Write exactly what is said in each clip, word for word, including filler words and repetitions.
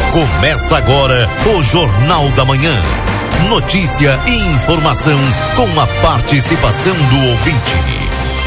Começa agora o Jornal da Manhã. Notícia e informação com a participação do ouvinte.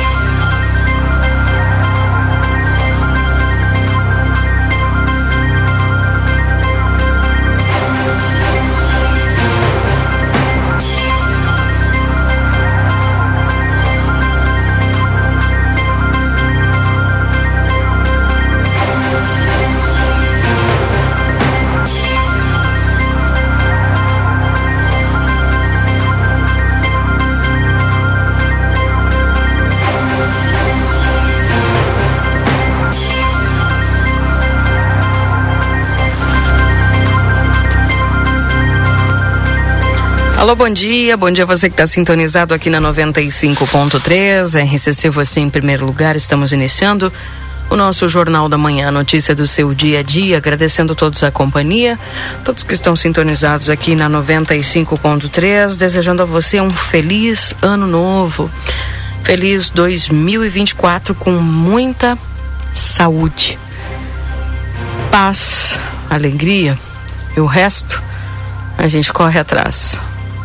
Alô, bom dia, bom dia você que está sintonizado aqui na noventa e cinco ponto três, R C C você em primeiro lugar. Estamos iniciando o nosso Jornal da Manhã, notícia do seu dia a dia, agradecendo todos a companhia, todos que estão sintonizados aqui na noventa e cinco ponto três, desejando a você um feliz ano novo, feliz dois mil e vinte e quatro com muita saúde, paz, alegria e o resto a gente corre atrás.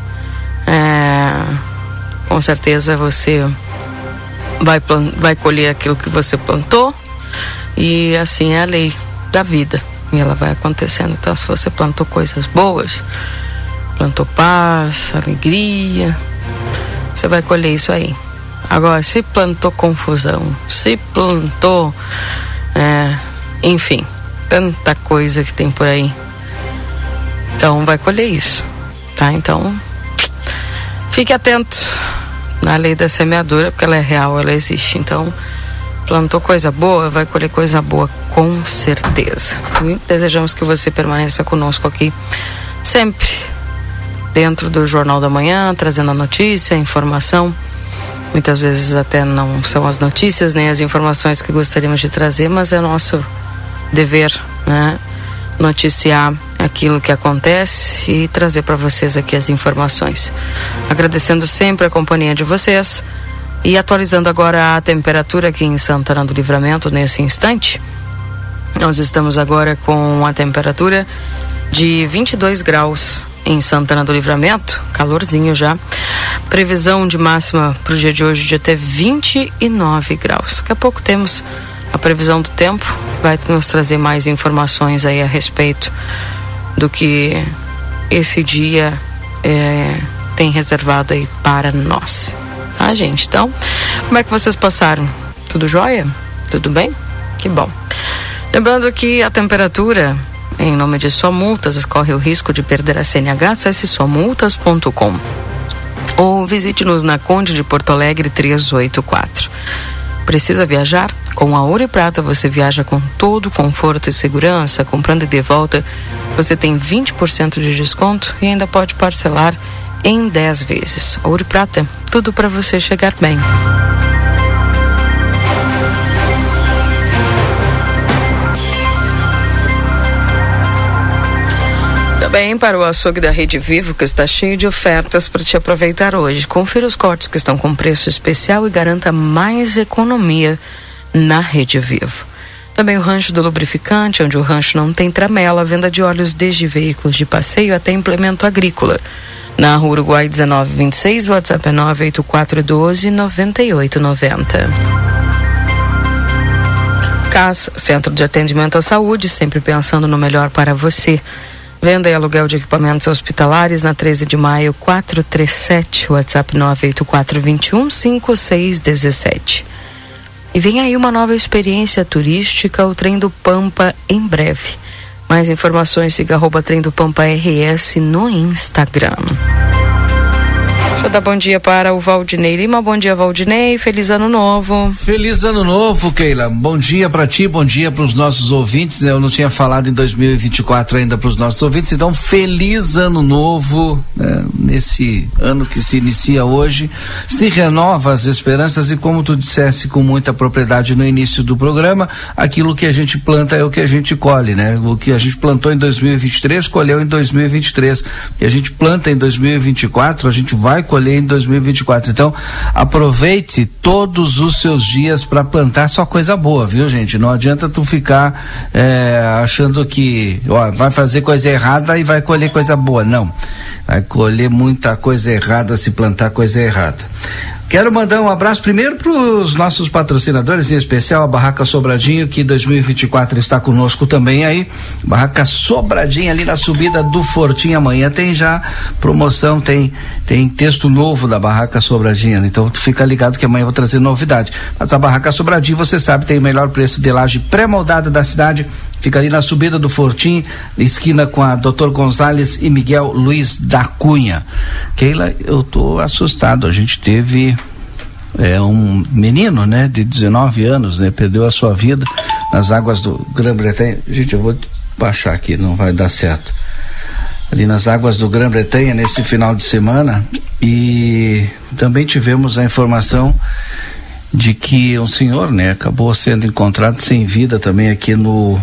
É, com certeza você vai, vai colher aquilo que você plantou, e assim é a lei da vida e ela vai acontecendo. Então, se você plantou coisas boas, plantou paz, alegria, você vai colher isso aí. Agora, se plantou confusão, se plantou é, enfim, tanta coisa que tem por aí, então vai colher isso, tá? Então fique atento na lei da semeadura, porque ela é real, ela existe. Então, plantou coisa boa, vai colher coisa boa, com certeza. E desejamos que você permaneça conosco aqui, sempre dentro do Jornal da Manhã, trazendo a notícia, a informação. Muitas vezes até não são as notícias nem as informações que gostaríamos de trazer, mas é nosso dever, né? Noticiar aquilo que acontece e trazer para vocês aqui as informações. Agradecendo sempre a companhia de vocês e atualizando agora a temperatura aqui em Santana do Livramento nesse instante. Nós estamos agora com a temperatura de vinte e dois graus em Santana do Livramento, calorzinho já. Previsão de máxima para o dia de hoje de até vinte e nove graus. Daqui a pouco temos a previsão do tempo, que vai nos trazer mais informações aí a respeito do que esse dia é, tem reservado aí para nós, tá, gente? Então, como é que vocês passaram? Tudo jóia? Tudo bem? Que bom. Lembrando que a temperatura, em nome de Só Multas, corre o risco de perder a C N H, acesse só multas ponto com ou visite-nos na Conde de Porto Alegre trezentos e oitenta e quatro. Precisa viajar? Com a Ouro e Prata você viaja com todo conforto e segurança. Comprando e de volta, você tem vinte por cento de desconto e ainda pode parcelar em dez vezes. Ouro e Prata, tudo para você chegar bem. Também para o açougue da Rede Vivo, que está cheio de ofertas para te aproveitar hoje. Confira os cortes que estão com preço especial e garanta mais economia na Rede Vivo. Também o Rancho do Lubrificante, onde o rancho não tem tramela, venda de óleos desde veículos de passeio até implemento agrícola. Na Rua Uruguai dezenove vinte e seis, o WhatsApp é nove oito quatro um dois nove oito nove zero. C A S, Centro de Atendimento à Saúde, sempre pensando no melhor para você. Venda e aluguel de equipamentos hospitalares na treze de maio, quatrocentos e trinta e sete, WhatsApp nove oito quatro dois um cinco seis um sete. E vem aí uma nova experiência turística, o Trem do Pampa, em breve. Mais informações, siga arroba Trem do Pampa R S no Instagram. Deixa eu dar bom dia para o Valdinei Lima. Bom dia, Valdinei. Feliz ano novo. Feliz ano novo, Keila. Bom dia para ti, bom dia para os nossos ouvintes. Eu não tinha falado em dois mil e vinte e quatro ainda para os nossos ouvintes, então feliz ano novo, né? Nesse ano que se inicia hoje, se renova as esperanças e, como tu dissesse com muita propriedade no início do programa, aquilo que a gente planta é o que a gente colhe, né? O que a gente plantou em dois mil e vinte e três, colheu em dois mil e vinte e três. O que a gente planta em dois mil e vinte e quatro, a gente vai colher em dois mil e vinte e quatro. Então, aproveite todos os seus dias para plantar só coisa boa, viu, gente? Não adianta tu ficar é, achando que ó, vai fazer coisa errada e vai colher coisa boa. Não, vai colher muita coisa errada se plantar coisa errada. Quero mandar um abraço primeiro para os nossos patrocinadores, em especial a Barraca Sobradinho, que dois mil e vinte e quatro está conosco também aí. Barraca Sobradinho ali na subida do Fortim. Amanhã tem já promoção, tem tem texto novo da Barraca Sobradinho. Então tu fica ligado que amanhã eu vou trazer novidade. Mas a Barraca Sobradinho, você sabe, tem o melhor preço de laje pré-moldada da cidade. Fica ali na subida do Fortim, esquina com a doutor Gonzalez e Miguel Luiz da Cunha. Keila, eu tô assustado. A gente teve é, um menino, né, de dezenove anos, né, perdeu a sua vida nas águas do Grã-Bretanha. Gente, eu vou baixar aqui, não vai dar certo. Ali nas águas do Grã-Bretanha nesse final de semana, e também tivemos a informação de que um senhor, né, acabou sendo encontrado sem vida também aqui no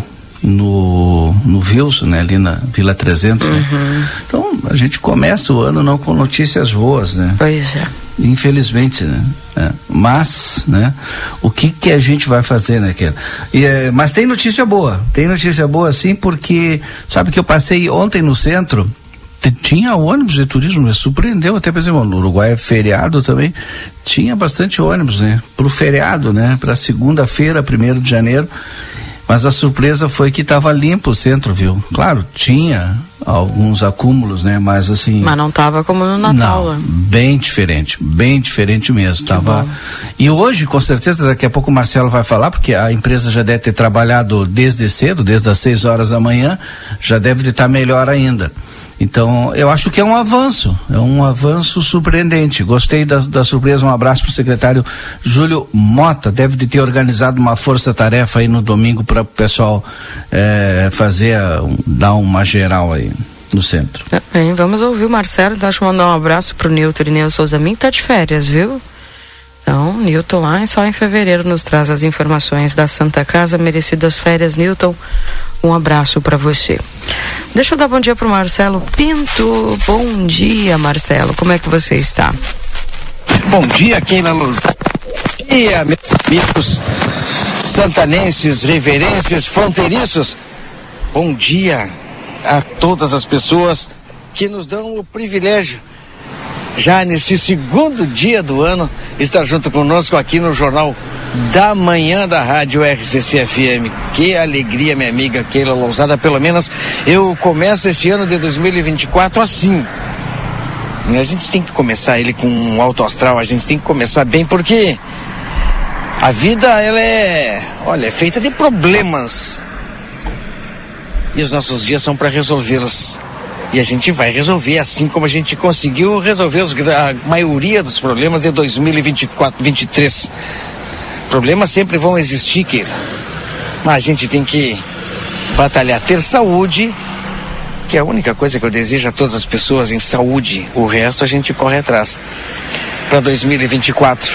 no no Wilson, né, ali na Vila trezentos, uhum. né? Então a gente começa o ano não com notícias boas, né? Pois é. Infelizmente, né? É. Mas, né? O que que a gente vai fazer, né, Keila? E, é, mas tem notícia boa, tem notícia boa sim, porque sabe que eu passei ontem no centro, tinha ônibus de turismo, me surpreendeu, até por exemplo, no Uruguai é feriado também, tinha bastante ônibus, né? Pro feriado, né? Pra segunda-feira, primeiro de janeiro. Mas a surpresa foi que estava limpo o centro, viu? Claro, tinha alguns acúmulos, né? Mas assim... Mas não estava como no Natal, não, né? Bem diferente, bem diferente mesmo. Tava... E hoje, com certeza, daqui a pouco o Marcelo vai falar, porque a empresa já deve ter trabalhado desde cedo, desde as seis horas da manhã, já deve estar melhor ainda. Então, eu acho que é um avanço, é um avanço surpreendente. Gostei da, da surpresa. Um abraço para o secretário Júlio Mota. Deve de ter organizado uma força-tarefa aí no domingo para o pessoal é, fazer, um, dar uma geral aí no centro. Tá bem, vamos ouvir o Marcelo. Deixa eu mandar um abraço para o Nilton Irineu Souza Min, que tá de férias, viu? Então, Nilton lá só em fevereiro nos traz as informações da Santa Casa. Merecidas férias, Nilton. Um abraço para você. Deixa eu dar bom dia pro Marcelo Pinto. Bom dia, Marcelo. Como é que você está? Bom dia, Keila Luz. Bom dia, meus amigos santanenses, riverenses, fronteiriços. Bom dia a todas as pessoas que nos dão o privilégio, já nesse segundo dia do ano, estar junto conosco aqui no Jornal da Manhã da Rádio R C C F M. Que alegria, minha amiga Keila Lousada. Pelo menos eu começo esse ano de dois mil e vinte e quatro assim. A gente tem que começar ele com um alto astral, a gente tem que começar bem, porque a vida, ela é, olha, é feita de problemas. E os nossos dias são para resolvê-los. E a gente vai resolver, assim como a gente conseguiu resolver os, a maioria dos problemas de dois mil e vinte e quatro, vinte e três. Problemas sempre vão existir, Keila. Mas a gente tem que batalhar, ter saúde, que é a única coisa que eu desejo a todas as pessoas, em saúde. O resto a gente corre atrás. Para dois mil e vinte e quatro.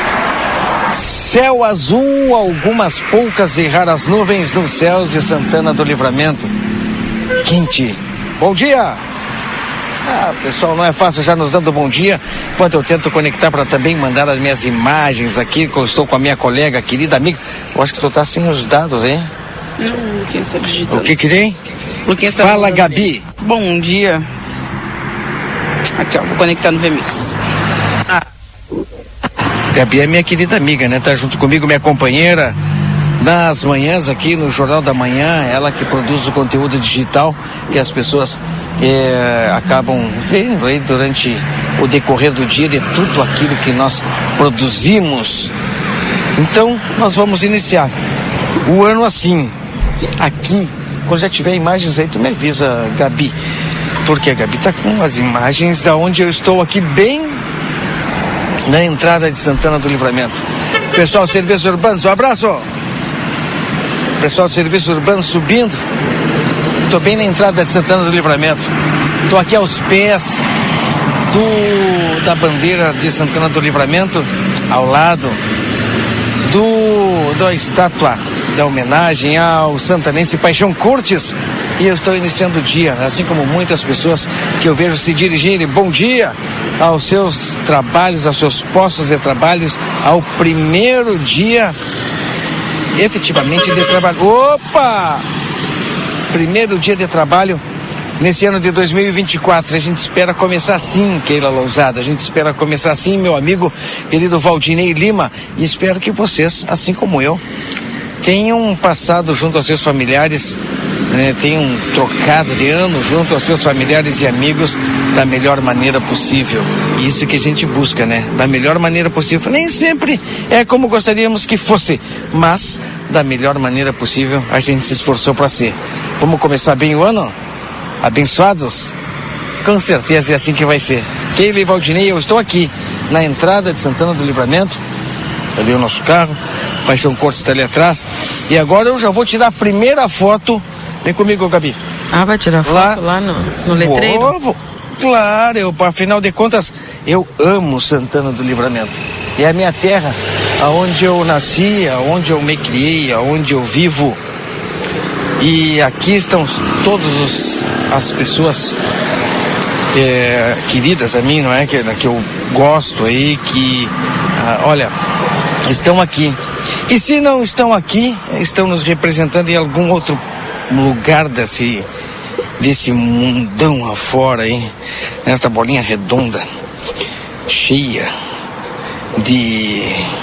Céu azul, algumas poucas e raras nuvens nos céus de Santana do Livramento. Quente. Bom dia! Ah, pessoal, não é fácil já nos dando bom dia, enquanto eu tento conectar para também mandar as minhas imagens aqui, que eu estou com a minha colega, querida amiga. Eu acho que tu tá sem os dados, hein? Não, o Luquinha está digitando. O que que tem? Tá Fala, Gabi. Bom dia. Aqui, ó, vou conectar no V Mix. Ah. Gabi é minha querida amiga, né? Tá junto comigo, minha companheira nas manhãs aqui no Jornal da Manhã, ela que produz o conteúdo digital que as pessoas é, acabam vendo aí durante o decorrer do dia de tudo aquilo que nós produzimos. Então, nós vamos iniciar o ano assim, aqui. Quando já tiver imagens aí, tu me avisa, Gabi, porque a Gabi tá com as imagens aonde eu estou aqui, bem na entrada de Santana do Livramento. Pessoal, Serviços Urbanos, um abraço. Pessoal, Serviços Urbanos subindo. Estou bem na entrada de Santana do Livramento. Estou aqui aos pés do, da bandeira de Santana do Livramento, ao lado do, da estátua da homenagem ao santanense Paixão Cortes, e eu estou iniciando o dia, assim como muitas pessoas que eu vejo se dirigirem, bom dia, aos seus trabalhos, aos seus postos de trabalhos, ao primeiro dia efetivamente de trabalho. Opa! Primeiro dia de trabalho nesse ano de dois mil e vinte e quatro. A gente espera começar assim, Keila Lousada. A gente espera começar assim, meu amigo querido Valdinei Lima. E espero que vocês, assim como eu, tenham passado junto aos seus familiares, né, tenham trocado de ano junto aos seus familiares e amigos da melhor maneira possível. Isso que a gente busca, né? Da melhor maneira possível. Nem sempre é como gostaríamos que fosse, mas da melhor maneira possível a gente se esforçou para ser. Vamos começar bem o ano? Abençoados? Com certeza é assim que vai ser. Keila e Valdinei, eu estou aqui na entrada de Santana do Livramento. Ali o nosso carro, Paixão Cortes está ali atrás. E agora eu já vou tirar a primeira foto. Vem comigo, Gabi. Ah, vai tirar foto lá, lá no, no letreiro? Vou, vou. Claro, eu, afinal de contas, eu amo Santana do Livramento. É a minha terra, aonde eu nasci, aonde eu me criei, aonde eu vivo. E aqui estão todas as pessoas é, queridas a mim, não é? Que, que eu gosto aí, que, ah, olha, estão aqui. E se não estão aqui, estão nos representando em algum outro lugar desse, desse mundão afora aí, nesta bolinha redonda, cheia de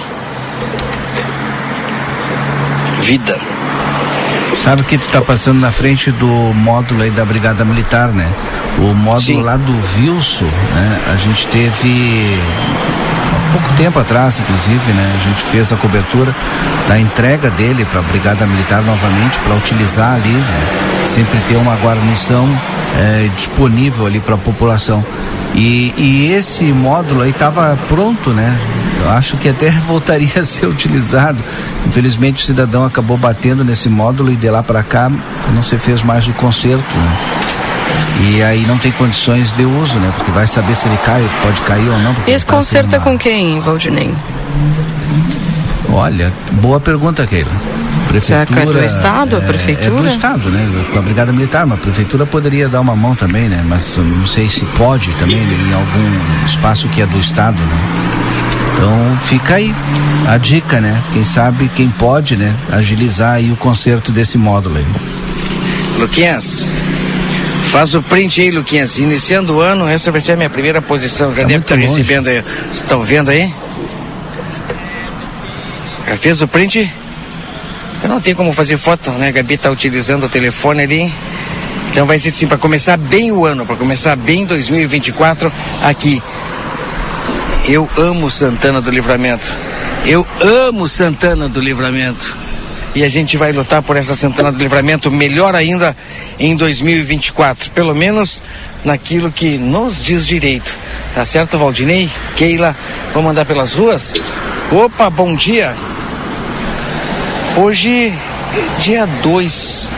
vida. Sabe que tu tá passando na frente do módulo aí da Brigada Militar, né? O módulo Sim. lá do Vilso, né? A gente teve há pouco tempo atrás, inclusive, né? A gente fez a cobertura da entrega dele para a Brigada Militar novamente, para utilizar ali, né? Sempre ter uma guarnição é, disponível ali para a população. E, e esse módulo aí estava pronto, né? Eu acho que até voltaria a ser utilizado. Infelizmente o cidadão acabou batendo nesse módulo e de lá para cá não se fez mais o conserto, né? E aí não tem condições de uso, né? Porque vai saber se ele cai, pode cair ou não. E esse conserto uma... é com quem, Valdinei? Olha, boa pergunta, Keila. Será que é do Estado, a Prefeitura? É do Estado, né? Com a Brigada Militar, mas a Prefeitura poderia dar uma mão também, né? Mas não sei se pode também em algum espaço que é do Estado, né? Então fica aí a dica, né? Quem sabe, quem pode, né? Agilizar aí o conserto desse módulo aí. Luquinhas, faz o print aí, Luquinhas. Iniciando o ano, essa vai ser a minha primeira posição. Já tá deve estar tá recebendo aí. Estão vendo aí? Já fez o print? Então não tem como fazer foto, né? A Gabi tá utilizando o telefone ali. Então vai ser assim, para começar bem o ano, para começar bem dois mil e vinte e quatro aqui. Eu amo Santana do Livramento. Eu amo Santana do Livramento. E a gente vai lutar por essa Santana do Livramento melhor ainda em dois mil e vinte e quatro. Pelo menos naquilo que nos diz direito. Tá certo, Valdinei? Keila, vamos andar pelas ruas? Opa, bom dia. Hoje é dia dois.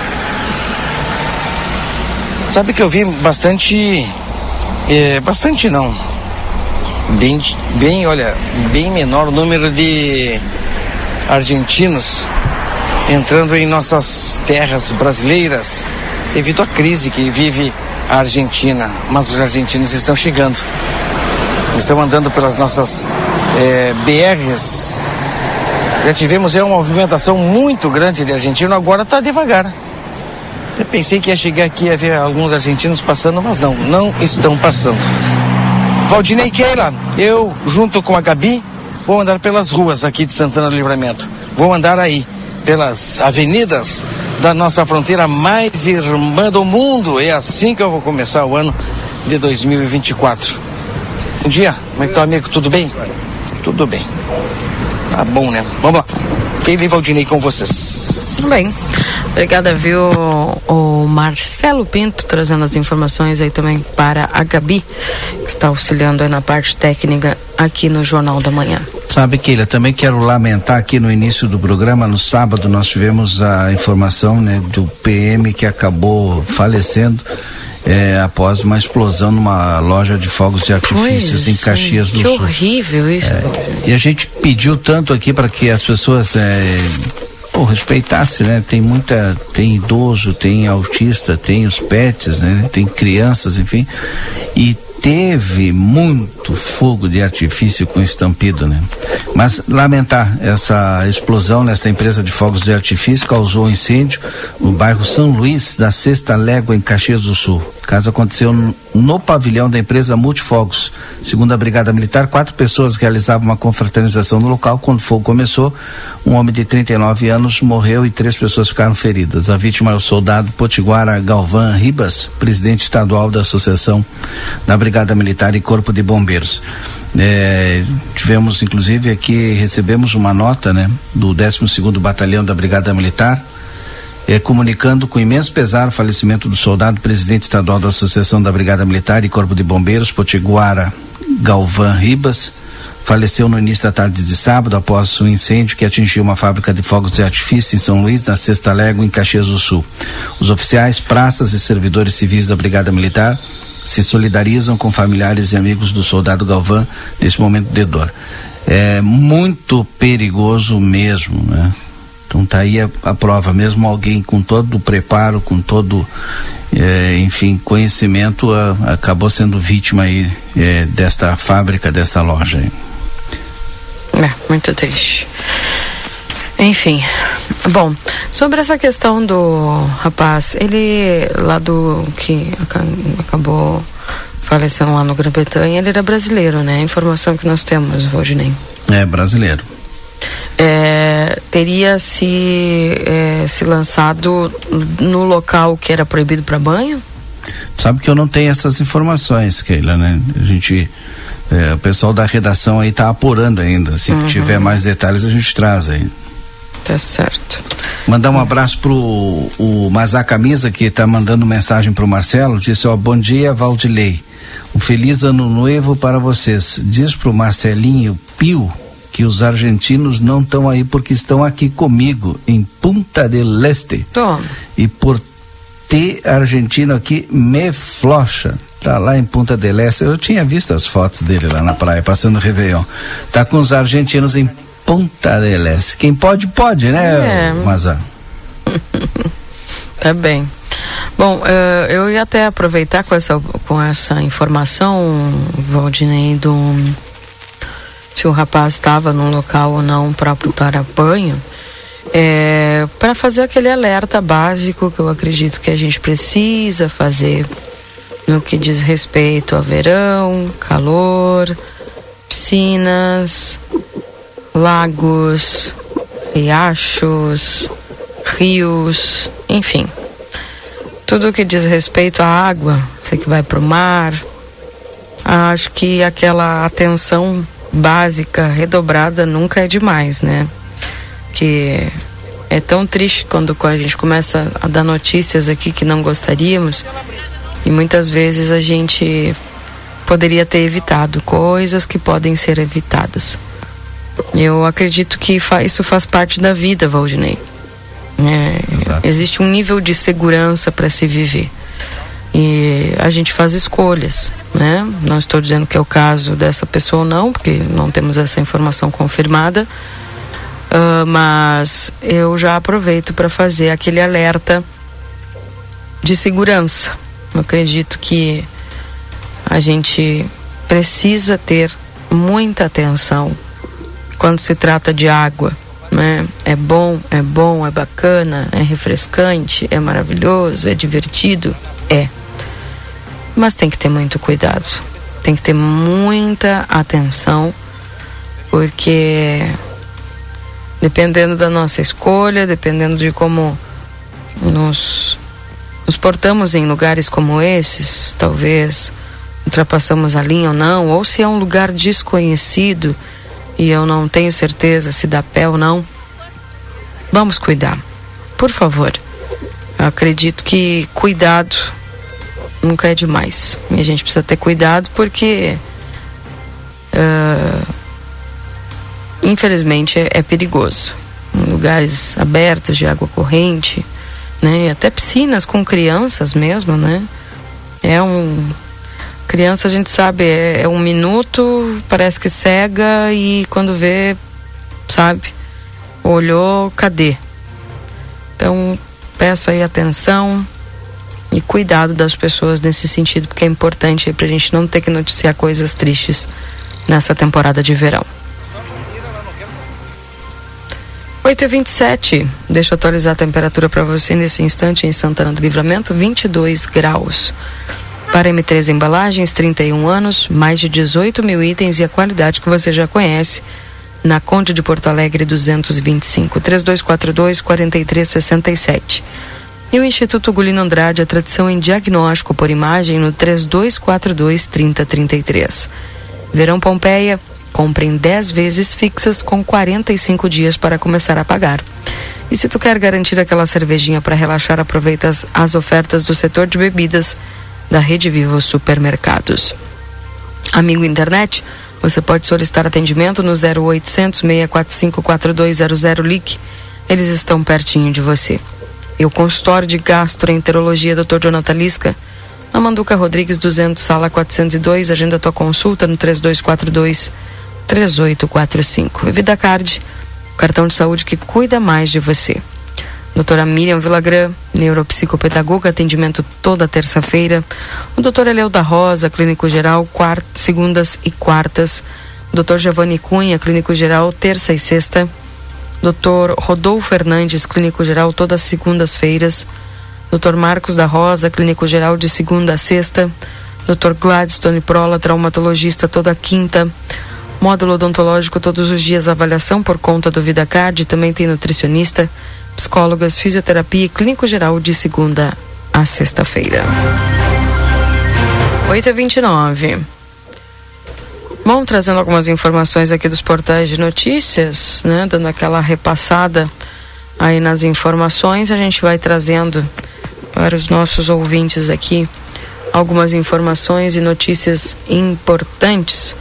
Sabe que eu vi bastante... É, bastante não. Bem, bem, olha, bem menor o número de argentinos entrando em nossas terras brasileiras devido à crise que vive a Argentina. Mas os argentinos estão chegando. Estão andando pelas nossas é, B Rs. Já tivemos é, uma movimentação muito grande de argentino, agora está devagar. Eu pensei que ia chegar aqui a ver alguns argentinos passando, mas não, não estão passando. Valdinei Keila, eu junto com a Gabi vou andar pelas ruas aqui de Santana do Livramento. Vou andar aí pelas avenidas da nossa fronteira mais irmã do mundo. É assim que eu vou começar o ano de dois mil e vinte e quatro. Bom dia, como é que tá, amigo? Tudo bem? Tudo bem. Tá bom, né? Vamos lá. Keila e Valdinei com vocês. Tudo bem. Obrigada, viu, o Marcelo Pinto, trazendo as informações aí também para a Gabi, que está auxiliando aí na parte técnica aqui no Jornal da Manhã. Sabe, Keila, também quero lamentar aqui no início do programa, no sábado, nós tivemos a informação, né, do P M que acabou falecendo é, após uma explosão numa loja de fogos de artifícios pois, em Caxias do que Sul. Que horrível isso. É, e a gente pediu tanto aqui para que as pessoas é, pô, respeitasse, né? Tem muita, tem idoso, tem autista, tem os pets, né? Tem crianças, enfim, e teve muito fogo de artifício com estampido, né? Mas lamentar essa explosão nessa empresa de fogos de artifício, causou um incêndio no bairro São Luís da Sexta Légua, em Caxias do Sul. O caso aconteceu no, no pavilhão da empresa Multifogos. Segundo a Brigada Militar, quatro pessoas realizavam uma confraternização no local. Quando o fogo começou, um homem de trinta e nove anos morreu e três pessoas ficaram feridas. A vítima é o soldado Potiguara Galvão Ribas, presidente estadual da Associação da Brigada Militar e Corpo de Bombeiros. É, tivemos, inclusive, aqui, recebemos uma nota, né, do décimo segundo Batalhão da Brigada Militar, é, comunicando com imenso pesar o falecimento do soldado presidente estadual da Associação da Brigada Militar e Corpo de Bombeiros, Potiguara Galvão Ribas. Faleceu no início da tarde de sábado após um incêndio que atingiu uma fábrica de fogos de artifício em São Luís, na Sexta Légua, em Caxias do Sul. Os oficiais, praças e servidores civis da Brigada Militar se solidarizam com familiares e amigos do soldado Galvão nesse momento de dor. É muito perigoso mesmo, né? Então tá aí a, a prova, mesmo alguém com todo o preparo, com todo, é, enfim, conhecimento, a, acabou sendo vítima aí é, desta fábrica, desta loja aí. É, muito triste. Enfim, bom, sobre essa questão do rapaz, ele lá do que acabou falecendo lá no Grã-Bretanha, ele era brasileiro, né? A informação que nós temos, Valdinei. É, brasileiro. É, teria se, é, se lançado no local que era proibido para banho? Sabe que eu não tenho essas informações, Keila, né? A gente, é, o pessoal da redação aí tá apurando ainda. Se uhum. tiver mais detalhes, a gente traz aí. Tá certo. Mandar um abraço pro o Mazá Camisa, que tá mandando mensagem pro Marcelo, disse, ó, bom dia, Valdilei, um feliz ano novo para vocês. Diz pro Marcelinho Pio que os argentinos não estão aí porque estão aqui comigo em Punta del Este. Toma. E por ter argentino aqui me flocha. Tá lá em Punta del Este. Eu tinha visto as fotos dele lá na praia, passando o Réveillon. Tá com os argentinos em Punta del Este. Quem pode, pode, né, é. Mazá? Tá bem. Bom, uh, eu ia até aproveitar com essa, com essa informação, Valdinei, do se o rapaz estava num local ou não próprio para banho, é, para fazer aquele alerta básico que eu acredito que a gente precisa fazer no que diz respeito a verão, calor, piscinas, lagos, riachos, rios, enfim. Tudo que diz respeito à água, você que vai para o mar, acho que aquela atenção básica, redobrada, nunca é demais, né? Que é tão triste quando a gente começa a dar notícias aqui que não gostaríamos e muitas vezes a gente poderia ter evitado coisas que podem ser evitadas. Eu acredito que fa- isso faz parte da vida, Valdinei. É, existe um nível de segurança para se viver e a gente faz escolhas, né? Não estou dizendo que é o caso dessa pessoa ou não, porque não temos essa informação confirmada, uh, mas eu já aproveito para fazer aquele alerta de segurança. Eu acredito que a gente precisa ter muita atenção quando se trata de água, né? É bom, é bom, é bacana, é refrescante, é maravilhoso, é divertido, é. Mas tem que ter muito cuidado, tem que ter muita atenção, porque dependendo da nossa escolha, dependendo de como nos, nos portamos em lugares como esses, talvez ultrapassamos a linha ou não, ou se é um lugar desconhecido e eu não tenho certeza se dá pé ou não, vamos cuidar, por favor. Eu acredito que cuidado nunca é demais. E a gente precisa ter cuidado porque uh, infelizmente é, é perigoso. Em lugares abertos de água corrente, né? Até piscinas com crianças mesmo, né? É um... Criança, a gente sabe, é, é um minuto, parece que cega e quando vê, sabe, olhou, cadê? Então, peço aí atenção e cuidado das pessoas nesse sentido, porque é importante aí pra gente não ter que noticiar coisas tristes nessa temporada de verão. oito e vinte e sete, deixa eu atualizar a temperatura para você nesse instante em Santana do Livramento, vinte e dois graus. Para M três Embalagens, trinta e um anos, mais de dezoito mil itens e a qualidade que você já conhece. Na Conde de Porto Alegre duzentos e vinte e cinco, trinta e dois quarenta e dois, quarenta e três sessenta e sete. E o Instituto Gulino Andrade, a tradição em diagnóstico por imagem no trinta e dois quarenta e dois, trinta trinta e três. Verão Pompeia, compre em dez vezes fixas com quarenta e cinco dias para começar a pagar. E se tu quer garantir aquela cervejinha para relaxar, aproveita as, as ofertas do setor de bebidas da Rede Vivo Supermercados. Amigo internet, você pode solicitar atendimento no zero oitocentos, seis quatro cinco, quatro dois zero zero L I C. Eles estão pertinho de você. E o consultório de gastroenterologia doutor Jonathan Lisca, na Manduca Rodrigues duzentos, sala quatrocentos e dois, agenda tua consulta no trinta e dois quarenta e dois, trinta e oito quarenta e cinco. E VidaCard, o cartão de saúde que cuida mais de você. Doutora Miriam Villagrán, neuropsicopedagoga, atendimento toda terça-feira. O doutor Eleu da Rosa, clínico geral, quart, segundas e quartas. doutor Giovanni Cunha, clínico geral, terça e sexta. doutor Rodolfo Fernandes, clínico geral, todas as segundas-feiras. doutor Marcos da Rosa, clínico geral, de segunda a sexta. doutor Gladstone Prola, traumatologista, toda quinta. Módulo odontológico todos os dias, avaliação por conta do VidaCard. Também tem nutricionista, psicólogas, fisioterapia e clínico geral de segunda a sexta-feira. oito e vinte e nove. Bom, trazendo algumas informações aqui dos portais de notícias, né? Dando aquela repassada aí nas informações, a gente vai trazendo para os nossos ouvintes aqui algumas informações e notícias importantes.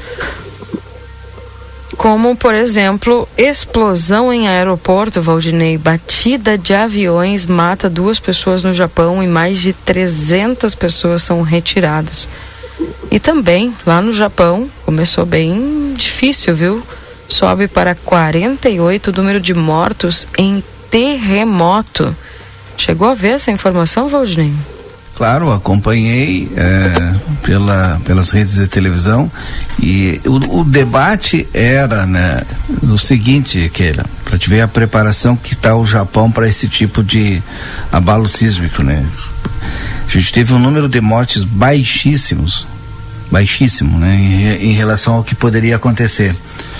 Como, por exemplo, explosão em aeroporto, Valdinei. Batida de aviões mata duas pessoas no Japão e mais de trezentas pessoas são retiradas. E também, lá no Japão, começou bem difícil, viu? Sobe para quarenta e oito o número de mortos em terremoto. Chegou a ver essa informação, Valdinei? Claro, acompanhei é, pela, pelas redes de televisão e o, o debate era, né, o seguinte, Keila, para te ver a preparação que está o Japão para esse tipo de abalo sísmico, né? A gente teve um número de mortes baixíssimos, baixíssimo, né, em, em relação ao que poderia acontecer.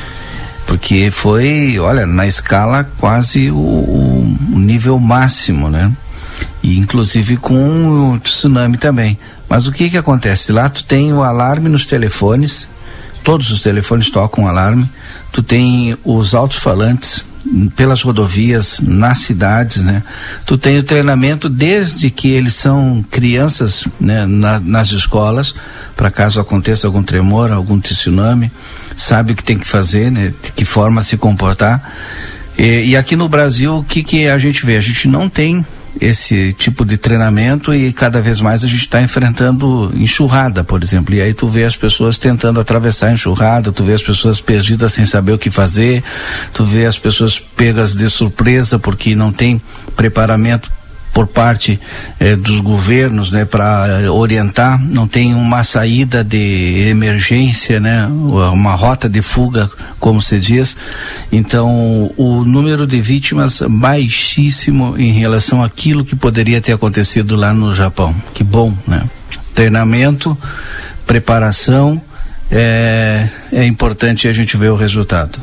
Porque foi, olha, na escala quase o, o, o nível máximo, né? E inclusive com o tsunami também. Mas o que que acontece? Lá tu tem o alarme nos telefones, todos os telefones tocam alarme, tu tem os alto-falantes pelas rodovias, nas cidades, né? Tu tem o treinamento desde que eles são crianças, né? Na, nas escolas, para caso aconteça algum tremor, algum tsunami, sabe o que tem que fazer, né? De que forma se comportar. E, e aqui no Brasil, o que que a gente vê? A gente não tem esse tipo de treinamento e cada vez mais a gente está enfrentando enxurrada, por exemplo, e aí tu vê as pessoas tentando atravessar a enxurrada, tu vê as pessoas perdidas sem saber o que fazer, tu vê as pessoas pegas de surpresa porque não tem preparamento por parte eh, dos governos, né, para orientar, não tem uma saída de emergência, né, uma rota de fuga, como se diz. Então, o número de vítimas baixíssimo em relação àquilo que poderia ter acontecido lá no Japão. Que bom, né? Treinamento, preparação, é, é importante a gente ver o resultado.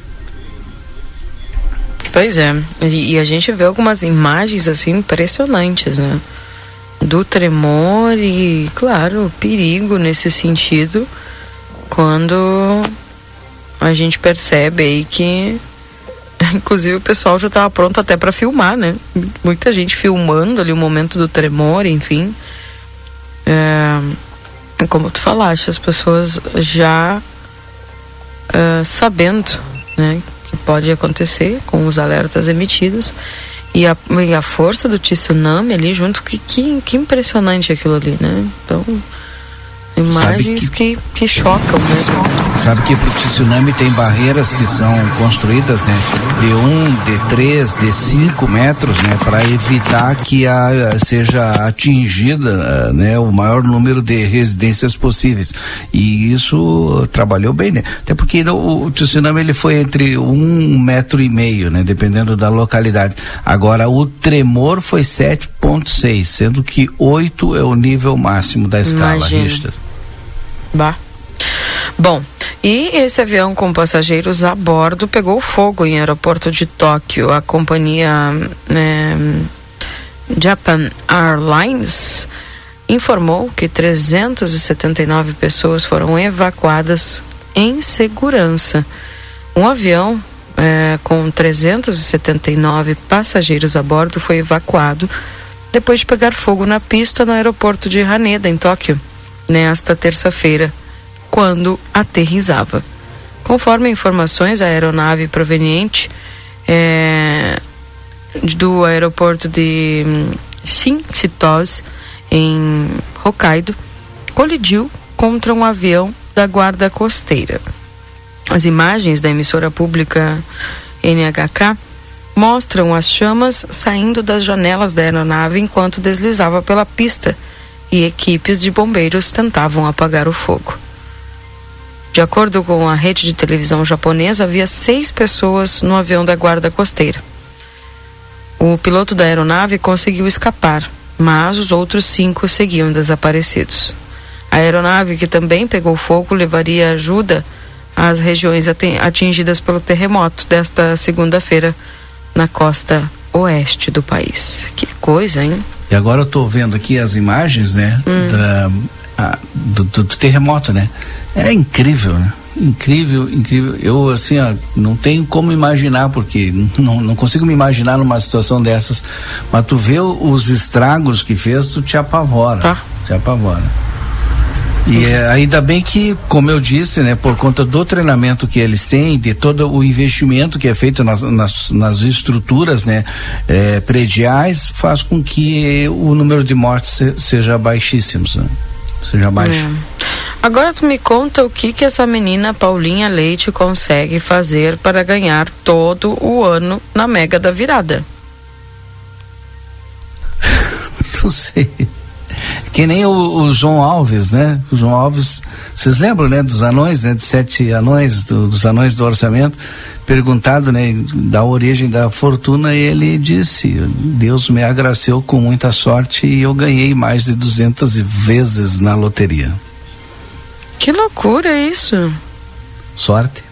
Pois é, e, e a gente vê algumas imagens assim impressionantes, né? Do tremor e, claro, perigo nesse sentido, quando a gente percebe aí que, inclusive, o pessoal já estava pronto até para filmar, né? Muita gente filmando ali o momento do tremor, enfim. É, como tu falaste, as pessoas já é, sabendo, né, que pode acontecer com os alertas emitidos e a, e a força do tsunami ali junto, que, que, que impressionante aquilo ali, né? Então, Imagens que, que, que chocam mesmo. Sabe que pro tsunami tem barreiras que são construídas, né? De um, de três, de cinco metros, né? Para evitar que a, seja atingida, né? O maior número de residências possíveis. E isso trabalhou bem, né? Até porque o, o tsunami ele foi entre um metro e meio, né? Dependendo da localidade. Agora o tremor foi sete ponto seis, sendo que oito é o nível máximo da escala, Richter. Bah. Bom, e esse avião com passageiros a bordo pegou fogo em aeroporto de Tóquio. A companhia né, Japan Airlines informou que trezentas e setenta e nove pessoas foram evacuadas em segurança. Um avião é, com trezentos e setenta e nove passageiros a bordo foi evacuado depois de pegar fogo na pista no aeroporto de Haneda, em Tóquio, nesta terça-feira, quando aterrissava. Conforme informações, a aeronave proveniente é, do aeroporto de Shin-Chitose, em Hokkaido, colidiu contra um avião da guarda costeira. As imagens da emissora pública N H K mostram as chamas saindo das janelas da aeronave enquanto deslizava pela pista e equipes de bombeiros tentavam apagar o fogo. De acordo com a rede de televisão japonesa, havia seis pessoas no avião da guarda costeira. O piloto da aeronave conseguiu escapar, mas os outros cinco seguiam desaparecidos. A aeronave, que também pegou fogo, levaria ajuda às regiões atingidas pelo terremoto desta segunda-feira na costa oeste do país. Que coisa, hein? E agora eu tô vendo aqui as imagens, né? Hum. Da, a, do, do, do terremoto, né? É incrível, né? Incrível, incrível. Eu, assim, ó, não tenho como imaginar, porque não, não consigo me imaginar numa situação dessas. Mas tu vê os estragos que fez, tu te apavora. Tá. Te apavora. E é, ainda bem que, como eu disse, né, por conta do treinamento que eles têm, de todo o investimento que é feito nas, nas, nas estruturas, né, é, prediais, faz com que o número de mortes se, seja baixíssimo, né? Seja baixo. É. Agora tu me conta o que que essa menina Paulinha Leite consegue fazer para ganhar todo o ano na Mega da Virada. Não sei. Que nem o, o João Alves, né? O João Alves, vocês lembram, né? Dos anões, né? De sete anões, do, dos anões do orçamento, perguntado, né? Da origem da fortuna, e ele disse: Deus me agraciou com muita sorte e eu ganhei mais de duzentas vezes na loteria. Que loucura isso! Sorte.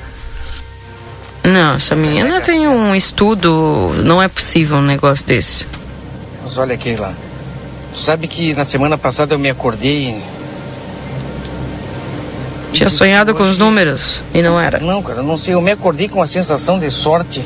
Não, essa menina tem um estudo, não é possível um negócio desse. Mas olha aqui lá. Tu sabe que na semana passada eu me acordei. Tinha sonhado com os números e não era? Não, cara, não sei. Eu me acordei com uma sensação de sorte.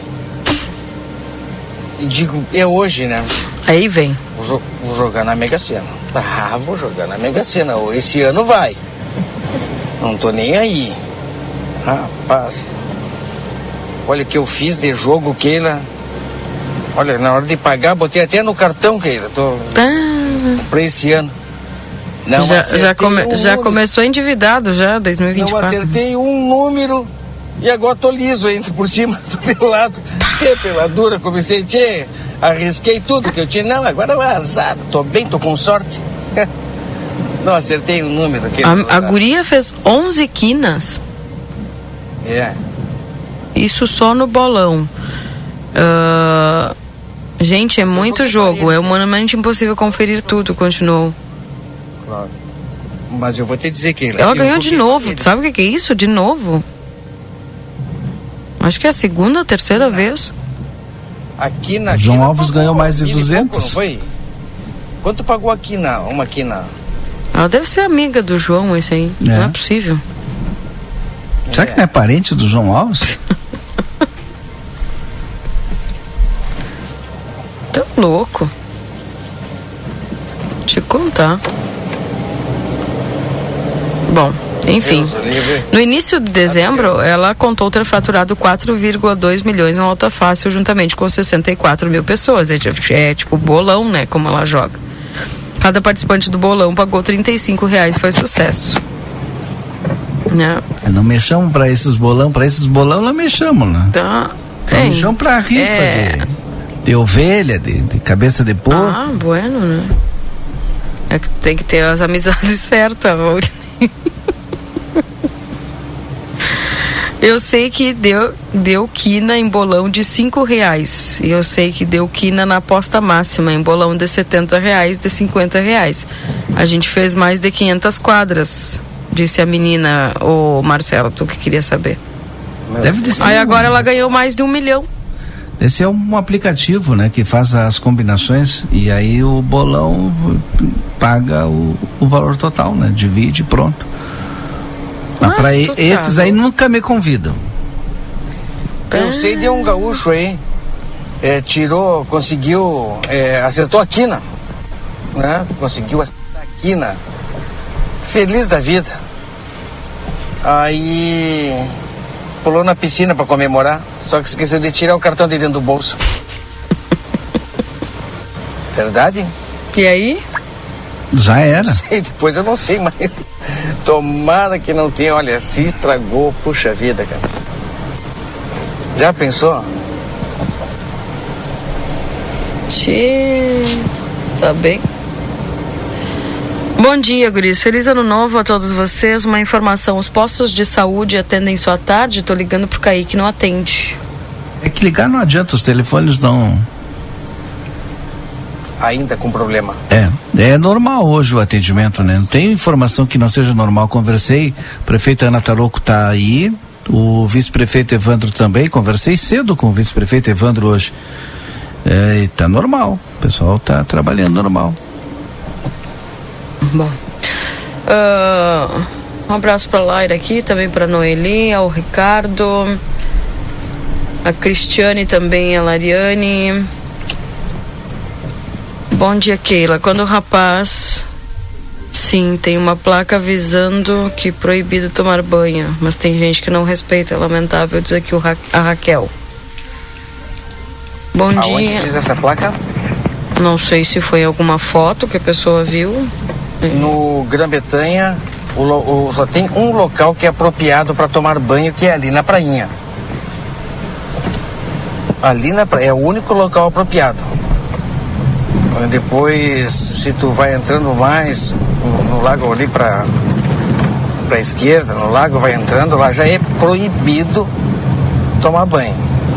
E digo, é hoje, né? Aí vem. Vou, jo- vou jogar na Mega Sena. Ah, vou jogar na Mega Sena. Esse ano vai. Não tô nem aí. Rapaz. Olha o que eu fiz de jogo, Keila. Olha, na hora de pagar, botei até no cartão, Keila. Tô... Ah. Pra esse ano. Não já já, come, um já começou endividado já, dois mil e vinte e quatro. Não acertei um número e agora tô liso ainda por cima, tô pelado. Que peladura, comecei, tchê, arrisquei tudo que eu tinha. Não, agora é um azar, tô bem, tô com sorte. Não acertei um número. Aqui, a, a guria fez onze quinas. É. Isso só no bolão. Uh, gente, é Você muito jogo. É humanamente impossível conferir tudo, continuou. Claro. Mas eu vou te dizer que... Ela ganhou de novo. Tu sabe o que é isso? De novo? Acho que é a segunda ou terceira aqui vez. Aqui na... João aqui Alves ganhou mais de duzentos. Não foi? Quanto pagou aqui na... Uma aqui na... Ela deve ser amiga do João, esse aí. É. Não é possível. Será é. que não é parente do João Alves? Tão louco. Deixa eu contar. Bom, enfim. No início de dezembro, ela contou ter faturado quatro vírgula dois milhões na Loto Fácil, juntamente com sessenta e quatro mil pessoas. É, é tipo bolão, né? Como ela joga. Cada participante do bolão pagou trinta e cinco reais, foi sucesso. Né? Não me chamam pra esses bolão, pra esses bolão não me chamam, né? Tá. Não me chamam pra rifa é... de, de ovelha, de, de cabeça de porco. Ah, bueno, né? É que tem que ter as amizades certas, Eu sei que deu, deu quina em bolão de cinco reais. E eu sei que deu quina na aposta máxima, em bolão de setenta reais, de cinquenta reais. A gente fez mais de quinhentas quadras, disse a menina, o Marcelo, tu que queria saber. Deve de ser. Aí agora ela ganhou mais de um milhão. Esse é um aplicativo, né, que faz as combinações e aí o bolão paga o, o valor total, né? Divide e pronto. Mas pra e, esses aí nunca me convidam. Eu sei de um gaúcho aí, é, tirou, conseguiu, é, acertou a quina, né? Conseguiu acertar a quina, feliz da vida. Aí pulou na piscina para comemorar, só que esqueceu de tirar o cartão de dentro do bolso. Verdade? E aí? Já era. Sei, depois eu não sei mais. Tomara que não tenha, olha, se estragou, puxa vida, cara. Já pensou? Tchê, tá bem. Bom dia, guris. Feliz ano novo a todos vocês. Uma informação, os postos de saúde atendem só à tarde? Tô ligando pro Kaique, não atende. É que ligar não adianta, os telefones não... Ainda com problema. É, é normal hoje o atendimento, né? Não tem informação que não seja normal. Conversei, a prefeita Ana Taroco tá aí, o vice-prefeito Evandro também, conversei cedo com o vice-prefeito Evandro hoje. É, e tá normal, o pessoal tá trabalhando normal. Bom. Uh, um abraço pra Laira aqui, também pra Noeli, ao Ricardo, a Cristiane também, a Lariane. Bom dia, Keila. Quando o rapaz, sim, tem uma placa avisando que é proibido tomar banho, mas tem gente que não respeita, é lamentável, diz aqui o Ra- a Raquel. Bom Aonde dia. diz essa placa? Não sei se foi alguma foto que a pessoa viu. No Grã-Bretanha, o, o, só tem um local que é apropriado para tomar banho, que é ali na prainha. Ali na praia, é o único local apropriado. Depois, se tu vai entrando mais no, no lago ali para para a esquerda, no lago, vai entrando, lá já é proibido tomar banho.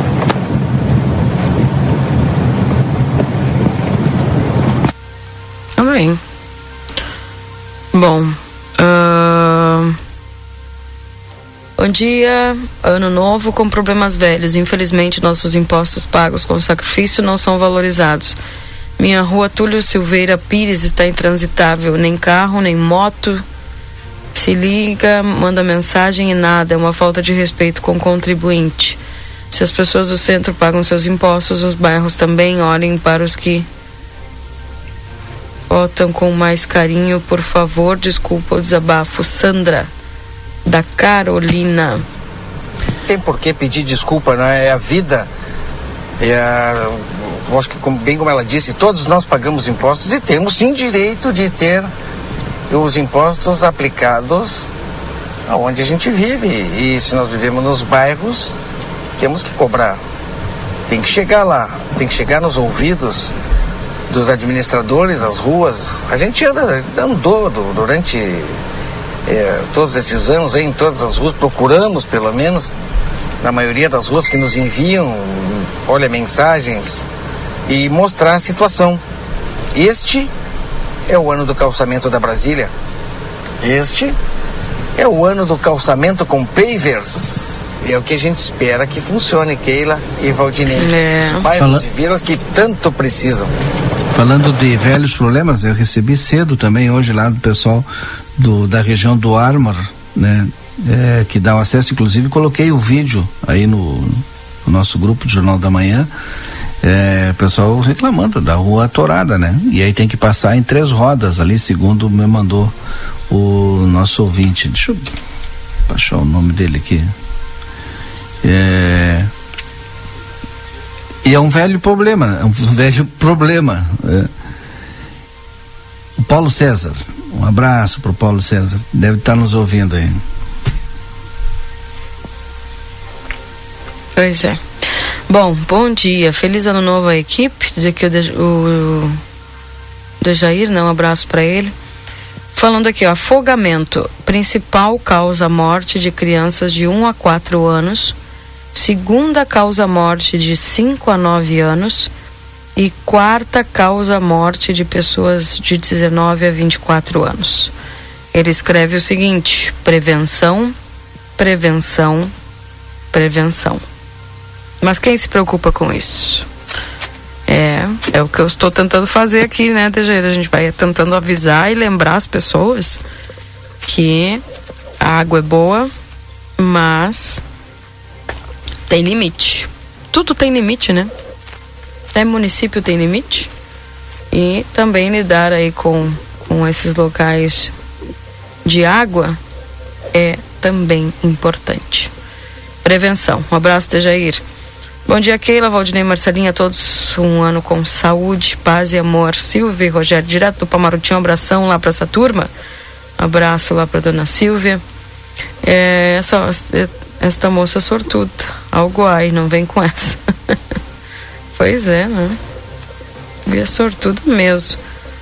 Amém. Bom, uh... bom dia, ano novo com problemas velhos. Infelizmente, nossos impostos pagos com sacrifício não são valorizados. Minha rua Túlio Silveira Pires está intransitável, nem carro, nem moto. Se liga, manda mensagem e nada, é uma falta de respeito com o contribuinte. Se as pessoas do centro pagam seus impostos, os bairros também olhem para os que votam com mais carinho, por favor. Desculpa o desabafo. Sandra, da Carolina. Tem por que pedir desculpa, né? É a vida. É a... Eu acho que, como, bem como ela disse, todos nós pagamos impostos e temos sim direito de ter os impostos aplicados aonde a gente vive. E se nós vivemos nos bairros, temos que cobrar. Tem que chegar lá, tem que chegar nos ouvidos dos administradores, as ruas. A gente anda, andou do, durante é, todos esses anos aí, em todas as ruas, procuramos pelo menos, na maioria das ruas que nos enviam, olha, mensagens, e mostrar a situação. Este é o ano do calçamento da Brasília. Este é o ano do calçamento com pavers. É o que a gente espera que funcione, Keila e Valdinei. É. Os bairros Fala... e vilas que tanto precisam. Falando de velhos problemas, eu recebi cedo também hoje lá do pessoal do, da região do Armor, né? É, que dá o acesso, inclusive coloquei o vídeo aí no, no nosso grupo do Jornal da Manhã. É, o pessoal reclamando da rua atorada, né? E aí tem que passar em três rodas ali, segundo me mandou o nosso ouvinte. Deixa eu baixar o nome dele aqui. É... E é um velho problema, é um velho problema. É... Paulo César. Um abraço pro Paulo César. Deve estar nos ouvindo aí. Pois é. Bom, bom dia. Feliz ano novo à equipe. Dizer que o, De, o Dejair, não, um abraço para ele. Falando aqui, ó, afogamento. Principal causa morte de crianças de um a quatro anos. Segunda causa morte de cinco a nove anos. E quarta causa morte de pessoas de dezenove a vinte e quatro anos. Ele escreve o seguinte: prevenção, prevenção, prevenção. Mas quem se preocupa com isso? É, é o que eu estou tentando fazer aqui, né, Dejair? A gente vai tentando avisar e lembrar as pessoas que a água é boa, mas tem limite. Tudo tem limite, né? Até município tem limite. E também lidar aí com, com esses locais de água é também importante. Prevenção. Um abraço, Dejair. Bom dia, Keila, Valdinei, Marcelinha, a todos um ano com saúde, paz e amor. Silvia e Rogério, direto do Pamarutinho, um abração lá para essa turma. Um abraço lá para dona Silvia. É, essa, esta moça sortuda, algo aí, não vem com essa. Pois é, né? É sortudo mesmo.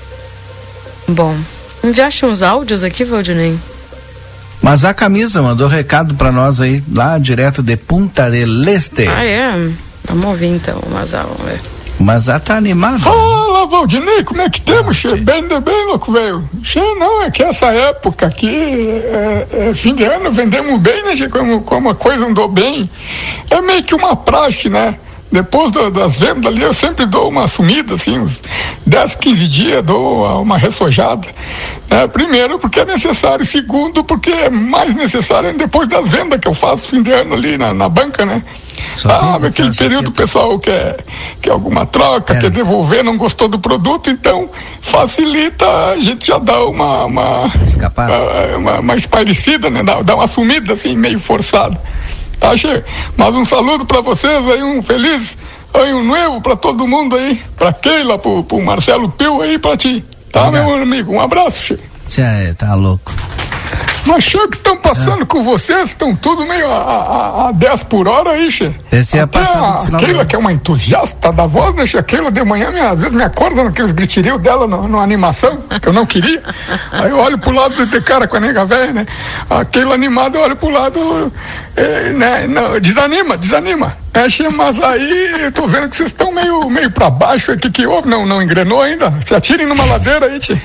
Bom, enviaste uns áudios aqui, Valdinei? Mas a camisa mandou recado pra nós aí, lá direto de Punta del Este. Ah, é? Vamos ouvir então, mas vamos ver. Mas já tá animado. Fala, Valdinei, como é que temos, che? Bem, bem, louco, velho. Che, não, é que essa época aqui, é, é, fim de ano, vendemos bem, né, che? Como, como a coisa andou bem. É meio que uma praxe, né? Depois do, das vendas ali, eu sempre dou uma sumida, assim, uns dez, quinze dias, dou uma ressojada. É, primeiro, porque é necessário. Segundo, porque é mais necessário depois das vendas que eu faço fim de ano ali na, na banca, né? Ah, aquele período o pessoal quer, quer alguma troca, é. quer devolver, não gostou do produto, então facilita, a gente já dá uma uma, Escapada. uma, uma, uma espairecida, né? Dá, dá uma sumida, assim, meio forçada. Tá, che? Mas um saludo pra vocês aí, um feliz ano novo pra todo mundo aí, pra Keila, pro, pro Marcelo Pio aí, pra ti. Tá, obrigado, meu amigo? Um abraço, che. Tchê, tá louco. Mas che, o que estão passando ah. com vocês? Estão tudo meio a, a, a dez por hora aí, che. Esse é passado a Keila, que é uma entusiasta da voz, né, che? A Keila de manhã, minha, às vezes me acorda naqueles gritirios dela no, numa animação, que eu não queria. Aí eu olho pro lado de cara com a nega velha, né? A Keila animada, eu olho pro lado, é, né? Não, desanima, desanima. É, che, mas aí eu tô vendo que vocês estão meio, meio pra baixo. O que que houve? Não, não engrenou ainda? Se atirem numa ladeira aí, che.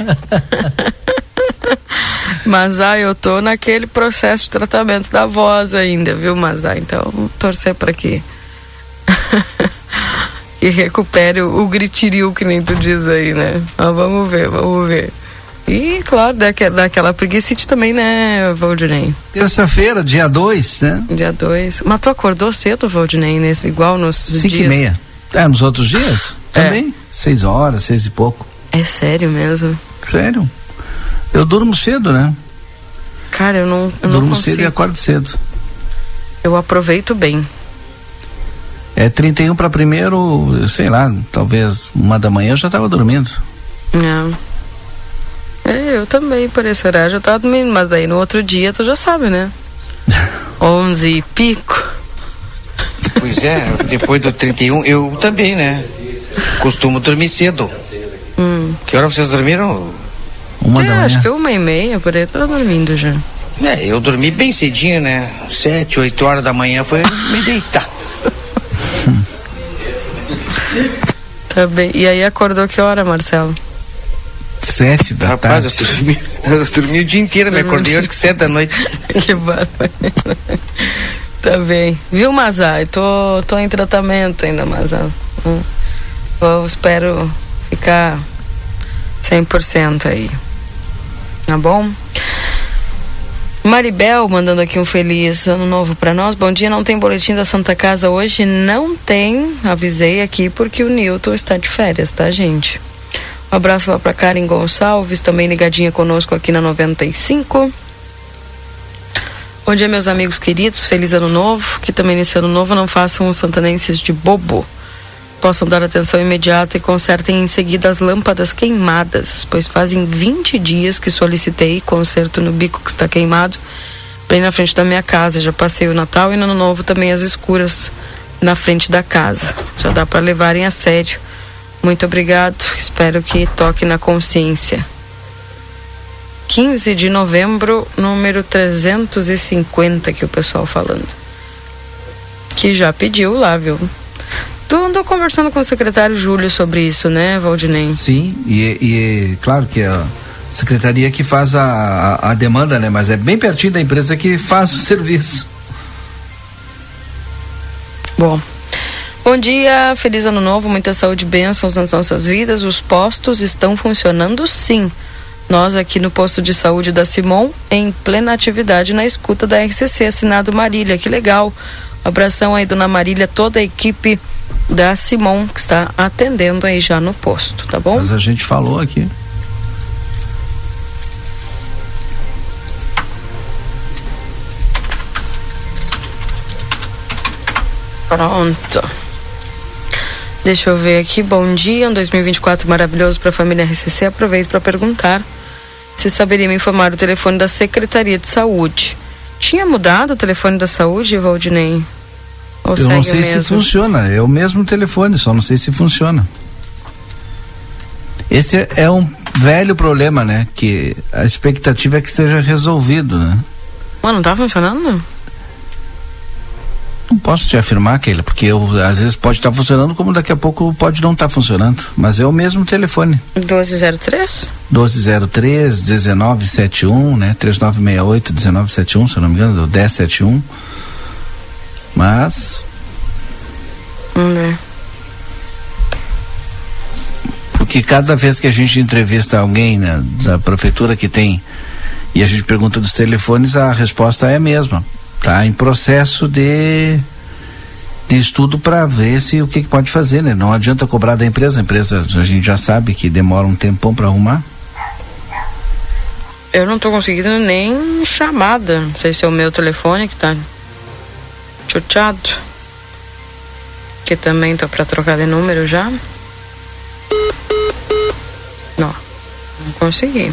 Mas ah, eu tô naquele processo de tratamento da voz ainda, viu, mas ah, então torcer para que e recupere o, o gritirio que nem tu diz aí, né? Mas vamos ver, vamos ver. E claro, daquela, daquela preguiçite também, né, Valdinei? Terça-feira, dia dois, né? Dia dois. Mas tu acordou cedo, Valdinei, nesse, igual nos dias? Cinco e meia. É, nos outros dias? Também. É. Seis horas, seis e pouco. É sério mesmo? Sério. Eu durmo cedo, né? Cara, eu não, eu durmo não consigo. cedo e acordo cedo. Eu aproveito bem. É trinta e um para primeiro, sei lá, talvez uma da manhã eu já tava dormindo. É. é eu também, por esse horário já tava dormindo, mas daí no outro dia tu já sabe, né? Onze e pico. Pois é, depois do trinta e um, eu também, né? Costumo dormir cedo. Hum. Que hora vocês dormiram? Uma é, da manhã. Acho que uma e meia, por aí eu tava dormindo já. É, eu dormi bem cedinho, né? Sete, oito horas da manhã foi me deitar. Tá bem. E aí acordou que hora, Marcelo? Sete da Rapaz, tarde. eu dormi, eu dormi o dia inteiro, me acordei hoje que sete da noite. Que bárbaro. Tá bem. Viu, Mazá? Eu tô, tô em tratamento ainda, Mazá. Hum. Eu espero ficar cem por cento aí. Tá bom? Maribel mandando aqui um feliz ano novo pra nós. Bom dia, não tem boletim da Santa Casa hoje? Não tem, avisei aqui porque o Newton está de férias, tá, gente? Um abraço lá pra Karen Gonçalves, também ligadinha conosco aqui na noventa e cinco. Bom dia, meus amigos queridos, feliz ano novo. Que também nesse ano novo não façam os santanenses de bobo. possam dar atenção imediata e consertem em seguida as lâmpadas queimadas, pois fazem vinte dias que solicitei conserto no bico que está queimado, bem na frente da minha casa. Já passei o Natal e no Ano Novo também as escuras na frente da casa. Já dá para levarem a sério. Muito obrigado, espero que toque na consciência. quinze de novembro, número trezentos e cinquenta, que o pessoal falando. Que já pediu lá, viu? Tu andou conversando com o secretário Júlio sobre isso, né, Valdinei? Sim, e, e claro que a secretaria que faz a, a, a demanda, né? Mas é bem pertinho da empresa que faz o serviço. Bom, bom dia, feliz ano novo, muita saúde e bênçãos nas nossas vidas. Os postos estão funcionando sim. Nós aqui no posto de saúde da Simon, em plena atividade na escuta da R C C, assinado Marília, que legal. Abração aí, dona Marília, toda a equipe da Simon que está atendendo aí já no posto, tá bom? Mas a gente falou aqui. Pronto. Deixa eu ver aqui. Bom dia, um dois mil e vinte e quatro maravilhoso para a família R C C. Aproveito para perguntar se saberia me informar o telefone da Secretaria de Saúde. Tinha mudado o telefone da saúde, Valdinei? Ou eu não sei se funciona, é o mesmo telefone, só não sei se funciona. Esse é um velho problema, né? Que a expectativa é que seja resolvido, né? Mas não tá funcionando? Não posso te afirmar, Keila, porque eu, às vezes pode estar tá funcionando, como daqui a pouco pode não estar tá funcionando. Mas é o mesmo telefone. doze zero três? doze zero três, dezenove setenta e um, né? três nove seis oito, dezenove setenta e um, se eu não me engano, dez setenta e um. Mas. Vamos ver. Porque cada vez que a gente entrevista alguém, né, da prefeitura que tem, e a gente pergunta dos telefones, a resposta é a mesma. Tá em processo de, de estudo para ver se o que, que pode fazer, né? Não adianta cobrar da empresa, a empresa a gente já sabe que demora um tempão para arrumar. Eu não tô conseguindo nem chamada, não sei se é o meu telefone que tá chuteado, que também tô para trocar de número já. Não, não consegui.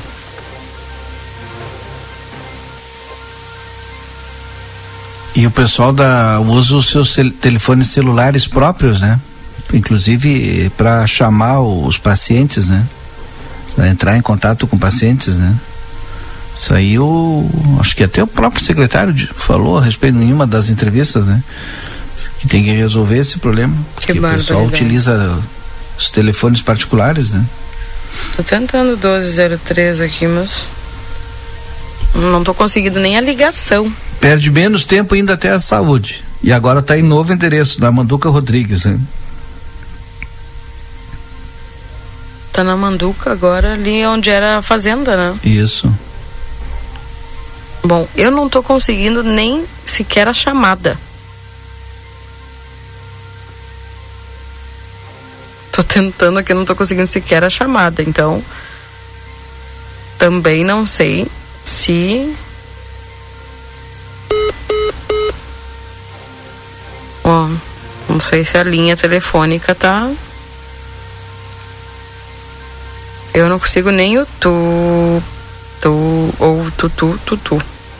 E o pessoal da, usa os seus cel, telefones celulares próprios, né? Inclusive para chamar os pacientes, né? Para entrar em contato com pacientes, né? Isso aí o, acho que até o próprio secretário de, falou a respeito em uma das entrevistas, né? Que tem que resolver esse problema. Que, que o pessoal utiliza os telefones particulares, né? Tô tentando doze zero três aqui, mas não tô conseguindo nem a ligação. Perde menos tempo ainda até a saúde. E agora está em novo endereço, na Manduca Rodrigues, né? Tá na Manduca agora, ali onde era a fazenda, né? Isso. Bom, eu não tô conseguindo nem sequer a chamada. Tô tentando aqui, não tô conseguindo sequer a chamada, então também não sei se ó, não sei se a linha telefônica tá. Eu não consigo nem o tu, tu ou tu, tu, tu, tu.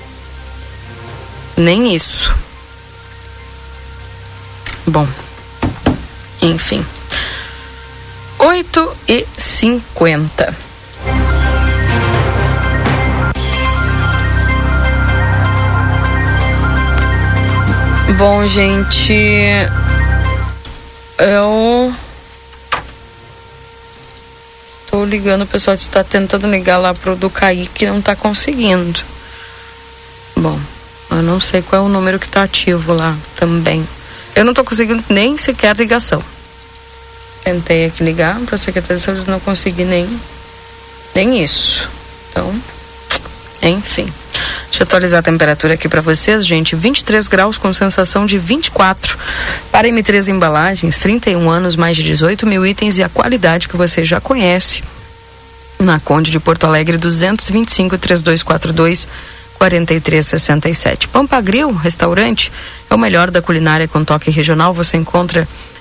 Nem isso. Bom, enfim. Oito e cinquenta. Bom, gente, eu tô ligando, o pessoal está tentando ligar lá pro do Kaique, não tá conseguindo. Bom, eu não sei qual é o número que tá ativo lá também. Eu não tô conseguindo nem sequer ligação. Tentei aqui ligar para a Secretaria de Saúde, não consegui nem, nem isso. Então, enfim. Deixa eu atualizar a temperatura aqui para vocês, gente. vinte e três graus com sensação de vinte e quatro. Para M três Embalagens, trinta e um anos, mais de dezoito mil itens e a qualidade que você já conhece. Na Conde de Porto Alegre, duzentos e vinte e cinco, três dois quatro dois, quatro três seis sete. Pampa Grill, restaurante, é o melhor da culinária com toque regional. Você encontra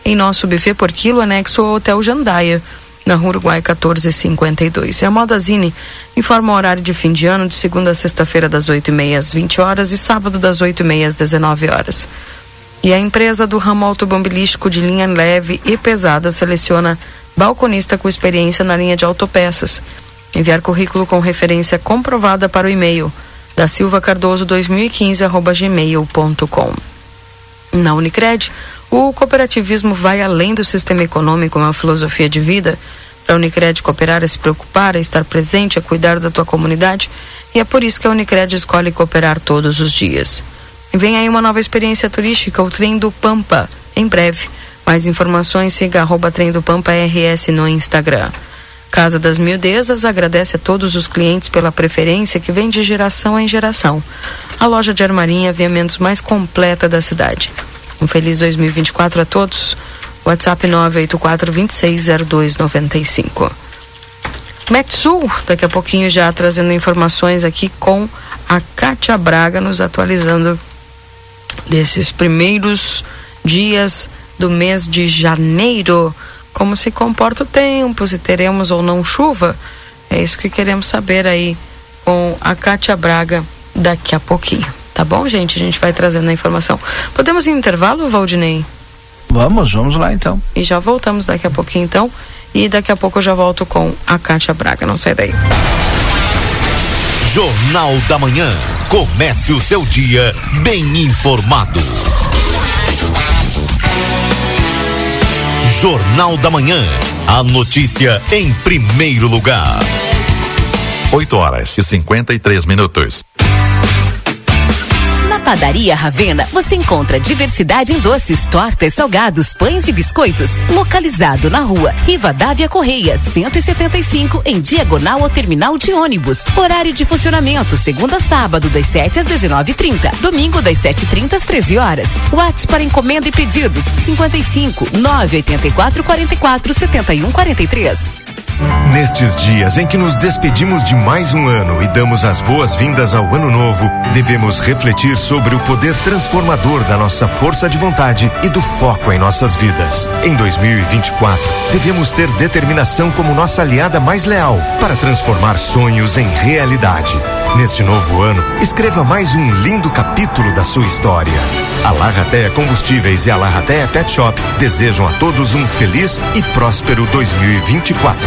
em nosso buffet por quilo, anexo ao Hotel Jandaia, na Rua Uruguai quatorze cinquenta e dois. E a Modazine informa o horário de fim de ano de segunda a sexta-feira das oito e meia às vinte horas e sábado das oito e meia às dezenove horas. E a empresa do ramo automobilístico de linha leve e pesada seleciona balconista com experiência na linha de autopeças. Enviar currículo com referência comprovada para o e-mail da Silva Cardoso dois mil e quinze arroba gmail ponto com. Na Unicred, o cooperativismo vai além do sistema econômico, uma filosofia de vida. Para a Unicred cooperar é se preocupar, é estar presente, é cuidar da tua comunidade, e é por isso que a Unicred escolhe cooperar todos os dias. E vem aí uma nova experiência turística, o Trem do Pampa, em breve. Mais informações, siga arroba Trem do Pampa R S no Instagram. Casa das Miudezas agradece a todos os clientes pela preferência que vem de geração em geração. A loja de armarinha e aviamentos mais completa da cidade. Um feliz dois mil e vinte e quatro a todos. WhatsApp nove oito quatro, dois seis zero dois nove cinco. Metsul, daqui a pouquinho já trazendo informações aqui com a Kátia Braga, nos atualizando desses primeiros dias do mês de janeiro. Como se comporta o tempo, se teremos ou não chuva. É isso que queremos saber aí com a Kátia Braga daqui a pouquinho. Tá bom, gente? A gente vai trazendo a informação. Podemos ir em intervalo, Valdinei? Vamos, vamos lá então. E já voltamos daqui a pouquinho então. E daqui a pouco eu já volto com a Kátia Braga. Não sai daí. Jornal da Manhã. Comece o seu dia bem informado. Jornal da Manhã. A notícia em primeiro lugar. oito horas e cinquenta e três minutos. Na Padaria Ravena, você encontra diversidade em doces, tortas, salgados, pães e biscoitos. Localizado na rua Rivadavia Correia, cento e setenta e cinco, em diagonal ao terminal de ônibus. Horário de funcionamento, segunda a sábado, das sete às dezenove e trinta. Domingo, das sete e trinta às treze horas. WhatsApp para encomenda e pedidos, cinquenta e cinco, nove oito quatro, quarenta e quatro, setenta e um, quarenta e três. Nestes dias em que nos despedimos de mais um ano e damos as boas-vindas ao ano novo, devemos refletir sobre o poder transformador da nossa força de vontade e do foco em nossas vidas. Em dois mil e vinte e quatro, devemos ter determinação como nossa aliada mais leal para transformar sonhos em realidade. Neste novo ano, escreva mais um lindo capítulo da sua história. A Larratea Combustíveis e a Larratea Pet Shop desejam a todos um feliz e próspero dois mil e vinte e quatro.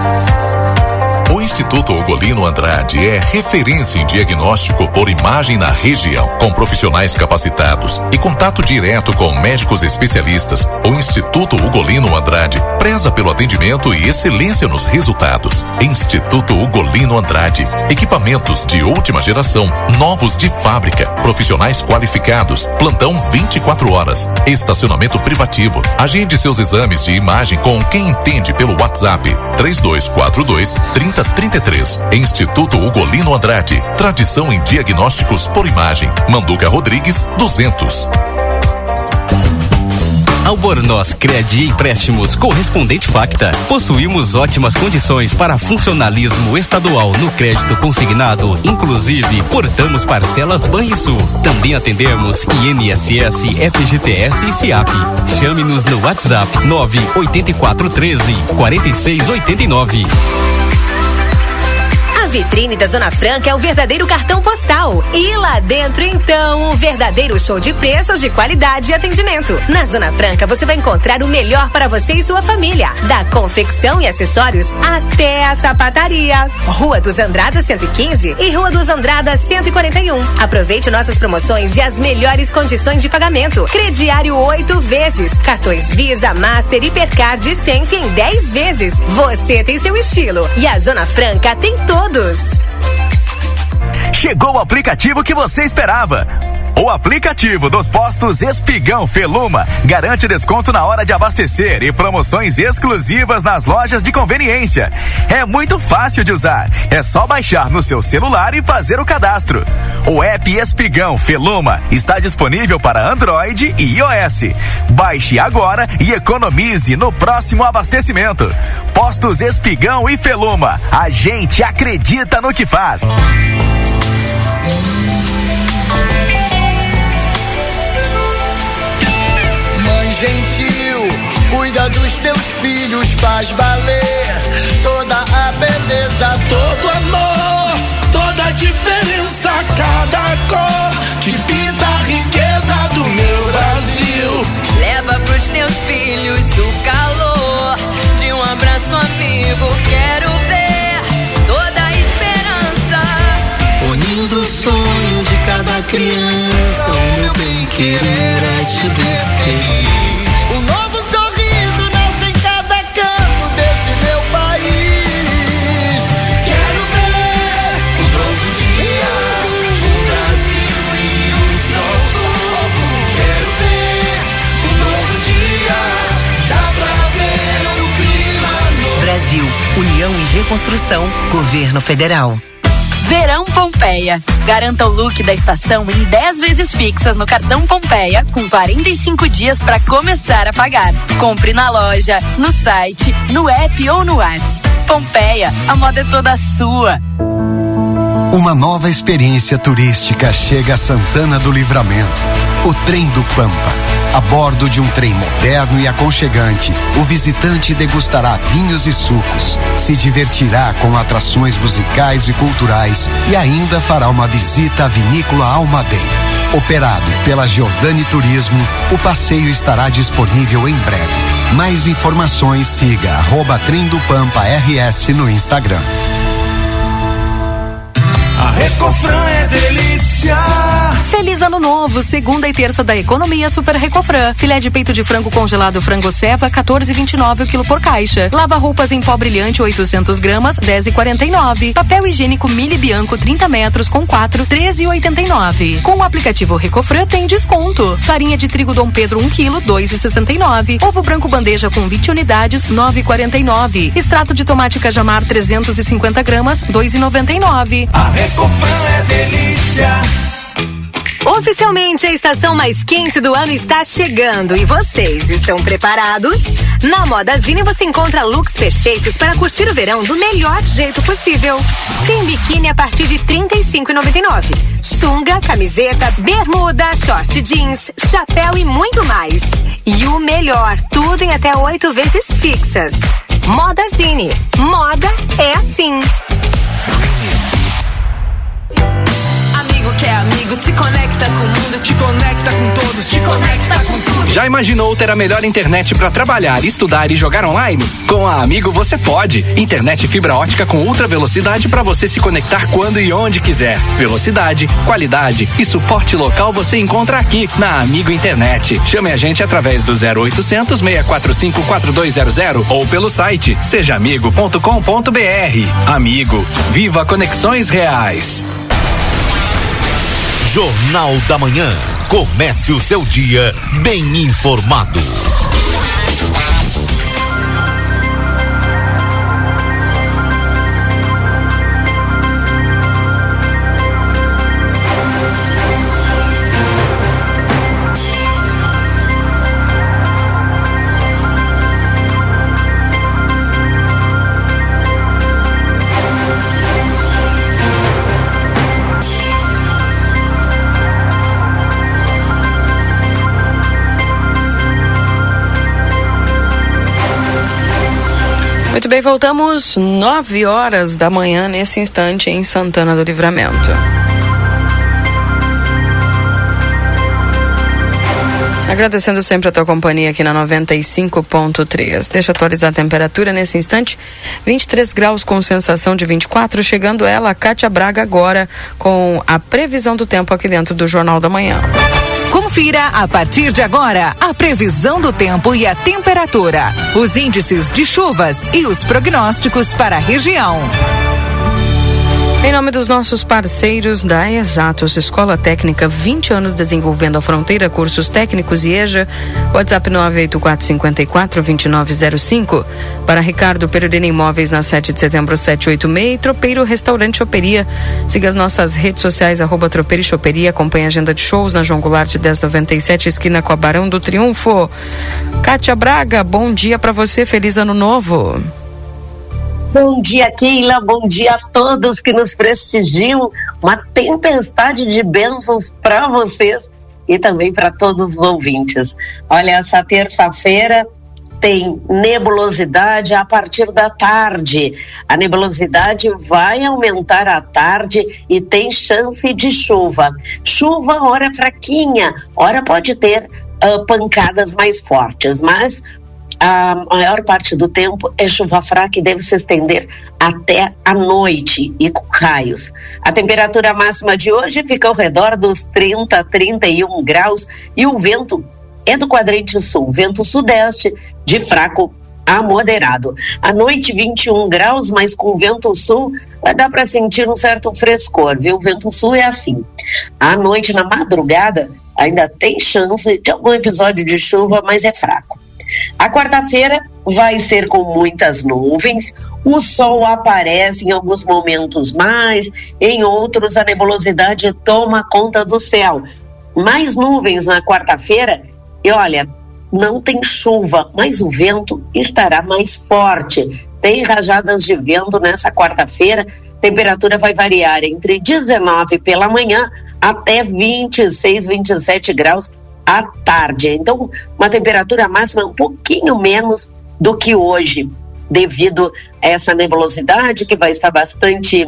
O Instituto Ugolino Andrade é referência em diagnóstico por imagem na região, com profissionais capacitados e contato direto com médicos especialistas. O Instituto Ugolino Andrade preza pelo atendimento e excelência nos resultados. Instituto Ugolino Andrade, equipamentos de última geração, novos de fábrica, profissionais qualificados, plantão vinte e quatro horas, estacionamento privativo. Agende seus exames de imagem com quem entende pelo WhatsApp três dois quatro dois, trinta trinta e três. Instituto Ugolino Andrade, tradição em diagnósticos por imagem. Manduca Rodrigues, duzentos. Albornoz Crédito e Empréstimos Correspondente Facta. Possuímos ótimas condições para funcionalismo estadual no crédito consignado. Inclusive, portamos parcelas Banrisul. Também atendemos I N S S, F G T S e SIAP. Chame-nos no WhatsApp nove oito quatro um três, quatro seis oito nove. A vitrine da Zona Franca é o verdadeiro cartão postal. E lá dentro, então, um verdadeiro show de preços, de qualidade e atendimento. Na Zona Franca, você vai encontrar o melhor para você e sua família. Da confecção e acessórios até a sapataria. Rua dos Andradas cento e quinze e Rua dos Andradas cento e quarenta e um. Aproveite nossas promoções e as melhores condições de pagamento. Crediário oito vezes. Cartões Visa, Master, Hipercard e Senf em dez vezes. Você tem seu estilo. E a Zona Franca tem todos. Chegou o aplicativo que você esperava. O aplicativo dos postos Espigão Feluma garante desconto na hora de abastecer e promoções exclusivas nas lojas de conveniência. É muito fácil de usar. É só baixar no seu celular e fazer o cadastro. O app Espigão Feluma está disponível para Android e iOS. Baixe agora e economize no próximo abastecimento. Postos Espigão e Feluma. A gente acredita no que faz. Gentil, Cuida dos teus filhos, faz valer toda a beleza, todo amor, toda a diferença, cada cor que pinta a riqueza do meu Brasil. Leva pros teus filhos o calor de um abraço amigo. Quero ver toda a esperança, unindo o sonho de cada criança. O meu bem querer é te ver feliz. Um novo sorriso nasce em cada canto desse meu país. Quero ver um novo dia, um Brasil e um sol novo. Quero ver um novo dia, dá pra ver o clima novo. Brasil, União e Reconstrução, Governo Federal. Verão Pompeia. Garanta o look da estação em dez vezes fixas no cartão Pompeia, com quarenta e cinco dias para começar a pagar. Compre na loja, no site, no app ou no WhatsApp. Pompeia, a moda é toda sua. Uma nova experiência turística chega a Santana do Livramento. O Trem do Pampa. A bordo de um trem moderno e aconchegante, o visitante degustará vinhos e sucos, se divertirá com atrações musicais e culturais e ainda fará uma visita à vinícola Almadeira. Operado pela Giordani Turismo, o passeio estará disponível em breve. Mais informações, siga arroba Trem do Pampa R S no Instagram. A Recofran é delícia. Feliz ano novo, segunda e terça da economia Super Recofran. Filé de peito de frango congelado frango ceva, quatorze e vinte e nove o quilo por caixa. Lava roupas em pó brilhante oitocentos gramas, dez e quarenta e nove. Papel higiênico Mili Bianco trinta metros com quatro, treze e oitenta e nove. Com o aplicativo Recofran tem desconto. Farinha de trigo Dom Pedro um quilo, dois e sessenta e nove. Ovo branco bandeja com vinte unidades, nove e quarenta e nove. Extrato de tomate Cajamar trezentos e cinquenta gramas, dois e noventa e nove. A Recofran é delícia. Oficialmente, a estação mais quente do ano está chegando e vocês estão preparados? Na Modazine você encontra looks perfeitos para curtir o verão do melhor jeito possível. Tem biquíni a partir de trinta e cinco reais e noventa e nove centavos. Sunga, camiseta, bermuda, short jeans, chapéu e muito mais. E o melhor, tudo em até oito vezes fixas. Modazine. Moda é assim. Amigo que é amigo, se conecta com o mundo, te conecta com todos, te conecta com tudo. Já imaginou ter a melhor internet para trabalhar, estudar e jogar online? Com a Amigo você pode. Internet fibra ótica com ultra velocidade para você se conectar quando e onde quiser. Velocidade, qualidade e suporte local você encontra aqui na Amigo Internet. Chame a gente através do zero oitocentos, seis quatro cinco, quatro dois zero zero ou pelo site seja amigo ponto com ponto br. Amigo, viva conexões reais. Jornal da Manhã. Comece o seu dia bem informado. Muito bem, voltamos nove horas da manhã nesse instante em Santana do Livramento. Agradecendo sempre a tua companhia aqui na noventa e cinco ponto três. Deixa eu atualizar a temperatura nesse instante. vinte e três graus com sensação de vinte e quatro. Chegando ela, a Kátia Braga, agora com a previsão do tempo aqui dentro do Jornal da Manhã. Confira a partir de agora a previsão do tempo e a temperatura, os índices de chuvas e os prognósticos para a região. Em nome dos nossos parceiros da Exatos, Escola Técnica, vinte anos desenvolvendo a fronteira, cursos técnicos e EJA, WhatsApp nove oito quatro cinco quatro, dois nove zero cinco. Para Ricardo Perurena Imóveis, na sete de setembro, sete oito seis, e Tropeiro Restaurante Choperia. Siga as nossas redes sociais, arroba Tropeiro e Choperia, acompanhe a agenda de shows na João Goulart dez noventa e sete, esquina com a Barão do Triunfo. Kátia Braga, bom dia para você, feliz ano novo. Bom dia, Keila, bom dia a todos que nos prestigiam, uma tempestade de bênçãos para vocês e também para todos os ouvintes. Olha, essa terça-feira tem nebulosidade a partir da tarde. A nebulosidade vai aumentar à tarde e tem chance de chuva. Chuva, hora fraquinha, hora pode ter uh, pancadas mais fortes, mas a maior parte do tempo é chuva fraca e deve se estender até a noite e com raios. A temperatura máxima de hoje fica ao redor dos trinta, trinta e um graus e o vento é do quadrante sul, vento sudeste de fraco a moderado. À noite vinte e um graus, mas com vento sul vai dar para sentir um certo frescor, viu? O vento sul é assim. À noite, na madrugada, ainda tem chance de algum episódio de chuva, mas é fraco. A quarta-feira vai ser com muitas nuvens, o sol aparece em alguns momentos mais, em outros a nebulosidade toma conta do céu. Mais nuvens na quarta-feira e olha, não tem chuva, mas o vento estará mais forte. Tem rajadas de vento nessa quarta-feira, temperatura vai variar entre dezenove pela manhã até vinte e seis, vinte e sete graus à tarde. Então, uma temperatura máxima um pouquinho menos do que hoje, devido a essa nebulosidade que vai estar bastante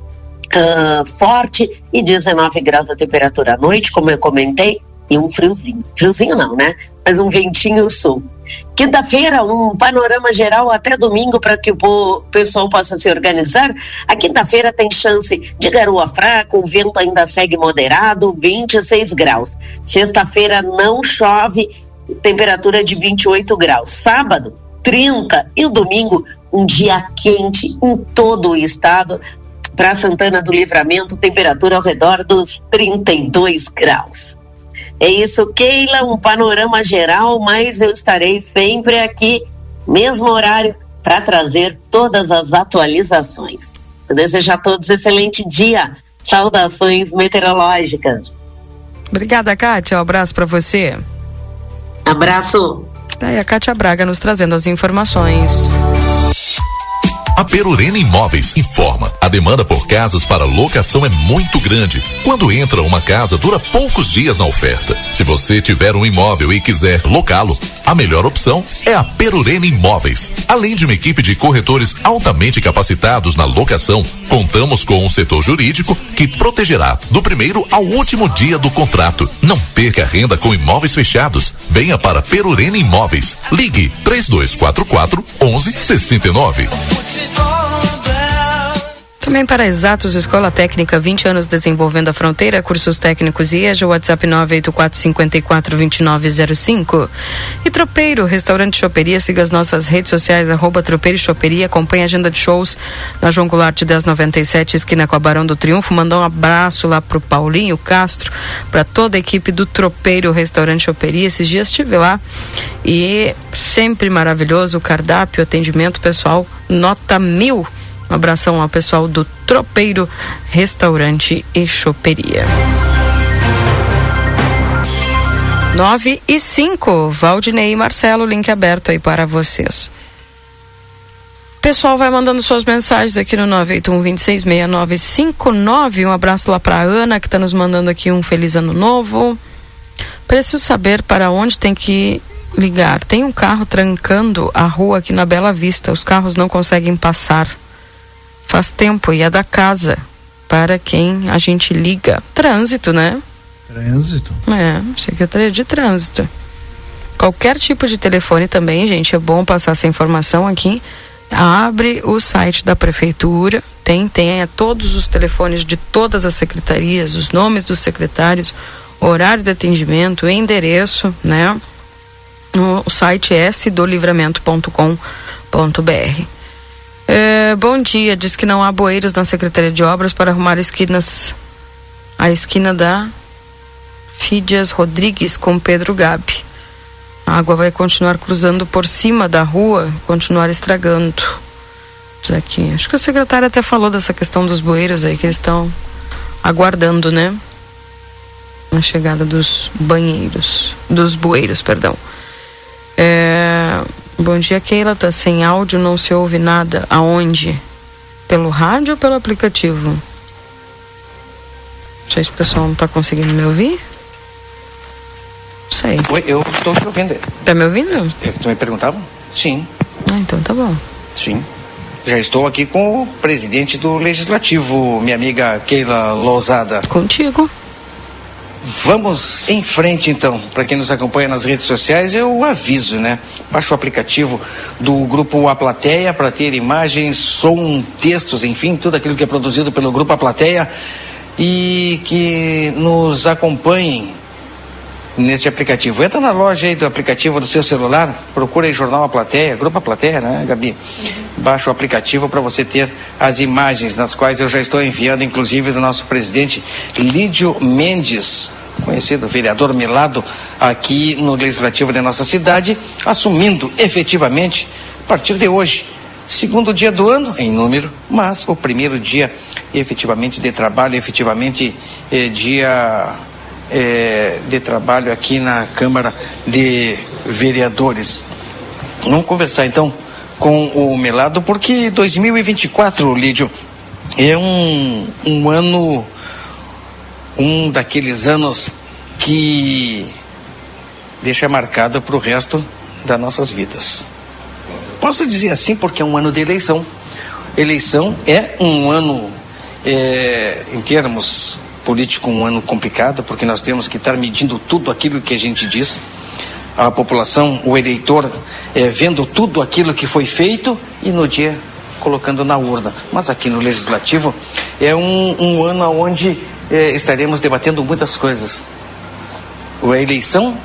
uh, forte e dezenove graus a temperatura à noite, como eu comentei, e um friozinho. Friozinho não, né? Mas um ventinho sul. Quinta-feira, um panorama geral até domingo para que o pessoal possa se organizar. A quinta-feira tem chance de garoa fraca, o vento ainda segue moderado, vinte e seis graus. Sexta-feira não chove, temperatura de vinte e oito graus. Sábado, trinta e o domingo, um dia quente em todo o estado. Para Santana do Livramento, temperatura ao redor dos trinta e dois graus. É isso, Keila, um panorama geral, mas eu estarei sempre aqui, mesmo horário, para trazer todas as atualizações. Eu desejo a todos um excelente dia. Saudações meteorológicas. Obrigada, Kátia. Um abraço para você. Abraço. Tá aí a Kátia Braga nos trazendo as informações. A Perurena Imóveis informa: a demanda por casas para locação é muito grande. Quando entra uma casa, dura poucos dias na oferta. Se você tiver um imóvel e quiser locá-lo, a melhor opção é a Perurena Imóveis. Além de uma equipe de corretores altamente capacitados na locação, contamos com um setor jurídico que protegerá do primeiro ao último dia do contrato. Não perca a renda com imóveis fechados. Venha para Perurena Imóveis. Ligue três dois quatro quatro, onze sessenta e nove. Também para Exatos, Escola Técnica, vinte anos desenvolvendo a fronteira, cursos técnicos I E J A, WhatsApp nove oito quatro cinco quatro dois nove zero cinco. E Tropeiro, Restaurante Choperia, siga as nossas redes sociais, arroba Tropeiro e Choperia, acompanhe a agenda de shows na João Goulart dez noventa e sete, esquina com a Barão do Triunfo. Mandar um abraço lá pro Paulinho Castro, para toda a equipe do Tropeiro, Restaurante Choperia. Esses dias estive lá e sempre maravilhoso o cardápio, atendimento pessoal, nota mil. Um abração ao pessoal do Tropeiro, Restaurante e Choperia. Nove e cinco, Valdinei e Marcelo, link aberto aí para vocês. Pessoal vai mandando suas mensagens aqui no nove oito um, dois seis seis nove cinco nove. Um abraço lá para Ana, que está nos mandando aqui um feliz ano novo. Preciso saber para onde tem que ligar. Tem um carro trancando a rua aqui na Bela Vista. Os carros não conseguem passar. Faz tempo e é da casa. Para quem a gente liga. Trânsito, né? Trânsito. É, Secretaria de Trânsito. Qualquer tipo de telefone também, gente, é bom passar essa informação aqui. Abre o site da prefeitura, tem, tem é, todos os telefones de todas as secretarias, os nomes dos secretários, horário de atendimento, endereço, né? O, o site é s do livramento ponto com ponto b r. É, bom dia, diz que não há bueiros na Secretaria de Obras para arrumar esquinas, a esquina da Fídias Rodrigues com Pedro Gabi. A água vai continuar cruzando por cima da rua, continuar estragando. Aqui. Acho que o secretário até falou dessa questão dos bueiros aí, que eles estão aguardando, né? A chegada dos banheiros, dos bueiros, perdão. É... Bom dia, Keila, tá sem áudio, não se ouve nada. Aonde? Pelo rádio ou pelo aplicativo? Não sei se o pessoal não tá conseguindo me ouvir. Não sei. Oi, eu estou te ouvindo. Tá me ouvindo? É, tu me perguntava? Sim. Ah, então tá bom. Sim. Já estou aqui com o presidente do Legislativo, minha amiga Keila Lousada. Contigo. Vamos em frente, então. Para quem nos acompanha nas redes sociais, eu aviso, né? Baixe o aplicativo do Grupo A Plateia para ter imagens, som, textos, enfim, tudo aquilo que é produzido pelo Grupo A Plateia, e que nos acompanhem neste aplicativo. Entra na loja aí do aplicativo do seu celular, procura aí Jornal A Plateia, Grupo A Plateia, né, Gabi? Baixa o aplicativo para você ter as imagens, nas quais eu já estou enviando, inclusive, do nosso presidente Lídio Mendes, conhecido vereador Milado, aqui no Legislativo da nossa cidade, assumindo efetivamente, a partir de hoje, segundo dia do ano, em número, mas o primeiro dia efetivamente de trabalho, efetivamente eh, dia... É, de trabalho aqui na Câmara de Vereadores. Vamos conversar então com o Milado, porque dois mil e vinte e quatro, Lídio, é um, um ano, um daqueles anos que deixa marcado para o resto das nossas vidas. Posso dizer assim porque é um ano de eleição. Eleição é um ano, é, em termos político, um ano complicado, porque nós temos que estar medindo tudo aquilo que a gente diz, a população, o eleitor, é, vendo tudo aquilo que foi feito e no dia colocando na urna. Mas aqui no Legislativo é um, um ano onde é, estaremos debatendo muitas coisas. A eleição,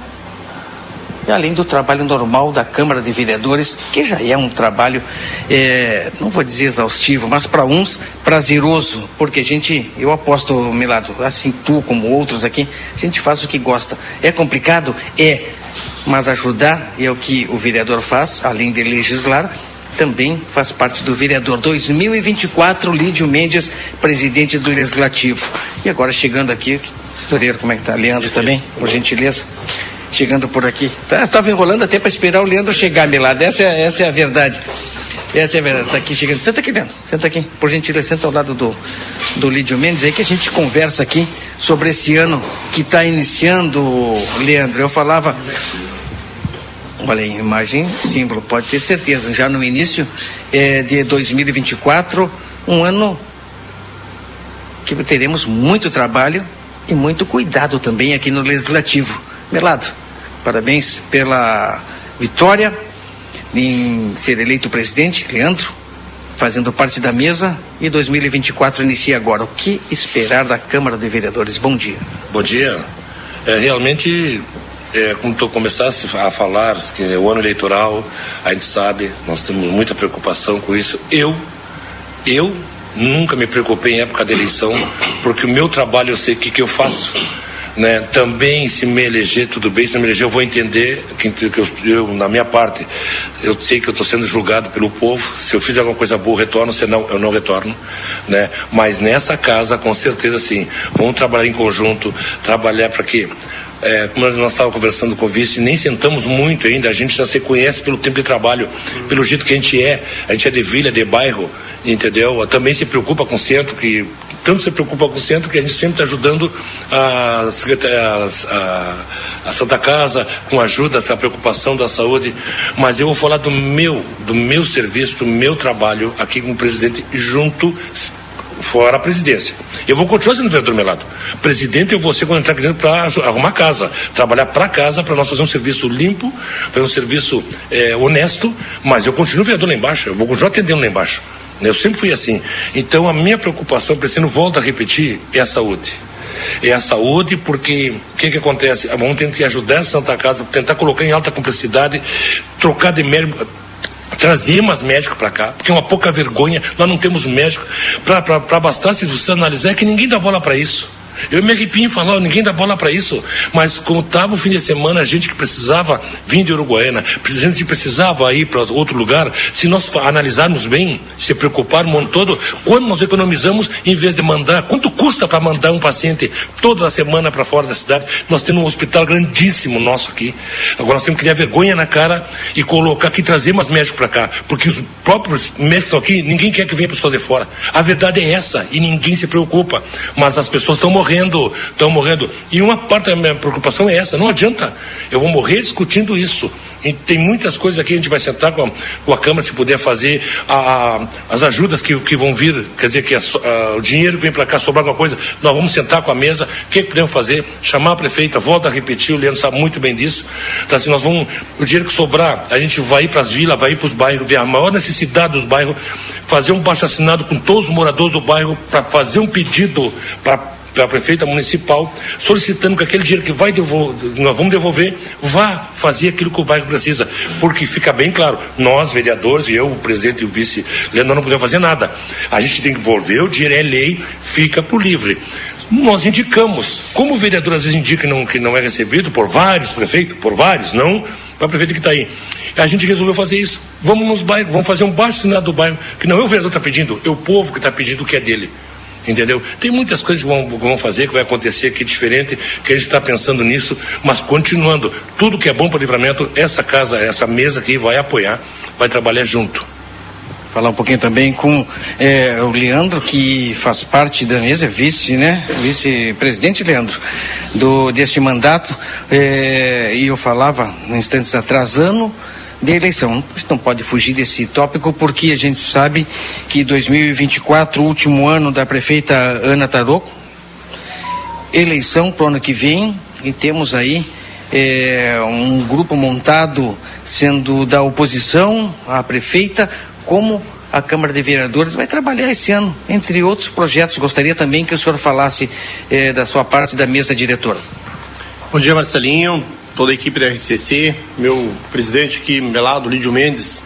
e além do trabalho normal da Câmara de Vereadores, que já é um trabalho, é, não vou dizer exaustivo, mas para uns prazeroso, porque a gente, eu aposto, Milado, assim tu como outros aqui, a gente faz o que gosta. É complicado? É, mas ajudar é o que o vereador faz, além de legislar, também faz parte do vereador. dois mil e vinte e quatro, Lídio Mendes, presidente do Legislativo. E agora chegando aqui, historieiro, como é que tá? Leandro também, por gentileza. Chegando por aqui. Tá, estava enrolando até para esperar o Leandro chegar, Milado. Essa é, essa é a verdade. Essa é a verdade. Está aqui chegando. Senta aqui, Leandro. Senta aqui. Por gentileza, senta ao lado do, do Lídio Mendes aí, que a gente conversa aqui sobre esse ano que está iniciando, Leandro. Eu falava. Olha aí, imagem, símbolo, pode ter certeza. Já no início é, de dois mil e vinte e quatro, um ano que teremos muito trabalho e muito cuidado também aqui no Legislativo. Milado, parabéns pela vitória em ser eleito presidente, Leandro, fazendo parte da mesa, e dois mil e vinte e quatro inicia agora. O que esperar da Câmara de Vereadores? Bom dia. Bom dia. É, realmente, é, como tu começaste a falar, que é o ano eleitoral, a gente sabe, nós temos muita preocupação com isso. Eu, eu nunca me preocupei em época de eleição, porque o meu trabalho eu sei o que, que eu faço. Né? Também, se me eleger, tudo bem, se não me eleger, eu vou entender que, que eu, eu, na minha parte, eu sei que eu estou sendo julgado pelo povo. Se eu fizer alguma coisa boa, eu retorno, se não, eu não retorno, né? Mas nessa casa, com certeza, sim, vamos trabalhar em conjunto, trabalhar para que, é, como nós estávamos conversando com o vice, nem sentamos muito ainda, a gente já se conhece pelo tempo de trabalho, pelo jeito que a gente é, a gente é de vila, de bairro, entendeu? Também se preocupa com o centro, que tanto se preocupa com o centro, que a gente sempre está ajudando a, a, a, a Santa Casa, com ajuda, essa preocupação da saúde. Mas eu vou falar do meu, do meu serviço, do meu trabalho aqui com o presidente, junto, fora a presidência. Eu vou continuar sendo vereador Milado. Presidente eu vou ser quando entrar aqui dentro para arrumar casa, trabalhar para casa, para nós fazer um serviço limpo, fazer um serviço é, honesto, mas eu continuo vereador lá embaixo, eu vou continuar atendendo lá embaixo. Eu sempre fui assim. Então a minha preocupação, precisando, volto a repetir, é a saúde. É a saúde, porque o que que acontece? Vamos ter que ajudar a Santa Casa, tentar colocar em alta complexidade, trocar de médico, trazer mais médicos para cá, porque é uma pouca vergonha, nós não temos médico. Para bastar, se você analisar, é que ninguém dá bola para isso. Eu me arrepio em falar, ninguém dá bola para isso, mas como estava o fim de semana, a gente que precisava vir de Uruguaiana, a gente precisava ir para outro lugar, se nós analisarmos bem, se preocuparmos o ano todo, quando nós economizamos, em vez de mandar, quanto custa para mandar um paciente toda a semana para fora da cidade? Nós temos um hospital grandíssimo nosso aqui, agora nós temos que criar vergonha na cara e colocar aqui, trazer mais médicos para cá, porque os próprios médicos estão aqui, ninguém quer que venha pessoas de fora, a verdade é essa, e ninguém se preocupa, mas as pessoas estão morrendo. morrendo, estão morrendo. E uma parte da minha preocupação é essa, não adianta, eu vou morrer discutindo isso. E tem muitas coisas aqui, a gente vai sentar com a, com a Câmara, se puder fazer a, a, as ajudas que, que vão vir, quer dizer, que a, a, o dinheiro que vem para cá, sobrar alguma coisa, nós vamos sentar com a mesa, o que, que podemos fazer? Chamar a prefeita, volta a repetir, o Leandro sabe muito bem disso. Então, assim, nós vamos, o dinheiro que sobrar, a gente vai ir para as vilas, vai ir para os bairros, ver a maior necessidade dos bairros, fazer um baixo-assinado com todos os moradores do bairro, para fazer um pedido para para a prefeita municipal, solicitando que aquele dinheiro que vai devolver, nós vamos devolver, vá fazer aquilo que o bairro precisa, porque fica bem claro, nós vereadores, e eu, o presidente e o vice, Leandro, não podemos fazer nada, a gente tem que devolver, o dinheiro é lei, fica por livre. Nós indicamos, como o vereador às vezes indica que não, que não é recebido por vários prefeitos, por vários, não para a prefeita que está aí, a gente resolveu fazer isso, vamos nos bairros, vamos fazer um baixo assinado do bairro, que não é o vereador que está pedindo, é o povo que está pedindo o que é dele. Entendeu? Tem muitas coisas que vão, vão fazer, que vai acontecer aqui diferente, que a gente está pensando nisso, mas continuando, tudo que é bom para o Livramento, essa casa, essa mesa aqui vai apoiar, vai trabalhar junto. Falar um pouquinho também com é, o Leandro, que faz parte da mesa, vice, né? Vice-presidente Leandro, do, deste mandato, é, e eu falava instantes atrás, ano de eleição. A gente não pode fugir desse tópico, porque a gente sabe que dois mil e vinte e quatro, o último ano da prefeita Ana Taroco, eleição para o ano que vem, e temos aí é, um grupo montado sendo da oposição à prefeita, como a Câmara de Vereadores vai trabalhar esse ano, entre outros projetos. Gostaria também que o senhor falasse é, da sua parte da mesa diretora. Bom dia, Marcelinho, toda a equipe da R C C, meu presidente aqui, Melado, Lídio Mendes.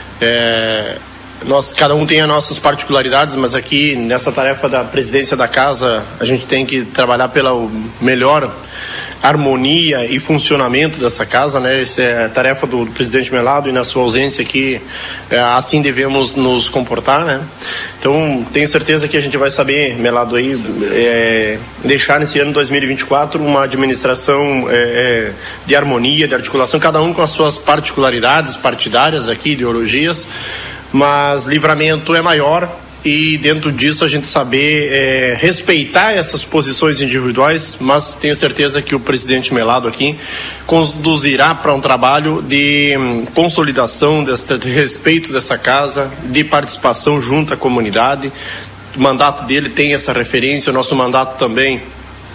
É, nós, cada um tem as nossas particularidades, mas aqui nessa tarefa da presidência da casa, a gente tem que trabalhar pela melhor harmonia e funcionamento dessa casa, né? Essa é a tarefa do presidente Melado, e na sua ausência aqui, é, assim devemos nos comportar, né? Então, tenho certeza que a gente vai saber, Melado, aí, é, deixar nesse ano dois mil e vinte e quatro uma administração é, de harmonia, de articulação, cada um com as suas particularidades partidárias aqui, ideologias, mas Livramento é maior, e dentro disso a gente saber é, respeitar essas posições individuais, mas tenho certeza que o presidente Melado aqui conduzirá para um trabalho de hum, consolidação, desse, de respeito dessa casa, de participação junto à comunidade. O mandato dele tem essa referência, o nosso mandato também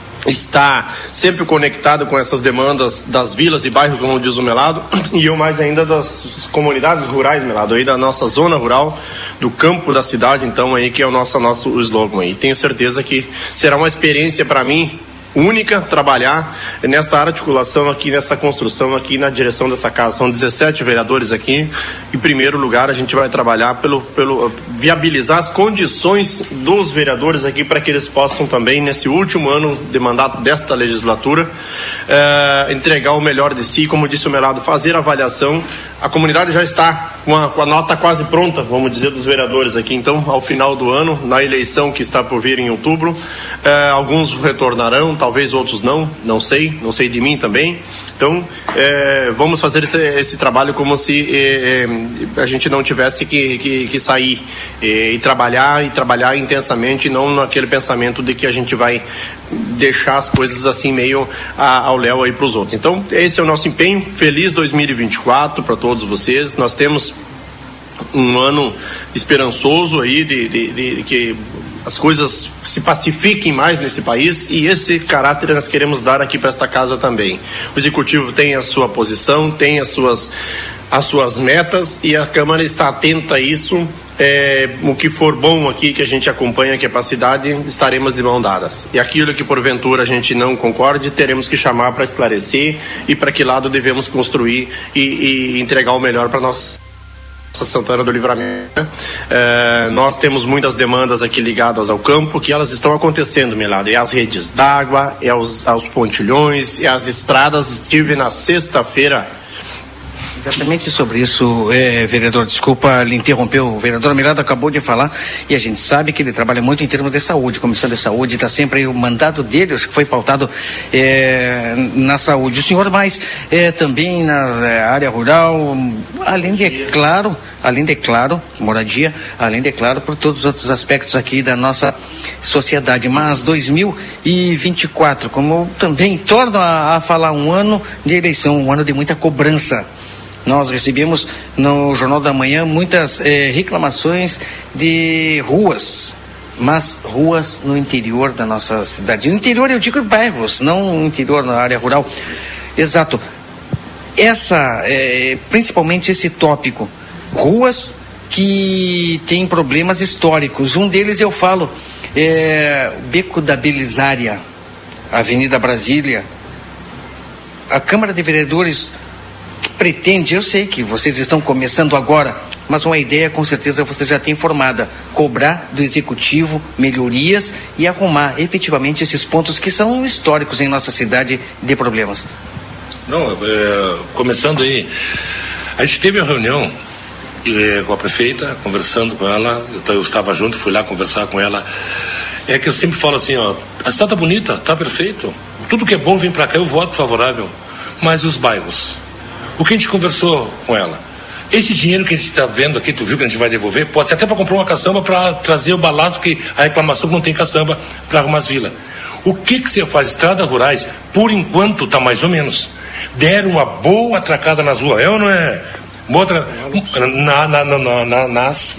está sempre conectado com essas demandas das vilas e bairros, como diz o Melado, e eu mais ainda das comunidades rurais, Melado, aí da nossa zona rural, do campo da cidade, então aí que é o nosso, nosso slogan aí. Tenho certeza que será uma experiência para mim única trabalhar nessa articulação aqui, nessa construção aqui na direção dessa casa. São dezessete vereadores aqui. Em primeiro lugar, a gente vai trabalhar pelo, pelo viabilizar as condições dos vereadores aqui para que eles possam também, nesse último ano de mandato desta legislatura, eh, entregar o melhor de si, como disse o Melado, fazer a avaliação. A comunidade já está com a, com a nota quase pronta, vamos dizer, dos vereadores aqui. Então, ao final do ano, na eleição que está por vir em outubro, eh, alguns retornarão, talvez outros não, não sei, não sei de mim também. Então, eh, vamos fazer esse, esse trabalho como se eh, eh, a gente não tivesse que, que, que sair eh, e trabalhar, e trabalhar intensamente, não naquele pensamento de que a gente vai deixar as coisas assim meio a, ao léu aí para os outros. Então, esse é o nosso empenho. Feliz dois mil e vinte e quatro para todos vocês. Nós temos um ano esperançoso aí de, de, de, de que as coisas se pacifiquem mais nesse país, e esse caráter nós queremos dar aqui para esta casa também. O Executivo tem a sua posição, tem as suas, as suas metas, e a Câmara está atenta a isso. É, o que for bom aqui, que a gente acompanha aqui a cidade, estaremos de mão dadas. E aquilo que porventura a gente não concorde, teremos que chamar para esclarecer e para que lado devemos construir e, e entregar o melhor para nós. Santana do Livramento. É, nós temos muitas demandas aqui ligadas ao campo, que elas estão acontecendo, Melado. É as redes d'água, é aos, aos pontilhões, é as estradas. Estive na sexta-feira Exatamente sobre isso, é, vereador, desculpa lhe interromper, o vereador Miranda acabou de falar e a gente sabe que ele trabalha muito em termos de saúde, Comissão de Saúde, está sempre aí o mandato dele, acho que foi pautado é, na saúde. O senhor mais é, também na é, área rural, além de, é claro, além de, claro, moradia, além de, claro, por todos os outros aspectos aqui da nossa sociedade. Mas dois mil e vinte e quatro, como eu também torno a, a falar, um ano de eleição, um ano de muita cobrança. Nós recebemos no Jornal da Manhã muitas eh, reclamações de ruas, mas ruas no interior da nossa cidade. No interior eu digo bairros, não no interior, na área rural. Exato. Essa, eh, principalmente esse tópico, ruas que têm problemas históricos. Um deles eu falo, é o Beco da Belisária, Avenida Brasília. A Câmara de Vereadores pretende, eu sei que vocês estão começando agora, mas uma ideia com certeza você já tem formada, cobrar do executivo melhorias e arrumar efetivamente esses pontos que são históricos em nossa cidade de problemas. Não, é, começando aí, a gente teve uma reunião é, com a prefeita, conversando com ela, eu, eu estava junto, fui lá conversar com ela. É que eu sempre falo assim, ó, a cidade tá bonita, tá perfeito, tudo que é bom vem para cá, eu voto favorável, mas e os bairros? O que a gente conversou com ela? Esse dinheiro que a gente está vendo aqui, tu viu que a gente vai devolver, pode ser até para comprar uma caçamba para trazer o balasto, que a reclamação não tem caçamba para arrumar as vilas. O que que você faz? Estradas rurais, por enquanto, está mais ou menos. Deram uma boa atracada nas ruas, é ou não é? Outra, na, na, na, na, nas,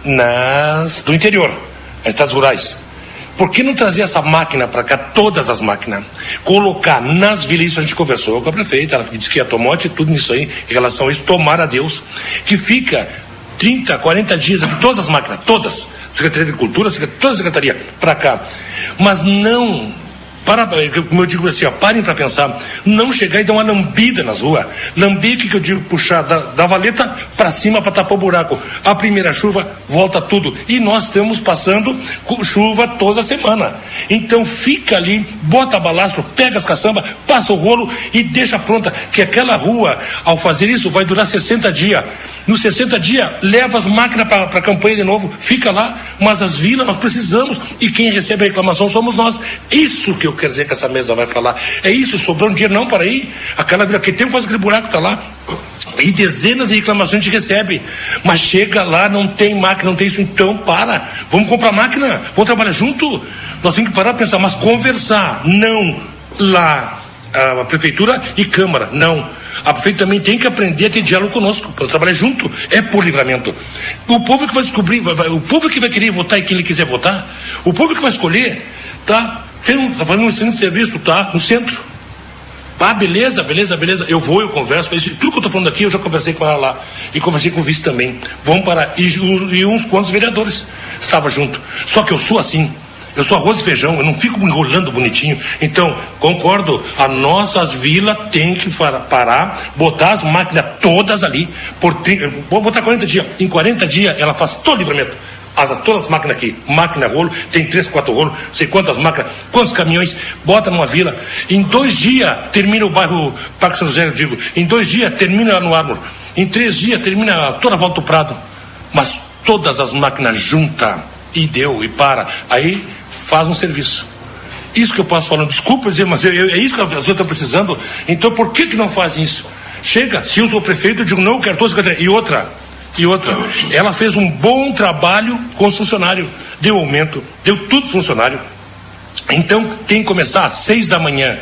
nas do interior, as estradas rurais. Por que não trazer essa máquina para cá, todas as máquinas? Colocar nas vilas, isso a gente conversou com a prefeita, ela disse que ia tomar uma atitude nisso aí, em relação a isso, tomar a Deus, que fica trinta, quarenta dias aqui, todas as máquinas, todas, Secretaria de Agricultura, toda a Secretaria, para cá. Mas não, para, como eu digo assim, ó, parem para pensar, não chegar e dar uma lambida nas ruas. Lamber, que eu digo, puxar da, da valeta para cima para tapar o buraco. A primeira chuva, volta tudo. E nós estamos passando chuva toda semana. Então fica ali, bota balastro, pega as caçambas, passa o rolo e deixa pronta, que aquela rua, ao fazer isso, vai durar sessenta dias. Nos sessenta dias, leva as máquinas para a campanha de novo, fica lá, mas as vilas nós precisamos, e quem recebe a reclamação somos nós. Isso que eu quero dizer que essa mesa vai falar. É isso, sobrou um dinheiro não para ir, aquela vila que tem, faz aquele buraco, tá lá, e dezenas de reclamações a gente recebe, mas chega lá, não tem máquina, não tem isso, então para, vamos comprar máquina, vamos trabalhar junto. Nós temos que parar para pensar, mas conversar, não lá, a prefeitura e câmara, não. A prefeita também tem que aprender a ter diálogo conosco, para trabalhar junto, é por livramento. O povo que vai descobrir, vai, vai, o povo que vai querer votar e quem ele quiser votar, o povo que vai escolher, tá, tá fazendo um excelente serviço, tá, no centro. Ah, beleza, beleza, beleza, eu vou, eu converso, isso, tudo que eu estou falando aqui eu já conversei com ela lá, e conversei com o vice também, vamos parar, e, e uns quantos vereadores estavam junto, só que eu sou assim, eu sou arroz e feijão, eu não fico enrolando bonitinho. Então, concordo, as nossas vilas tem que parar, botar as máquinas todas ali, por trinta, vou botar quarenta dias, em quarenta dias ela faz todo o livramento. As, todas as máquinas aqui, máquina rolo, tem três, quatro rolos, não sei quantas máquinas, quantos caminhões, bota numa vila, em dois dias termina o bairro Parque São José, eu digo, em dois dias termina lá no Ármor, em três dias termina toda a volta do Prado, mas todas as máquinas juntas, e deu, e para, aí faz um serviço. Isso que eu posso falar, desculpa dizer, mas eu, eu, é isso que as pessoas estão precisando, então por que que não fazem isso? Chega, se eu sou prefeito, eu digo, não, eu quero todos, e outra, e outra, ela fez um bom trabalho com os funcionários, deu aumento, deu tudo funcionário, então tem que começar às seis da manhã,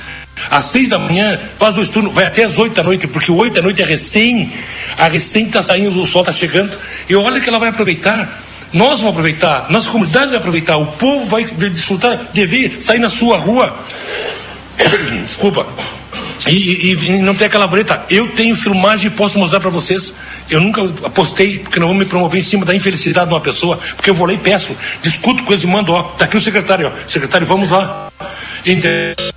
às seis da manhã, faz dois turnos, vai até às oito da noite, porque o oito da noite é recém, a recém está saindo, o sol está chegando, e olha que ela vai aproveitar. Nós vamos aproveitar, nossa comunidade vai aproveitar, o povo vai desfrutar de ver, sair na sua rua. Desculpa. E, e, e não tem aquela vareta. Eu tenho filmagem e posso mostrar para vocês. Eu nunca apostei, porque não vou me promover em cima da infelicidade de uma pessoa, porque eu vou lá e peço, discuto com eles e mando, ó, tá aqui o secretário, ó, secretário, vamos lá. Então,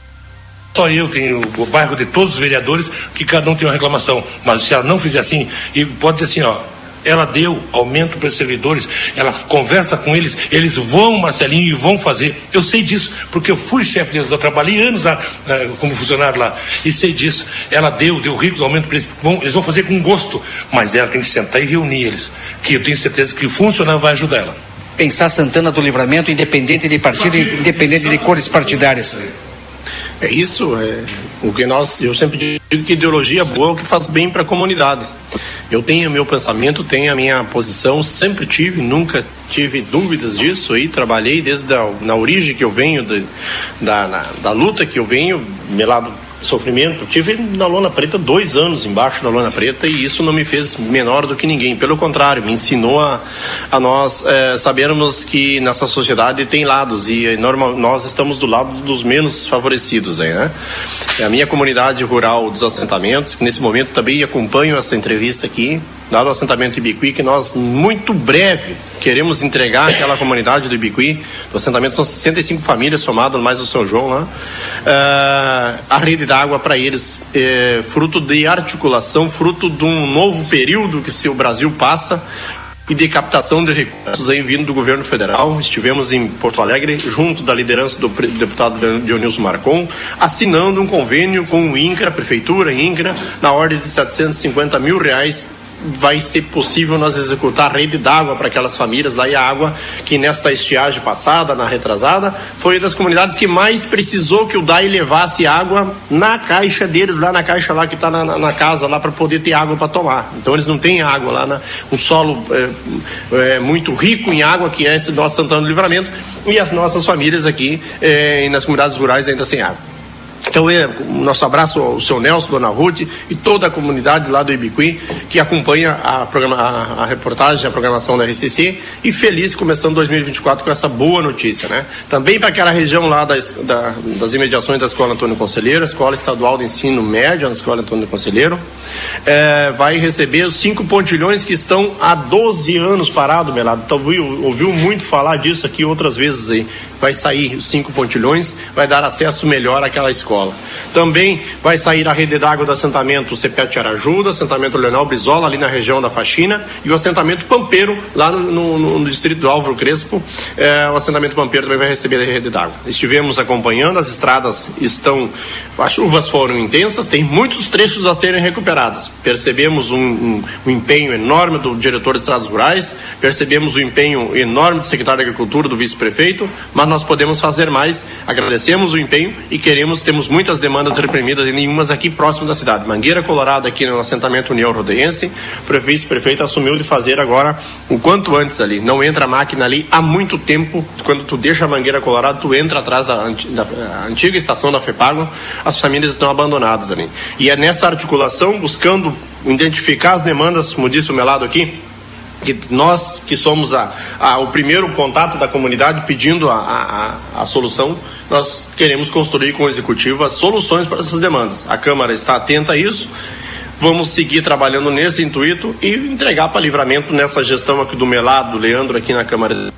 só eu tenho o bairro de todos os vereadores, que cada um tem uma reclamação, mas se ela não fizer assim, e pode dizer assim, ó, ela deu aumento para os servidores, ela conversa com eles, eles vão, Marcelinho, e vão fazer. Eu sei disso, porque eu fui chefe deles, eu trabalhei anos lá uh, como funcionário lá, e sei disso. Ela deu, deu rico aumento para eles, vão, eles vão fazer com gosto, mas ela tem que sentar e reunir eles, que eu tenho certeza que o funcionário vai ajudar ela. Pensar Santana do Livramento, independente de partido, independente de cores partidárias. É isso, é o que nós, eu sempre digo que ideologia boa é o que faz bem para a comunidade. Eu tenho meu pensamento, tenho a minha posição, sempre tive, nunca tive dúvidas disso, aí trabalhei desde a na origem que eu venho, de, da, na, da luta que eu venho, meu lado sofrimento. Tive na lona preta dois anos embaixo da lona preta e isso não me fez menor do que ninguém, pelo contrário, me ensinou a, a nós é, sabermos que nessa sociedade tem lados e normal, nós estamos do lado dos menos favorecidos aí, né? A minha comunidade rural dos assentamentos, nesse momento também acompanho essa entrevista aqui, lá do assentamento Ibiqui, que nós muito breve queremos entregar aquela comunidade do Ibiqui, do assentamento são sessenta e cinco famílias somadas mais o São João lá, uh, a rede d'água para eles, é, fruto de articulação, fruto de um novo período que o Brasil passa e de captação de recursos aí vindo do governo federal. Estivemos em Porto Alegre, junto da liderança do deputado Dionilson Marcon, assinando um convênio com o INCRA, a Prefeitura, INCRA, na ordem de setecentos e cinquenta mil reais. Vai ser possível nós executar a rede d'água para aquelas famílias lá, e a água que nesta estiagem passada, na retrasada, foi das comunidades que mais precisou que o D A I levasse água na caixa deles, lá na caixa lá que está na, na casa lá, para poder ter água para tomar. Então eles não têm água lá, na, um solo é, é, muito rico em água, que é esse nosso Santana do Livramento, e as nossas famílias aqui é, nas comunidades rurais ainda sem água. Então, é, o nosso abraço ao seu Nelson, dona Ruth e toda a comunidade lá do Ibiqui que acompanha a, programa, a, a reportagem, a programação da R C C, e feliz começando dois mil e vinte e quatro com essa boa notícia, né? Também para aquela região lá das, da, das imediações da Escola Antônio Conselheiro, Escola Estadual de Ensino Médio, na Escola Antônio Conselheiro, é, vai receber os cinco pontilhões que estão há doze anos parados, Melado. Então, ouviu, ouviu muito falar disso aqui outras vezes aí. Vai sair os cinco pontilhões, vai dar acesso melhor àquela escola. Também vai sair a rede d'água do assentamento Cepete Arajuda, assentamento Leonel Brizola, ali na região da Faxina, e o assentamento Pampeiro, lá no, no, no distrito do Álvaro Crespo. É, o assentamento Pampeiro também vai receber a rede d'água. Estivemos acompanhando, as estradas estão, as chuvas foram intensas, tem muitos trechos a serem recuperados. Percebemos um, um, um empenho enorme do diretor de estradas rurais, percebemos o empenho enorme do secretário de Agricultura, do vice-prefeito, mas nós podemos fazer mais. Agradecemos o empenho e queremos, temos muitas demandas reprimidas e nenhumas aqui próximo da cidade. Mangueira Colorada, aqui no assentamento União Rodeense, o vice-prefeito assumiu de fazer agora o quanto antes ali. Não entra a máquina ali há muito tempo. Quando tu deixa a Mangueira Colorada, tu entra atrás da, da, da antiga estação da FEPAGO, as famílias estão abandonadas ali. E é nessa articulação, buscando identificar as demandas, como disse o Melado aqui, que nós que somos a, a, o primeiro contato da comunidade pedindo a, a, a solução, nós queremos construir com o Executivo as soluções para essas demandas. A Câmara está atenta a isso, vamos seguir trabalhando nesse intuito e entregar para Livramento nessa gestão aqui do Melado, do Leandro aqui na Câmara,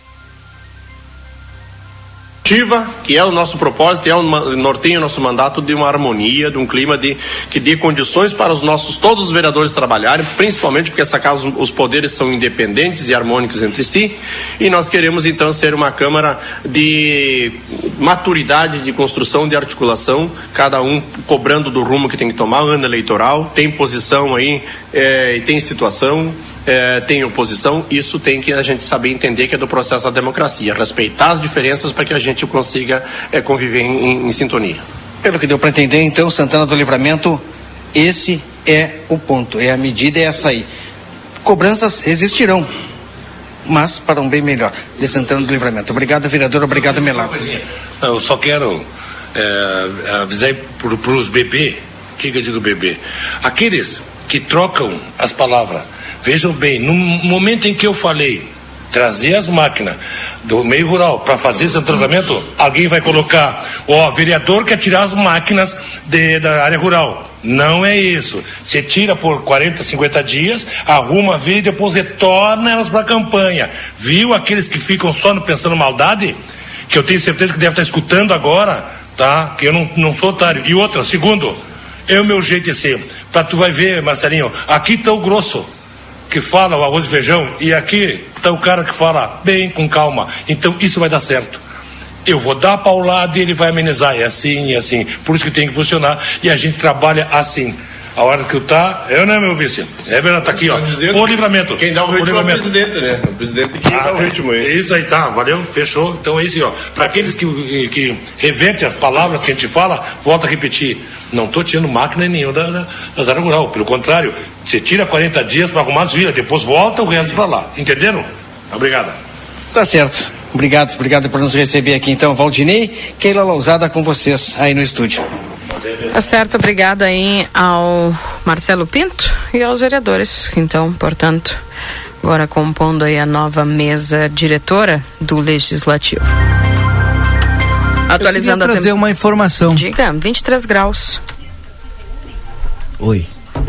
que é o nosso propósito, é o norteia o nosso mandato de uma harmonia, de um clima de, que dê condições para os nossos, todos os vereadores trabalharem, principalmente porque essa casa, os poderes são independentes e harmônicos entre si, e nós queremos então ser uma Câmara de maturidade, de construção, de articulação, cada um cobrando do rumo que tem que tomar. Ano eleitoral, tem posição aí, é, e tem situação, É, tem oposição, isso tem que a gente saber entender que é do processo da democracia, respeitar as diferenças para que a gente consiga é, conviver em, em, em sintonia. Pelo que deu para entender, então, Santana do Livramento, esse é o ponto, é a medida, é essa aí. Cobranças existirão, mas para um bem melhor, de Santana do Livramento. Obrigado, vereador, obrigado, Melado. Eu só quero é, avisar para os bebês, o que, que eu digo bebê? Aqueles que trocam as palavras. Vejam bem, no momento em que eu falei trazer as máquinas do meio rural para fazer esse tratamento, alguém vai colocar, ó, o vereador quer tirar as máquinas de, da área rural. Não é isso. Você tira por quarenta, cinquenta dias, arruma, vira e depois retorna elas para a campanha. Viu aqueles que ficam só no pensando maldade? Que eu tenho certeza que deve estar escutando agora, tá? Que eu não, não sou otário. E outra, segundo, é o meu jeito de ser. Pra tu vai ver, Marcelinho, aqui tá o grosso. que fala o arroz e feijão e aqui está o cara que fala bem, com calma. Então isso vai dar certo. Eu vou dar paulada e ele vai amenizar. É assim, é assim. Por isso que tem que funcionar. E a gente trabalha assim. A hora que eu tá, eu não é meu vice. É verdade, tá aqui, ó. O livramento. Quem dá o ritmo é o presidente, né? O presidente que ah, dá o ritmo aí. Isso aí, tá, valeu, fechou. Então é isso, ó. Para aqueles que, que revertem as palavras que a gente fala, volta a repetir. Não tô tirando máquina nenhuma da, da, da Zara Rural. Pelo contrário, você tira quarenta dias para arrumar as vilas, depois volta o resto para lá. Entenderam? Obrigado. Tá certo. Obrigado, obrigado por nos receber aqui então, Valdinei. Keila Lousada com vocês aí no estúdio. Tá certo, obrigada aí ao Marcelo Pinto e aos vereadores, então, portanto, agora compondo aí a nova mesa diretora do Legislativo. Atualizando Eu queria trazer a tem... uma informação. Diga, vinte e três graus. Oi.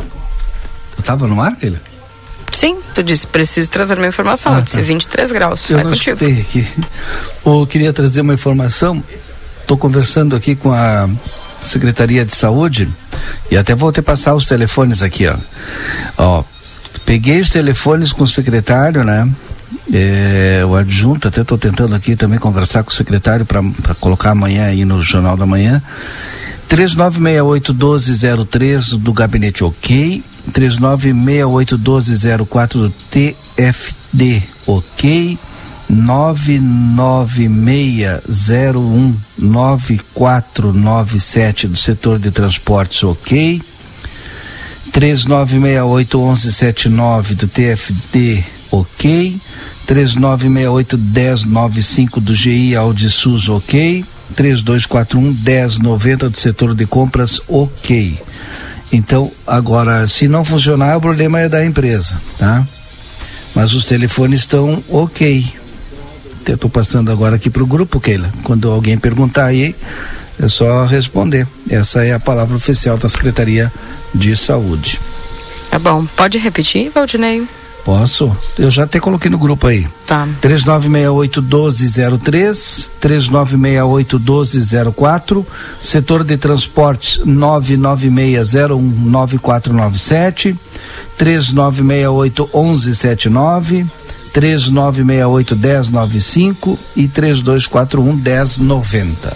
Eu tava no ar, Keila? Sim, tu disse, preciso trazer uma informação. Ah, eu disse tá. vinte e três graus. Eu Vai não contigo. escutei aqui. Eu queria trazer uma informação. Estou conversando aqui com a Secretaria de Saúde e até vou te passar os telefones aqui, ó. Ó, peguei os telefones com o secretário, né? É, o adjunto, até estou tentando aqui também conversar com o secretário para colocar amanhã aí no Jornal da Manhã. três nove seis oito um dois zero três do Gabinete OK, três nove seis oito um dois zero quatro do T F D OK, nove nove seis zero um nove quatro nove sete do Setor de Transportes OK, três nove seis oito um um sete nove do T F D OK, três nove seis oito um zero nove cinco do G I Audisus OK, três dois quatro um um zero nove zero do Setor de Compras OK. Então, agora, se não funcionar, o problema é da empresa, tá? Mas os telefones estão OK. Eu estou passando agora aqui para o grupo, Keila. Quando alguém perguntar aí, é só responder. Essa é a palavra oficial da Secretaria de Saúde. Tá bom. Pode repetir, Valdinei? Posso? Eu já até coloquei no grupo aí. Tá. três nove seis oito um dois zero três, três nove seis oito um dois zero quatro, Setor de Transportes nove nove seis zero um nove quatro nove sete, três nove seis oito um um sete nove, três nove seis oito um zero nove cinco e três dois quatro um um zero nove zero.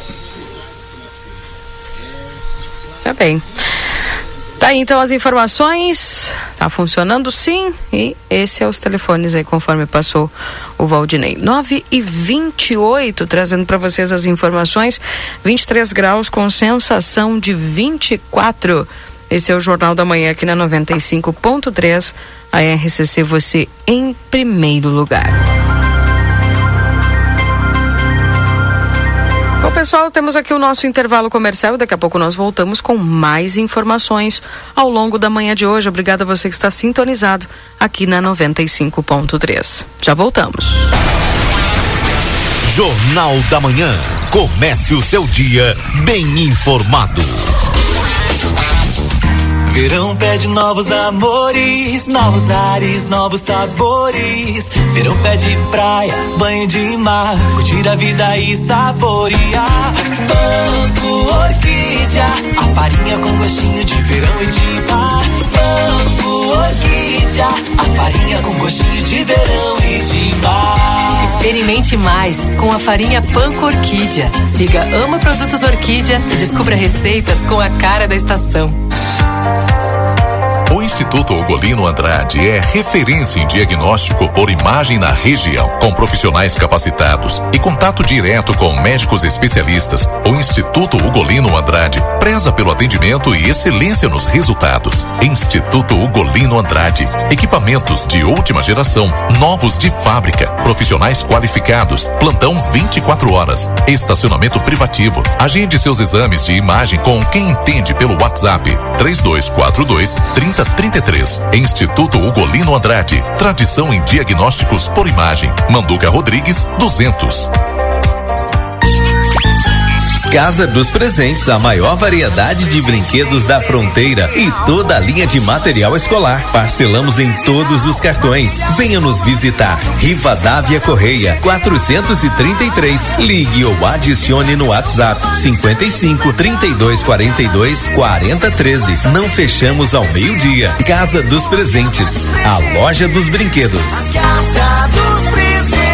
Tá bem. Tá aí então as informações, tá funcionando sim, e esse é os telefones aí conforme passou o Valdinei. nove e vinte e oito, trazendo para vocês as informações, vinte e três graus com sensação de vinte e quatro. Esse é o Jornal da Manhã aqui na noventa e cinco ponto três, a R C C você em primeiro lugar. Bom, pessoal, temos aqui o nosso intervalo comercial e daqui a pouco nós voltamos com mais informações ao longo da manhã de hoje. Obrigada a você que está sintonizado aqui na noventa e cinco ponto três. Já voltamos. Jornal da Manhã. Comece o seu dia bem informado. Verão pede novos amores, novos ares, novos sabores. Verão pede praia, banho de mar, curtir a vida e saborear. Banco Orquídea, a farinha com gostinho de verão e de mar. Banco Orquídea, a farinha com gostinho de verão e de mar. Experimente mais com a farinha Panko Orquídea. Siga Ama Produtos Orquídea e descubra receitas com a cara da estação. O Instituto Ugolino Andrade é referência em diagnóstico por imagem na região, com profissionais capacitados e contato direto com médicos especialistas. O Instituto Ugolino Andrade preza pelo atendimento e excelência nos resultados. Instituto Ugolino Andrade, equipamentos de última geração, novos de fábrica, profissionais qualificados, plantão vinte e quatro horas, estacionamento privativo. Agende seus exames de imagem com quem entende pelo WhatsApp três dois quatro dois, trinta trinta e três. Instituto Ugolino Andrade, tradição em diagnósticos por imagem. Manduca Rodrigues, duzentos. Casa dos Presentes, a maior variedade de brinquedos da fronteira e toda a linha de material escolar. Parcelamos em todos os cartões. Venha nos visitar. Rivadavia Correia, quatrocentos e trinta e três. Ligue ou adicione no WhatsApp cinquenta e cinco, trinta e dois, quarenta e dois, quarenta, treze. Não fechamos ao meio-dia. Casa dos Presentes, a loja dos brinquedos. Casa dos Presentes.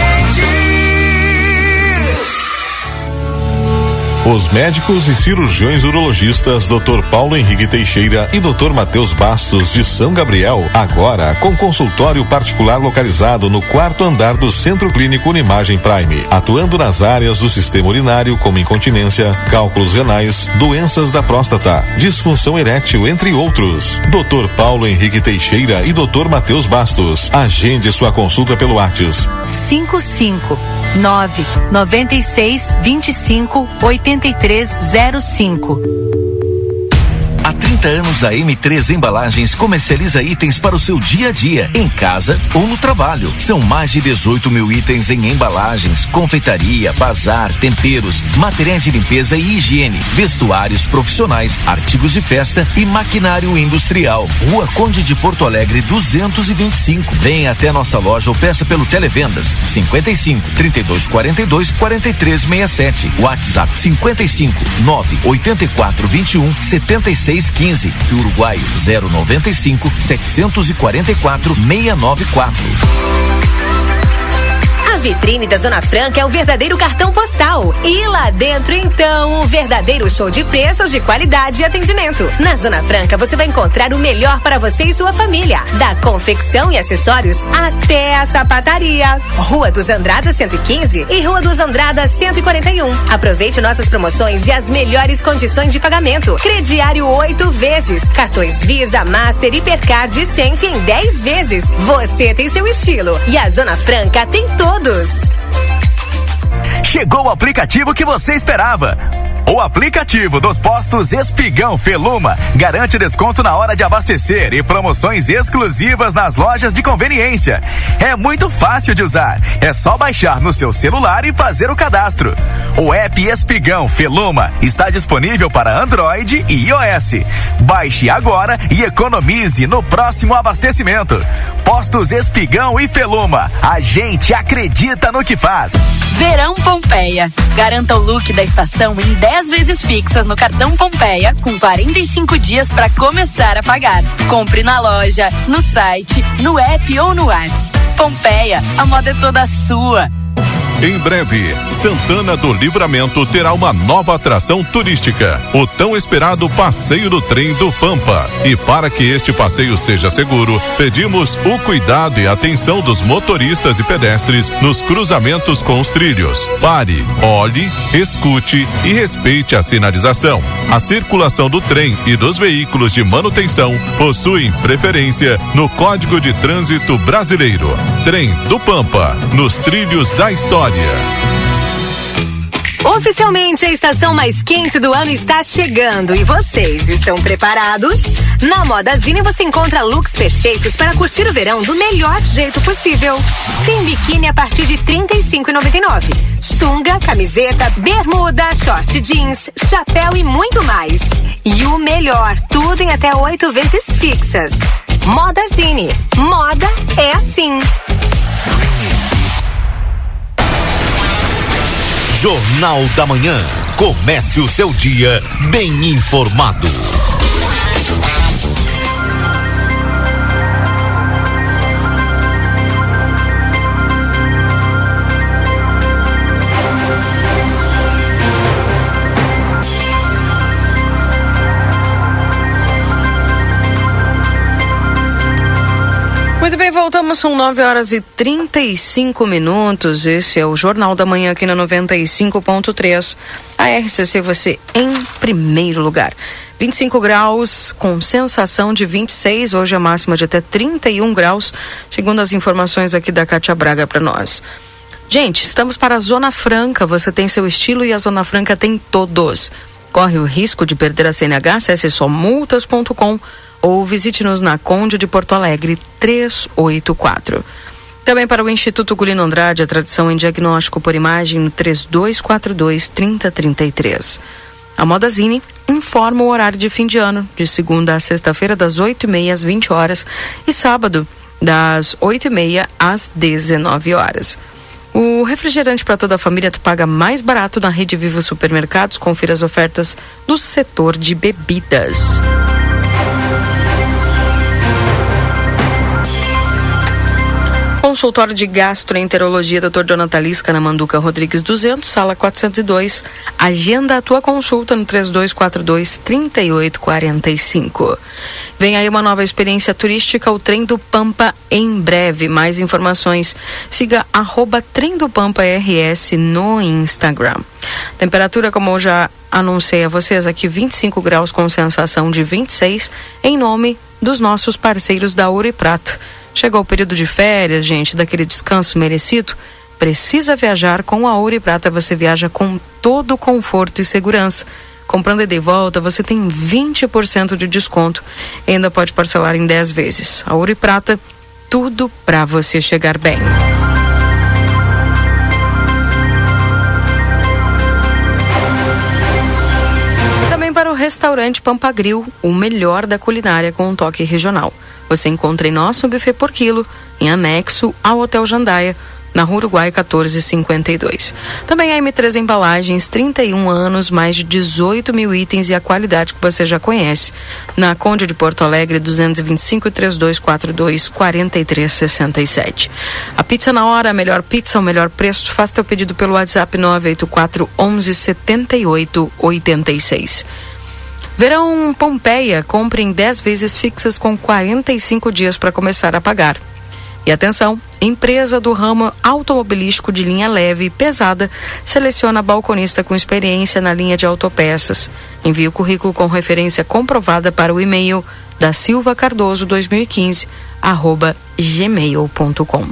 Os médicos e cirurgiões urologistas doutor Paulo Henrique Teixeira e doutor Matheus Bastos de São Gabriel, agora com consultório particular localizado no quarto andar do Centro Clínico Unimagem Prime, atuando nas áreas do sistema urinário como incontinência, cálculos renais, doenças da próstata, disfunção erétil, entre outros. doutor Paulo Henrique Teixeira e doutor Matheus Bastos. Agende sua consulta pelo WhatsApp. cinco cinco nove noventa e seis vinte e cinco oitenta e três zero cinco. Há trinta anos a M três Embalagens comercializa itens para o seu dia a dia, em casa ou no trabalho. São mais de dezoito mil itens em embalagens, confeitaria, bazar, temperos, materiais de limpeza e higiene, vestuários profissionais, artigos de festa e maquinário industrial. Rua Conde de Porto Alegre duzentos e vinte e cinco. Venha até nossa loja ou peça pelo Televendas cinquenta e cinco, trinta e dois, quarenta e dois, quarenta e três sessenta e sete. WhatsApp cinquenta e cinco, nove oitenta e quatro, vinte e um, setenta e seis quinze e Uruguaio zero noventa e cinco, setecentos e quarenta e quatro, seiscentos e noventa e quatro. A vitrine da Zona Franca é o verdadeiro cartão postal. E lá dentro, então, um verdadeiro show de preços, de qualidade e atendimento. Na Zona Franca, você vai encontrar o melhor para você e sua família. Da confecção e acessórios até a sapataria. Rua dos Andradas cento e quinze e Rua dos Andradas cento e quarenta e um. Aproveite nossas promoções e as melhores condições de pagamento. Crediário oito vezes. Cartões Visa, Master, Hipercard e Senf em dez vezes. Você tem seu estilo. E a Zona Franca tem todos. Chegou o aplicativo que você esperava. O aplicativo dos postos Espigão Feluma garante desconto na hora de abastecer e promoções exclusivas nas lojas de conveniência. É muito fácil de usar. É só baixar no seu celular e fazer o cadastro. O app Espigão Feluma está disponível para Android e iOS. Baixe agora e economize no próximo abastecimento. Postos Espigão e Feluma. A gente acredita no que faz. Verão Pompeia. Garanta o look da estação em dez vezes fixas no cartão Pompeia, com quarenta e cinco dias para começar a pagar. Compre na loja, no site, no app ou no WhatsApp. Pompeia, a moda é toda sua. Em breve, Santana do Livramento terá uma nova atração turística, o tão esperado Passeio do Trem do Pampa. E para que este passeio seja seguro, pedimos o cuidado e atenção dos motoristas e pedestres nos cruzamentos com os trilhos. Pare, olhe, escute e respeite a sinalização. A circulação do trem e dos veículos de manutenção possuem preferência no Código de Trânsito Brasileiro. Trem do Pampa, nos trilhos da história. Oficialmente, a estação mais quente do ano está chegando e vocês estão preparados? Na Modazine você encontra looks perfeitos para curtir o verão do melhor jeito possível. Tem biquíni a partir de trinta e cinco reais e noventa e nove centavos. Sunga, camiseta, bermuda, short jeans, chapéu e muito mais. E o melhor, tudo em até oito vezes fixas. Modazine. Moda é assim. Jornal da Manhã. Comece o seu dia bem informado. Muito bem, voltamos, são nove horas e trinta e cinco minutos. Esse é o Jornal da Manhã aqui na noventa e cinco ponto três. A R C C, você em primeiro lugar. vinte e cinco graus com sensação de vinte e seis, hoje a máxima de até trinta e um graus, segundo as informações aqui da Cátia Braga para nós. Gente, estamos para a Zona Franca, você tem seu estilo e a Zona Franca tem todos. Corre o risco de perder a C N H, acesse só multas ponto com ou visite-nos na Conde de Porto Alegre trezentos e oitenta e quatro. Também para o Instituto Ugolino Andrade, a tradição em diagnóstico por imagem no três dois quatro dois, três zero três três. A Modazine informa o horário de fim de ano, de segunda a sexta-feira, das oito e meia às vinte horas e sábado, das oito e meia às dezenove horas. O refrigerante para toda a família tu paga mais barato na Rede Vivo Supermercados. Confira as ofertas do setor de bebidas. Consultório de Gastroenterologia, doutor Jonathan Lisca, na Manduca Rodrigues duzentos, sala quatrocentos e dois. Agenda a tua consulta no três dois quatro dois, três oito quatro cinco. Vem aí uma nova experiência turística, o Trem do Pampa, em breve. Mais informações, siga arroba Trem do Pampa R S no Instagram. Temperatura, como eu já anunciei a vocês aqui, vinte e cinco graus com sensação de vinte e seis, em nome dos nossos parceiros da Ouro e Prata. Chegou o período de férias, gente, daquele descanso merecido. Precisa viajar com a Ouro e Prata, você viaja com todo conforto e segurança. Comprando ida e volta, você tem vinte por cento de desconto e ainda pode parcelar em dez vezes. A Ouro e Prata, tudo para você chegar bem. Também para o restaurante Pampa Grill, o melhor da culinária com um toque regional. Você encontra em nosso buffet por quilo, em anexo ao Hotel Jandaia, na Rua Uruguai quatorze cinquenta e dois. Também a M três Embalagens, trinta e um anos, mais de dezoito mil itens e a qualidade que você já conhece. Na Conde de Porto Alegre, duzentos e vinte e cinco, três dois quatro dois, quatro três seis sete. A pizza na hora, a melhor pizza, o melhor preço. Faça teu pedido pelo WhatsApp nove oito quatro, onze, setenta e oito, oitenta e seis. Verão Pompeia, compre em dez vezes fixas com quarenta e cinco dias para começar a pagar. E atenção, empresa do ramo automobilístico de linha leve e pesada seleciona balconista com experiência na linha de autopeças. Envie o currículo com referência comprovada para o e-mail da Silva Cardoso dois mil e quinze arroba gmail ponto com.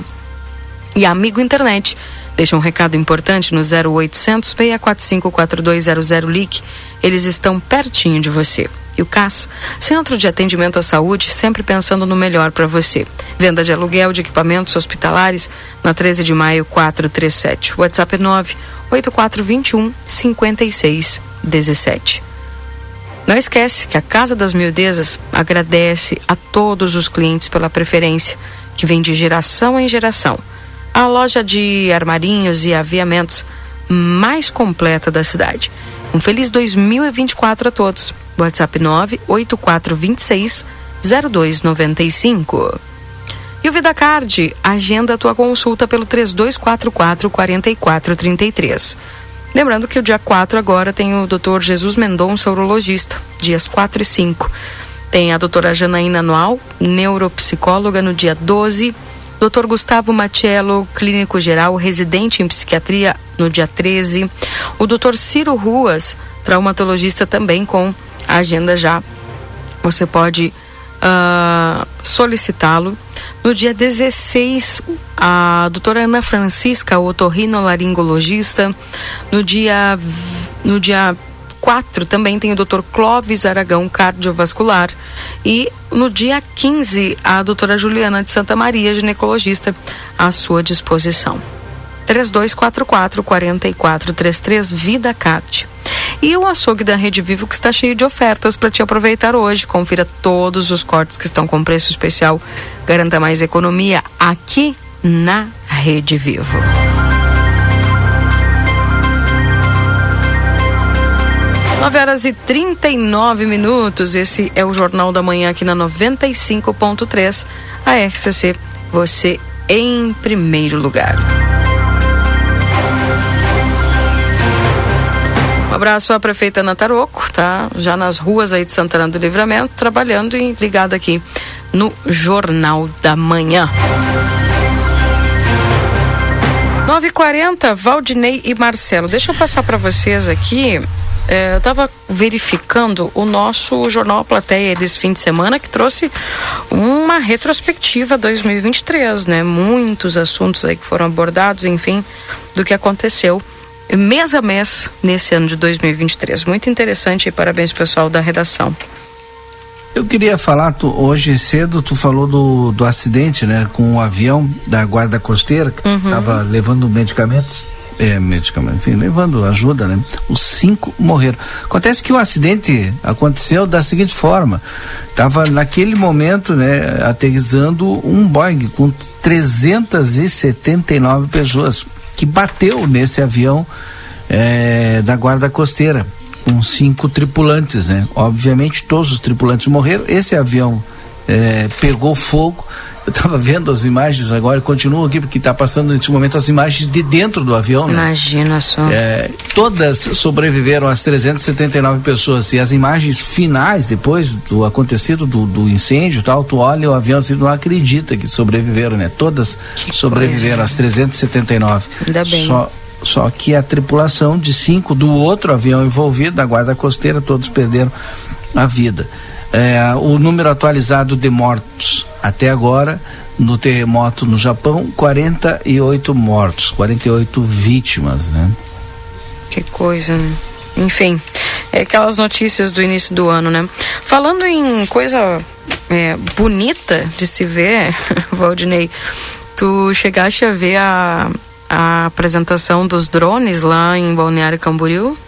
E Amigo Internet, deixa um recado importante no zero oitocentos, seis quatro cinco, quatro dois zero zero L I C. Eles estão pertinho de você. E o C A S, Centro de Atendimento à Saúde, sempre pensando no melhor para você. Venda de aluguel de equipamentos hospitalares na treze de maio, quatrocentos e trinta e sete. WhatsApp nove oito quatro dois um, cinco seis um sete. Não esquece que a Casa das Miudezas agradece a todos os clientes pela preferência, que vem de geração em geração. A loja de armarinhos e aviamentos mais completa da cidade. Um feliz dois mil e vinte e quatro a todos. WhatsApp nove oito quatro dois seis, zero dois nove cinco. E o VidaCard, agenda a tua consulta pelo três dois quatro quatro, quatro quatro três três. Lembrando que o dia quatro agora tem o doutor Jesus Mendonça, urologista, dias quatro e cinco. Tem a doutora Janaína Noal, neuropsicóloga, no dia doze. doutor Gustavo Matiello, clínico geral, residente em psiquiatria, no dia treze. O doutor Ciro Ruas, traumatologista, também com a agenda já. Você pode uh, solicitá-lo. No dia dezesseis, a doutora Ana Francisca, otorrinolaringologista. No dia, no dia quatro também tem o doutor Clóvis Aragão, cardiovascular. E no dia quinze, a doutora Juliana de Santa Maria, ginecologista, à sua disposição. três dois quatro quatro, quatro quatro três três, VidaCard. E o açougue da Rede Vivo, que está cheio de ofertas para te aproveitar hoje. Confira todos os cortes que estão com preço especial. Garanta mais economia aqui na Rede Vivo. nove horas e trinta e nove minutos. Esse é o Jornal da Manhã aqui na noventa e cinco ponto três. A R C C, você em primeiro lugar. Um abraço à prefeita Ana Taroco, tá? Já nas ruas aí de Santana do Livramento, trabalhando e ligada aqui no Jornal da Manhã. nove e quarenta, Valdinei e Marcelo. Deixa eu passar para vocês aqui. É, eu estava verificando o nosso Jornal Plateia desse fim de semana, que trouxe uma retrospectiva dois mil e vinte e três, né? Muitos assuntos aí que foram abordados, enfim, do que aconteceu mês a mês nesse ano de dois mil e vinte e três. Muito interessante e parabéns, pessoal da redação. Eu queria falar, tu, hoje cedo tu falou do, do acidente, né, com o avião da Guarda Costeira, que uhum. tava levando medicamentos, é, medicamentos, enfim, levando ajuda, né? Os cinco morreram. Acontece que o acidente aconteceu da seguinte forma: tava naquele momento, né, aterrissando um Boeing com trezentas e setenta e nove pessoas, que bateu nesse avião é, da Guarda Costeira, com cinco tripulantes, né? Obviamente todos os tripulantes morreram. Esse avião é, pegou fogo. Eu estava vendo as imagens agora, continuo aqui porque está passando nesse momento as imagens de dentro do avião, né? Imagina só. É, todas sobreviveram, as trezentas e setenta e nove pessoas, e as imagens finais depois do acontecido do, do incêndio e tal, tu olha o avião assim, tu não acredita que sobreviveram, né? Todas que sobreviveram, coisa. As trezentas e setenta e nove. Ainda bem. Só Só que a tripulação de cinco do outro avião envolvido, da Guarda Costeira, todos perderam a vida. É, o número atualizado de mortos até agora no terremoto no Japão, quarenta e oito mortos, quarenta e oito vítimas, né? Que coisa, né? Enfim, é aquelas notícias do início do ano, né? Falando em coisa é, bonita de se ver, Valdinei, tu chegaste a ver a a apresentação dos drones lá em Balneário Camboriú?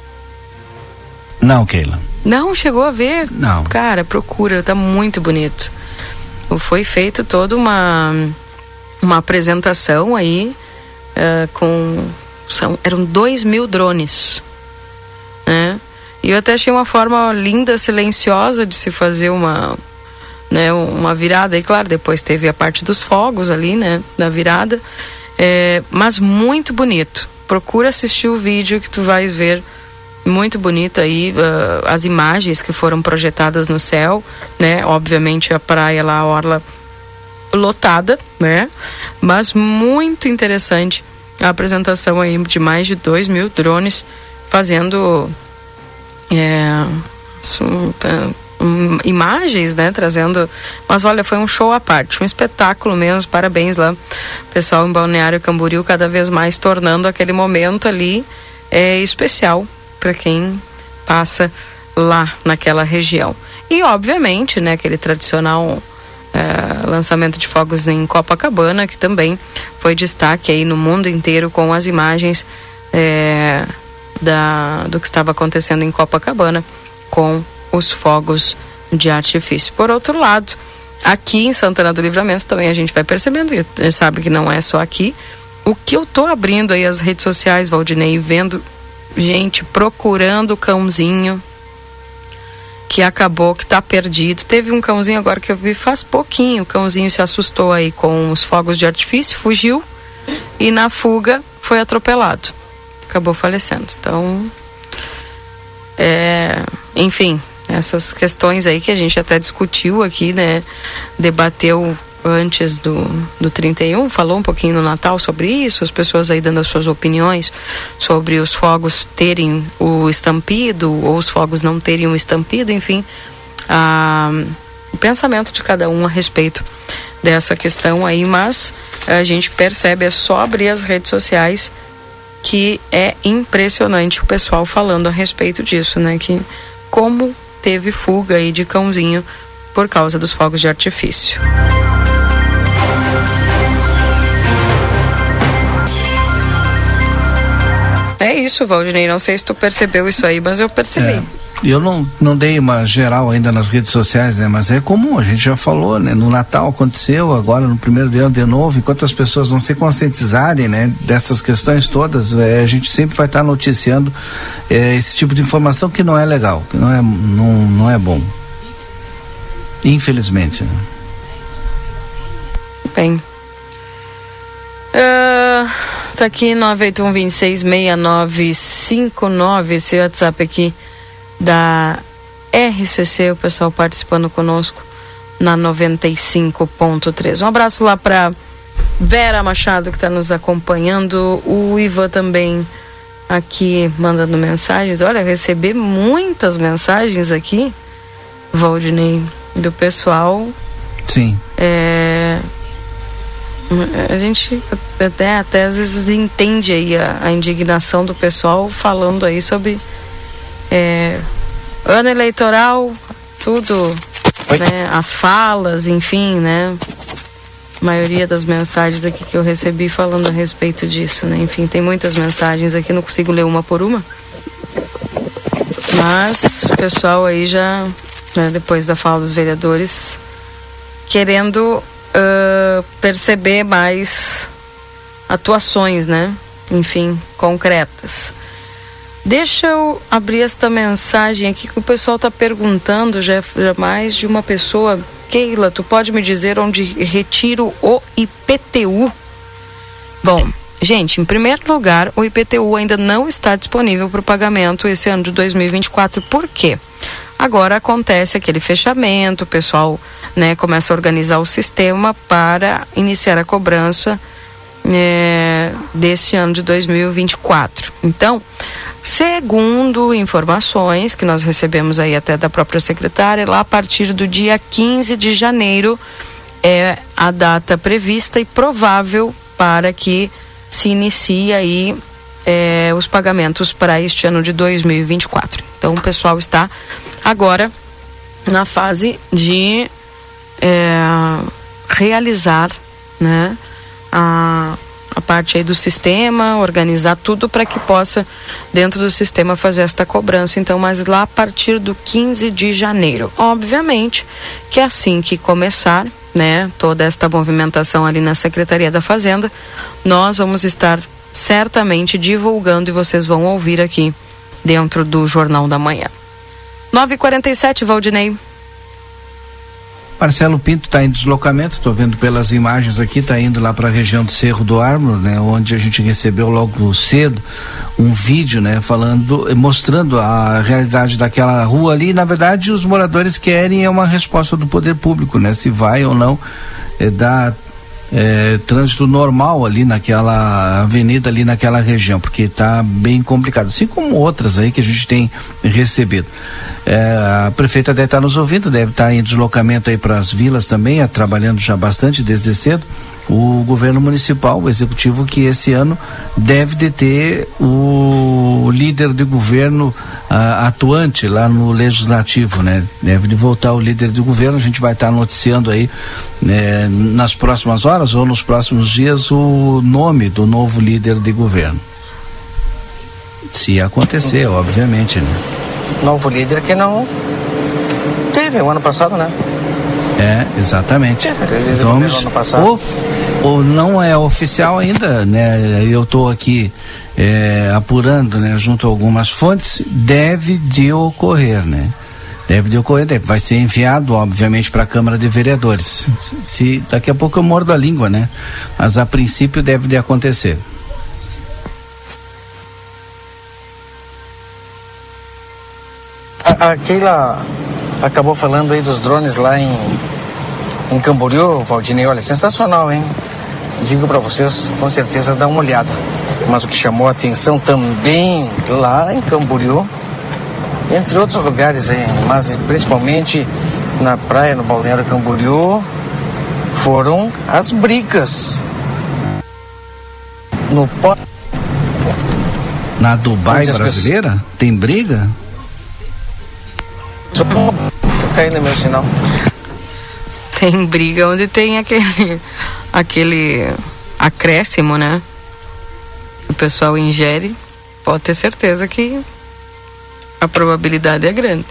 Não, Keila. Não, chegou a ver? Não. Cara, procura, tá muito bonito. Foi feito toda uma uma apresentação aí uh, com são, eram dois mil drones, né? E eu até achei uma forma linda, silenciosa de se fazer uma, né, uma virada. E claro, depois teve a parte dos fogos ali, né, da virada. É, mas muito bonito. Procura assistir o vídeo que tu vais ver. Muito bonito aí, uh, as imagens que foram projetadas no céu, né? Obviamente a praia lá, a orla lotada, né? Mas muito interessante a apresentação aí de mais de dois mil drones fazendo é, um, um, imagens, né? Trazendo, mas olha, foi um show à parte, um espetáculo mesmo. Parabéns lá, pessoal em Balneário Camboriú, cada vez mais tornando aquele momento ali é, especial para quem passa lá naquela região. E obviamente, né, aquele tradicional é, lançamento de fogos em Copacabana, que também foi destaque aí no mundo inteiro com as imagens é, da, do que estava acontecendo em Copacabana com os fogos de artifício. Por outro lado, aqui em Santana do Livramento também a gente vai percebendo, e a gente sabe que não é só aqui, o que eu tô abrindo aí as redes sociais, Valdinei, vendo gente procurando o cãozinho que acabou, que tá perdido. Teve um cãozinho agora que eu vi faz pouquinho, o cãozinho se assustou aí com os fogos de artifício, fugiu e na fuga foi atropelado, acabou falecendo. Então é, enfim, essas questões aí que a gente até discutiu aqui, né, debateu antes do, do trinta e um, falou um pouquinho no Natal sobre isso, as pessoas aí dando as suas opiniões sobre os fogos terem o estampido ou os fogos não terem o estampido, enfim, a, o pensamento de cada um a respeito dessa questão aí, mas a gente percebe, é só abrir as redes sociais que é impressionante o pessoal falando a respeito disso, né, que como teve fuga aí de cãozinho por causa dos fogos de artifício. É isso, Valdinei, não sei se tu percebeu isso aí, mas eu percebi. É, eu não, não dei uma geral ainda nas redes sociais, né, mas é comum, a gente já falou, né, no Natal aconteceu, agora no primeiro de ano de novo, enquanto as pessoas não se conscientizarem, né, dessas questões todas, é, a gente sempre vai estar noticiando é, esse tipo de informação que não é legal, que não é, não, não é bom. Infelizmente, né? Bem. Uh, tá aqui nove oito um, dois seis, seis nove cinco nove, esse WhatsApp aqui da R C C, o pessoal participando conosco na noventa e cinco ponto três. Um abraço lá pra Vera Machado, que está nos acompanhando, o Ivan também aqui mandando mensagens. Olha, recebi muitas mensagens aqui, Valdinei, do pessoal. Sim. É, a gente até, até às vezes entende aí a, a indignação do pessoal falando aí sobre é, ano eleitoral, tudo né, as falas, enfim, né? A maioria das mensagens aqui que eu recebi falando a respeito disso, né? Enfim, tem muitas mensagens aqui, não consigo ler uma por uma. Mas o pessoal aí já, né, depois da fala dos vereadores, querendo uh, perceber mais atuações, né? Enfim, concretas. Deixa eu abrir esta mensagem aqui que o pessoal está perguntando, já, já mais de uma pessoa. Keila, tu pode me dizer onde retiro o I P T U? Bom, gente, em primeiro lugar, o I P T U ainda não está disponível para o pagamento esse ano de dois mil e vinte e quatro. Por quê? Agora acontece aquele fechamento, o pessoal, né, começa a organizar o sistema para iniciar a cobrança é, desse ano de dois mil e vinte e quatro. Então, segundo informações que nós recebemos aí até da própria secretária, lá a partir do dia quinze de janeiro é a data prevista e provável para que se inicie aí é, os pagamentos para este ano de dois mil e vinte e quatro. Então o pessoal está agora na fase de é, realizar, né, a a parte aí do sistema, organizar tudo para que possa, dentro do sistema, fazer esta cobrança. Então, mas lá a partir do quinze de janeiro. Obviamente que assim que começar, né, toda esta movimentação ali na Secretaria da Fazenda, nós vamos estar certamente divulgando e vocês vão ouvir aqui dentro do Jornal da Manhã. nove e quarenta e sete, Valdinei. Marcelo Pinto está em deslocamento, estou vendo pelas imagens aqui, está indo lá para a região do Cerro do Ármor, né, onde a gente recebeu logo cedo um vídeo, né, falando, mostrando a realidade daquela rua ali. Na verdade, os moradores querem é uma resposta do poder público, né, se vai ou não é, dar é, trânsito normal ali naquela avenida, ali naquela região, porque está bem complicado, assim como outras aí que a gente tem recebido. É, a prefeita deve estar nos ouvindo, deve estar em deslocamento aí para as vilas também, é, trabalhando já bastante desde cedo. O governo municipal, o executivo, que esse ano deve de ter o líder de governo ah, atuante lá no legislativo, né? Deve de voltar o líder de governo. A gente vai estar noticiando aí, né, nas próximas horas ou nos próximos dias o nome do novo líder de governo. Se acontecer, obviamente, né? Novo líder que não teve o ano passado, né? É, exatamente. Então, ou, ou não é oficial ainda, né? Eu estou aqui é, apurando, né, junto a algumas fontes, deve de ocorrer, né? Deve de ocorrer, deve, vai ser enviado, obviamente, para a Câmara de Vereadores. Se, se daqui a pouco eu mordo a língua, né? Mas a princípio deve de acontecer. A, a Keila acabou falando aí dos drones lá em, em Camboriú, Valdinei. Olha, sensacional, hein? Digo para vocês, com certeza dá uma olhada. Mas o que chamou a atenção também lá em Camboriú, entre outros lugares aí, mas principalmente na praia, no Balneário Camboriú, foram as brigas no pó. Na Dubai brasileira? Pessoas... Tem briga? Tô caindo no meu sinal. Tem briga onde tem aquele aquele acréscimo, né? O pessoal ingere, pode ter certeza que a probabilidade é grande.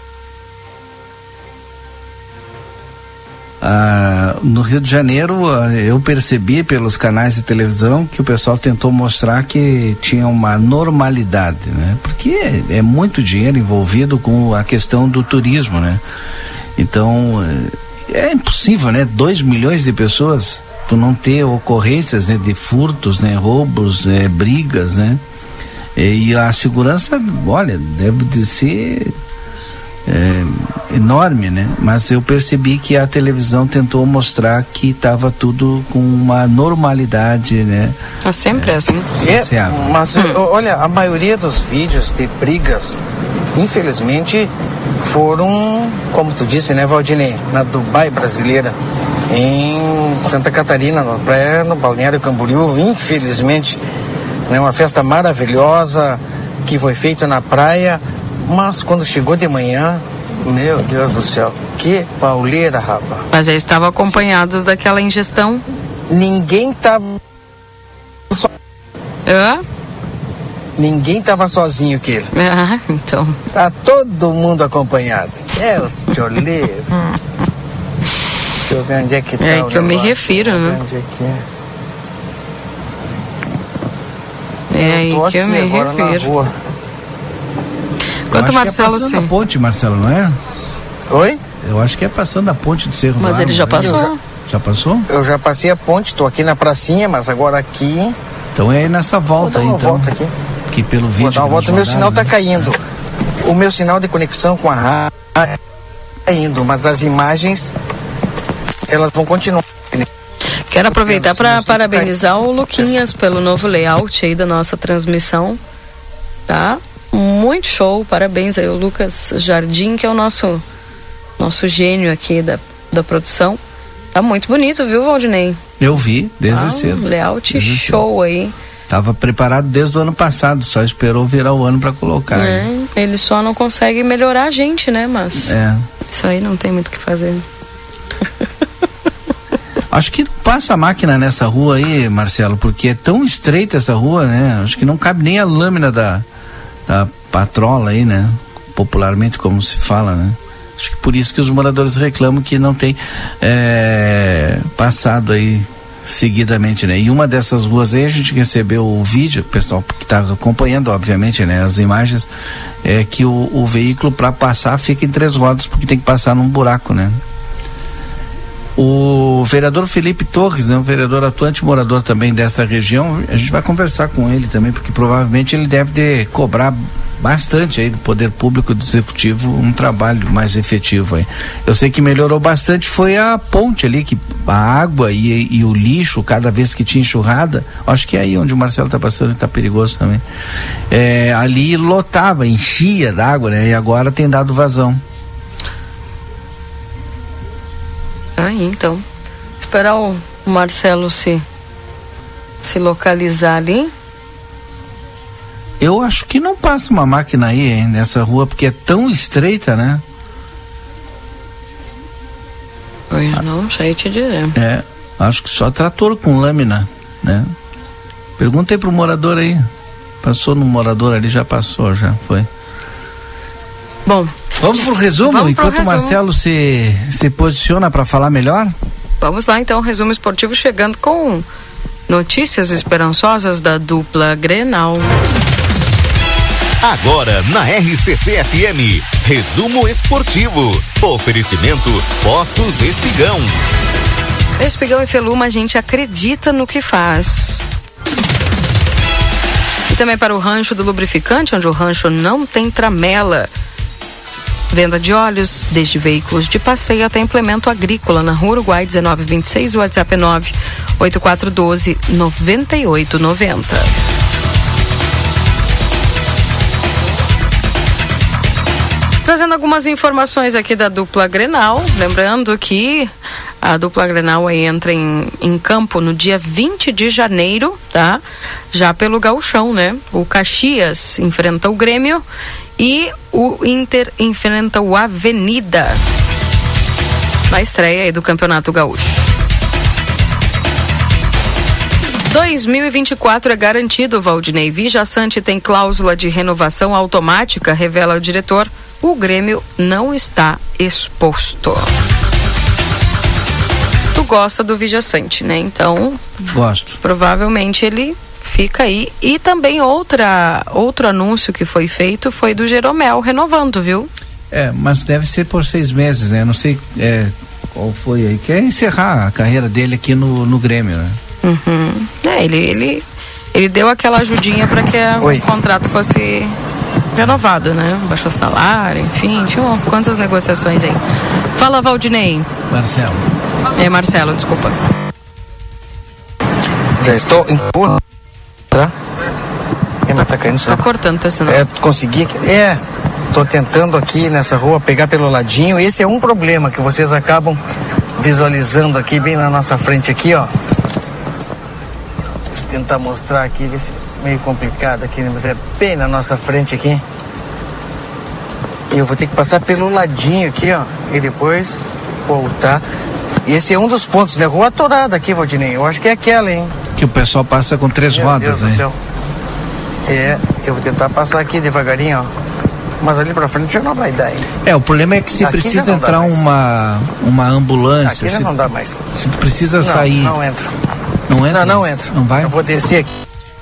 Ah, no Rio de Janeiro, eu percebi pelos canais de televisão que o pessoal tentou mostrar que tinha uma normalidade, né? Porque é, é muito dinheiro envolvido com a questão do turismo, né? Então, é impossível, né? Dois milhões de pessoas, tu não ter ocorrências, né, de furtos, né, roubos, né, brigas, né? E a segurança, olha, deve de ser é, enorme, né? Mas eu percebi que a televisão tentou mostrar que estava tudo com uma normalidade, né? É sempre é, assim. É, mas hum. olha, a maioria dos vídeos de brigas, infelizmente, foram, como tu disse, né, Valdinei, na Dubai brasileira, em Santa Catarina, na praia, no Balneário Camboriú, infelizmente, né, uma festa maravilhosa que foi feita na praia, mas quando chegou de manhã, Meu Deus do céu, que pauleira, rapaz. Mas eles estavam acompanhados daquela ingestão. Ninguém tava... Hã? Ninguém tava sozinho, aquele. Ah, então. Tá todo mundo acompanhado. É, o choleiro. Deixa eu ver onde é que tá. É o que eu me negócio. refiro, né? Onde é que é? É aí tô que eu aqui me agora na refiro. rua. Quanto Eu acho Marcelo, que é passando sim. a ponte, Marcelo, não é? Oi? Eu acho que é passando a ponte do Cerro Mas do Lago, ele já né? passou. Eu Já, já passou? Eu já passei a ponte, tô aqui na pracinha, mas agora aqui... Então é nessa volta Vou dar aí, uma então. volta aqui. Que pelo vídeo... Vou dar uma que volta, nos meu sinal mandaram, tá caindo. O meu sinal de conexão com a rádio tá caindo, mas as imagens, elas vão continuar. Quero aproveitar para parabenizar o Luquinhas pelo novo layout aí da nossa transmissão, tá? Muito show, parabéns aí o Lucas Jardim, que é o nosso nosso gênio aqui da, da produção. Tá muito bonito, viu, Valdinei? Eu vi, desde ah, cedo. Layout Desde show aí. Tava preparado desde o ano passado, só esperou virar o ano para colocar. É, ele só não consegue melhorar a gente, né? Mas É. isso aí não tem muito o que fazer. Acho que não passa a máquina nessa rua aí, Marcelo, porque é tão estreita essa rua, né? Acho que não cabe nem a lâmina da, da patrola aí, né? Popularmente como se fala, né? Acho que por isso que os moradores reclamam que não tem é, passado aí seguidamente, né? E uma dessas ruas aí a gente recebeu o vídeo, o pessoal que está acompanhando, obviamente, né? As imagens, é que o, o veículo para passar fica em três rodas porque tem que passar num buraco, né? O vereador Felipe Torres, né, um vereador atuante, morador também dessa região, a gente vai conversar com ele também, porque provavelmente ele deve de cobrar bastante aí do poder público, do executivo, um trabalho mais efetivo aí. Eu sei que melhorou bastante foi a ponte ali, que a água e, e o lixo, cada vez que tinha enxurrada, acho que é aí onde o Marcelo tá passando, tá perigoso também. É, ali lotava, enchia d'água, né, e agora tem dado vazão. Aí, então, esperar o Marcelo se se localizar ali. Eu acho que não passa uma máquina aí, hein, nessa rua, porque é tão estreita, né? Eu não sei te dizer. É, acho que só trator com lâmina, né? Pergunta aí pro morador aí. Passou no morador ali, já passou, já foi. Bom, vamos pro resumo, vamos pro enquanto resumo. o Marcelo se, se posiciona para falar melhor? Vamos lá então, resumo esportivo chegando com notícias esperançosas da dupla Grenal. Agora na R C C F M, resumo esportivo. Oferecimento Postos Espigão. Espigão e Feluma, a gente acredita no que faz. E também para o rancho do lubrificante, onde o rancho não tem tramela. Venda de óleos, desde veículos de passeio até implemento agrícola, na Rua Uruguai dezenove vinte e seis, o WhatsApp é nove oito quatro um dois, nove oito nove zero. Trazendo algumas informações aqui da dupla Grenal, lembrando que a dupla Grenal aí entra em, em campo no dia vinte de janeiro, tá? Já pelo Gauchão, né? O Caxias enfrenta o Grêmio e o Inter enfrenta o Avenida na estreia aí do Campeonato Gaúcho. dois mil e vinte e quatro é garantido, Valdinei. Vijaçante tem cláusula de renovação automática, revela o diretor. O Grêmio não está exposto. Tu gosta do Vijaçante, né? Então, gosto. Provavelmente ele fica aí. E também outra, outro anúncio que foi feito foi do Jeromel renovando, viu? É, mas deve ser por seis meses, né? Não sei é, qual foi aí. Quer encerrar a carreira dele aqui no, no Grêmio, né? Uhum. É, ele, ele, ele deu aquela ajudinha para que a, o contrato fosse renovado, né? Baixou salário, enfim, tinha umas quantas negociações aí. Fala, Valdinei. Marcelo. É, Marcelo, desculpa. Já estou em rua, tá? É, tá caindo, tá cortando teu sinal. É, consegui, é, tô tentando aqui nessa rua pegar pelo ladinho. Esse é um problema que vocês acabam visualizando aqui, bem na nossa frente aqui, ó. Deixa eu tentar mostrar aqui, ver se é meio complicado aqui, né? Mas é bem na nossa frente aqui. E eu vou ter que passar pelo ladinho aqui, ó, e depois voltar. E esse é um dos pontos, né? Rua Atorada aqui, Valdinei. Eu acho que é aquela, hein? Que o pessoal passa com três Meu rodas, Deus né? do céu. É, eu vou tentar passar aqui devagarinho, ó. Mas ali pra frente já não vai dar, hein? É, o problema é que se Aqui precisa já não dá entrar mais. uma, uma ambulância. Aqui já se, não dá mais. Se tu precisa Não, sair. não entra. Não entra? Não, não entra. Não vai? Eu vou descer aqui.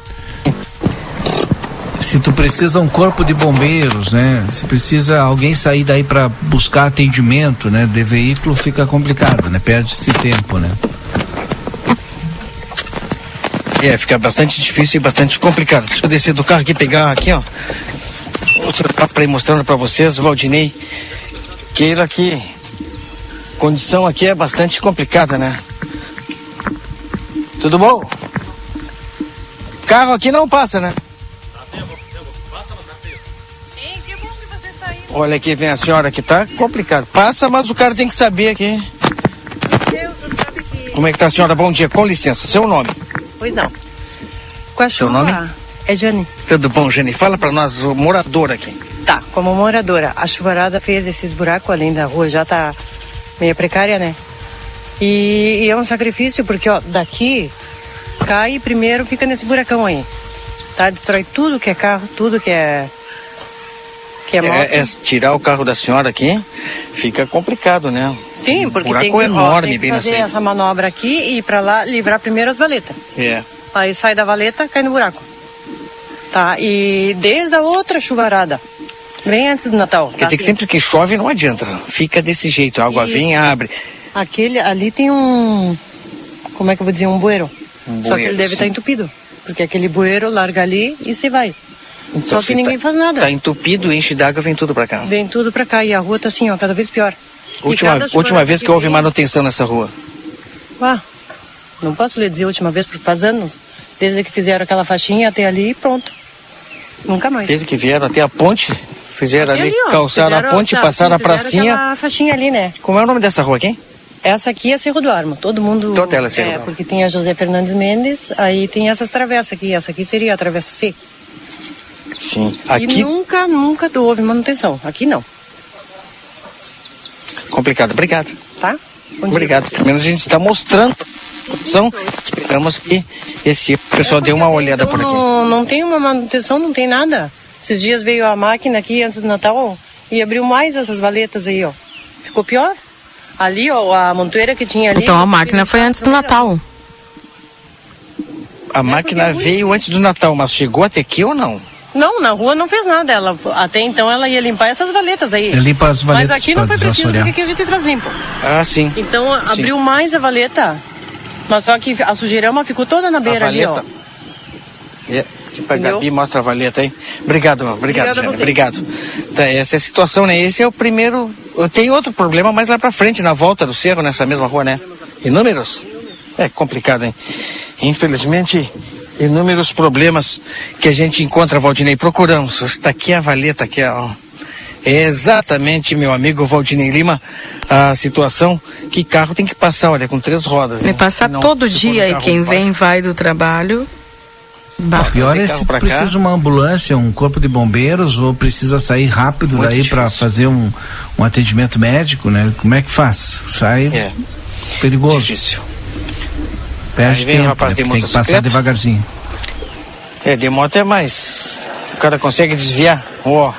Se tu precisa um corpo de bombeiros, né? Se precisa alguém sair daí para buscar atendimento, né? De veículo, fica complicado, né? Perde-se tempo, né? É, fica bastante difícil e bastante complicado. Deixa eu descer do carro aqui, pegar aqui, ó. O celular para ir mostrando para vocês, Valdinei. Queira aqui. Condição aqui é bastante complicada, né? Tudo bom? Carro aqui não passa, né? Olha aqui, vem a senhora que tá complicado. Passa, mas o cara tem que saber aqui. Como é que tá a senhora? Bom dia, com licença. Seu nome? Pois não. Com a Seu chuva, nome? É Jane. Tudo bom, Jane? Fala pra nós, o morador aqui. Tá, como moradora, a chuvarada fez esses buracos além da rua, já tá meio precária, né? E, e é um sacrifício, porque, ó, daqui cai e primeiro fica nesse buracão aí. Tá? Destrói tudo que é carro, tudo que é. Que é moto. É, é tirar o carro da senhora aqui fica complicado, né? Sim, porque buraco tem que, enorme, ó, tem que bem na fazer saída. essa manobra aqui e ir pra lá livrar primeiro as valetas. É. Aí sai da valeta, cai no buraco. Tá, e desde a outra chuvarada, bem antes do Natal. Quer dizer que sempre que chove não adianta, fica desse jeito, a água Isso. vem e abre. Aquele, ali tem um, como é que eu vou dizer, um bueiro. Um Só que bueiro, ele deve sim. estar entupido, porque aquele bueiro larga ali e se vai. Então, Só que se ninguém tá, faz nada. Tá entupido, enche d'água, vem tudo pra cá. Vem tudo pra cá e a rua tá assim, ó, cada vez pior. E Última, cada última chuvarada vez que houve vem- manutenção nessa rua. Ah, não posso lhe dizer a última vez, porque faz anos. Desde que fizeram aquela faixinha até ali, pronto. Nunca mais. Desde que vieram até a ponte, fizeram Até ali, ó, calçaram fizeram- a ponte, tá, passaram a sim, fizeram pracinha. aquela faixinha ali, né? Como é o nome dessa rua aqui? Essa aqui é Cerro do Armo. Todo mundo. Toda ela é Cerro do é, Armo. porque tem a José Fernandes Mendes, aí tem essas travessas aqui. Essa aqui seria a travessa C. Sim. E Aqui, nunca, nunca houve manutenção. Aqui não, complicado. Obrigado. tá? Bom dia. Obrigado. Pelo menos a gente está mostrando a condição. Esperamos que esse pessoal dê uma olhada por aqui. Não, não tem uma manutenção, não tem nada. Esses dias veio a máquina aqui antes do Natal e abriu mais essas valetas aí, ó. Ficou pior. Ali, ó, a montoeira que tinha ali. Então a máquina foi antes do Natal. A máquina veio antes do Natal, mas chegou até aqui ou não? Não, na rua não fez nada. Ela, até então ela ia limpar essas valetas aí. É limpa as valetas Mas aqui não pra foi preciso, desassorear. porque aqui a gente traz limpo. Ah, sim. Então Sim. abriu mais a valeta, mas só que a sujeirama ficou toda na beira ali, ó. valeta. É, tipo a Entendeu? Gabi mostra a valeta aí. Obrigado, mano. Obrigado, Obrigada a Jane. você. Obrigado. Tá, essa é a situação, né? Esse é o primeiro. Eu tenho outro problema mais lá pra frente, na volta do cerro, nessa mesma rua, né? Inúmeros? É complicado, hein? Infelizmente, inúmeros problemas que a gente encontra, Valdinei. Procuramos. Está aqui a valeta, aqui, ó. É exatamente, meu amigo Valdinei Lima, a situação que carro tem que passar, olha, com três rodas. Vai hein? passar Não, todo se for dia um e carro quem baixo. vem vai do trabalho. Bah. O pior trazer é carro se pra cá. precisa de uma ambulância, um corpo de bombeiros, ou precisa sair rápido Muito daí para difícil. fazer um, um atendimento médico, né? Como é que faz? Sai É, perigoso. difícil. Perde Aí vem o tempo, rapaz né? de Tem que passar motocicleta. devagarzinho. É, de moto é mais. O cara consegue desviar. Ó.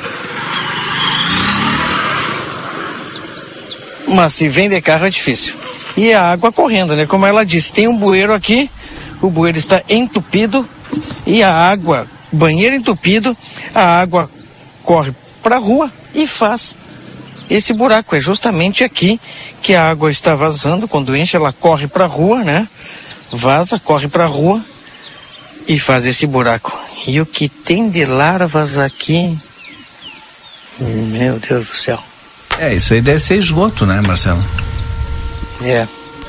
Mas se vem de carro é difícil. E a água correndo, né? Como ela disse, tem um bueiro aqui, o bueiro está entupido e a água, banheiro entupido, a água corre para a rua e faz esse buraco. É justamente aqui que a água está vazando. Quando enche, ela corre para a rua, né? Vaza, corre para a rua e faz esse buraco. E o que tem de larvas aqui, meu Deus do céu. É, isso aí deve ser esgoto, né, Marcelo? É.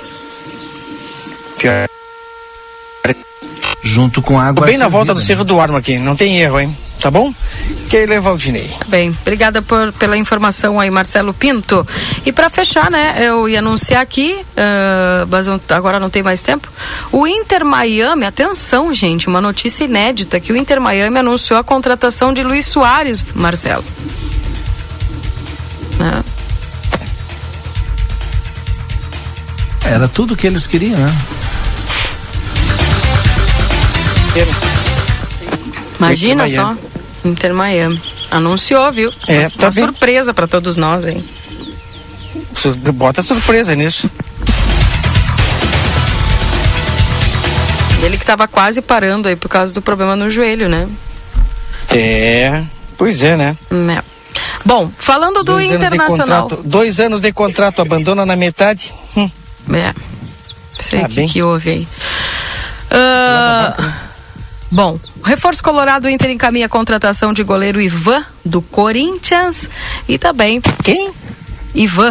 Pior. Junto com água. Bem na servida, volta do né? Cerro do Armo aqui, não tem erro, hein? Tá bom? Keila Valdinei. Bem, obrigada por, pela informação aí, Marcelo Pinto. E para fechar, né, eu ia anunciar aqui, uh, mas não, agora não tem mais tempo, o Inter Miami, atenção, gente, uma notícia inédita, que o Inter Miami anunciou a contratação de Luis Soares, Marcelo. né? Era tudo que eles queriam, né? Imagina só, Inter Miami. Anunciou, viu? É, uma tá bem. surpresa para todos nós, hein? Bota surpresa nisso. Ele que tava quase parando aí por causa do problema no joelho, né? É, pois é, né? É. Bom, falando do dois Internacional. Anos de contrato, dois anos de contrato, abandona na metade. Hum. É. Sei Tá que, bem. que houve aí. Ah, bom, reforço colorado, o Inter encaminha a contratação de goleiro Ivan, do Corinthians. E também... Quem? Ivan.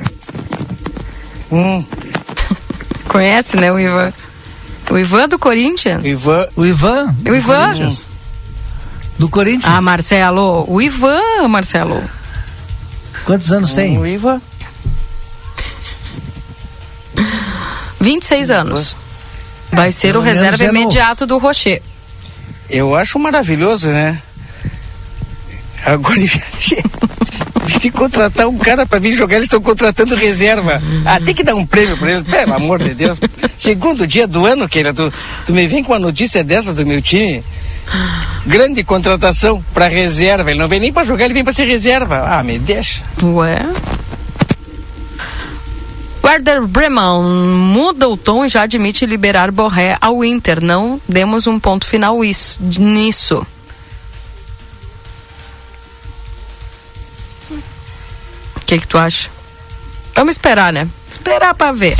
Hum. Conhece, né, o Ivan? O Ivan do Corinthians. Ivan. O Ivan? O Ivan. Corinthians. Do Corinthians. Ah, Marcelo. O Ivan, Marcelo. Quantos anos tem? O Ivan. vinte e seis anos. Vai ser pelo o reserva menos é novo. imediato do Rocher. Eu acho maravilhoso, né? Agora, de contratar um cara pra vir jogar, eles estão contratando reserva. Ah, tem que dar um prêmio pra eles, pelo amor de Deus. Segundo dia do ano, Keila, tu, tu me vem com uma notícia dessa do meu time. Grande contratação pra reserva. Ele não vem nem pra jogar, ele vem pra ser reserva. Ah, me deixa. Ué? Werder Bremen muda o tom e já admite liberar Borré ao Inter. Não demos um ponto final isso, nisso. O que que tu acha? Vamos esperar, né? Esperar pra ver.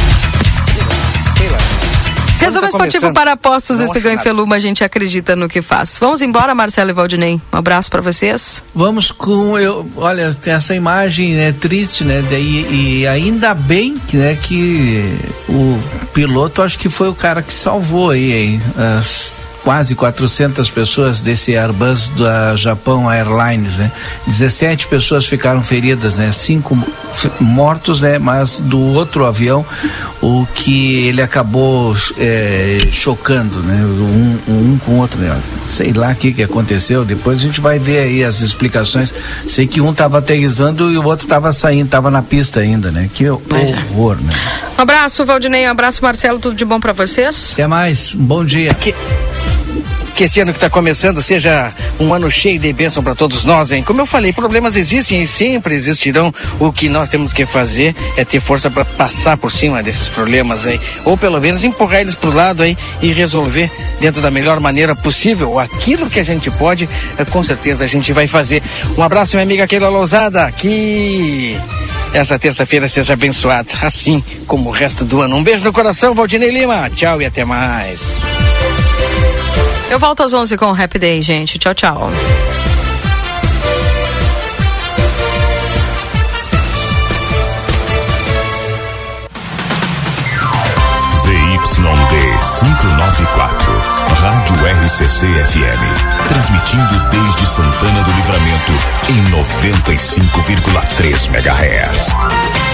Resumo tá esportivo começando. para apostas, Não Espigão acho e nada. Feluma, a gente acredita no que faz. Vamos embora, Marcelo e Valdinei. Um abraço pra vocês. Vamos com, eu, olha, essa imagem é triste, né? E, e ainda bem que, né, que o piloto, acho que foi o cara que salvou aí, hein, as quase quatrocentas pessoas desse Airbus da Japão Airlines, né? dezessete pessoas ficaram feridas, né? Cinco f- mortos, né? Mas do outro avião, o que ele acabou é, chocando, né? Um, um com o outro, né? Sei lá o que que aconteceu, depois a gente vai ver aí as explicações. Sei que um estava aterrissando e o outro estava saindo, estava na pista ainda, né? Que horror, né? Um abraço, Valdinei. Um abraço, Marcelo. Tudo de bom pra vocês? Até mais. Um bom dia. Que... Que esse ano que está começando seja um ano cheio de bênção para todos nós, hein? Como eu falei, problemas existem e sempre existirão. O que nós temos que fazer é ter força para passar por cima desses problemas aí, ou pelo menos empurrar eles pro lado aí e resolver dentro da melhor maneira possível. Aquilo que a gente pode, é, com certeza a gente vai fazer. Um abraço, minha amiga Keila Lousada, que essa terça-feira seja abençoada, assim como o resto do ano. Um beijo no coração, Valdinei Lima. Tchau e até mais. Eu volto às onze com o Happy Day, gente. Tchau, tchau. Z Y D quinhentos e noventa e quatro, Rádio R C C F M, transmitindo desde Santana do Livramento em noventa e cinco vírgula três megahertz.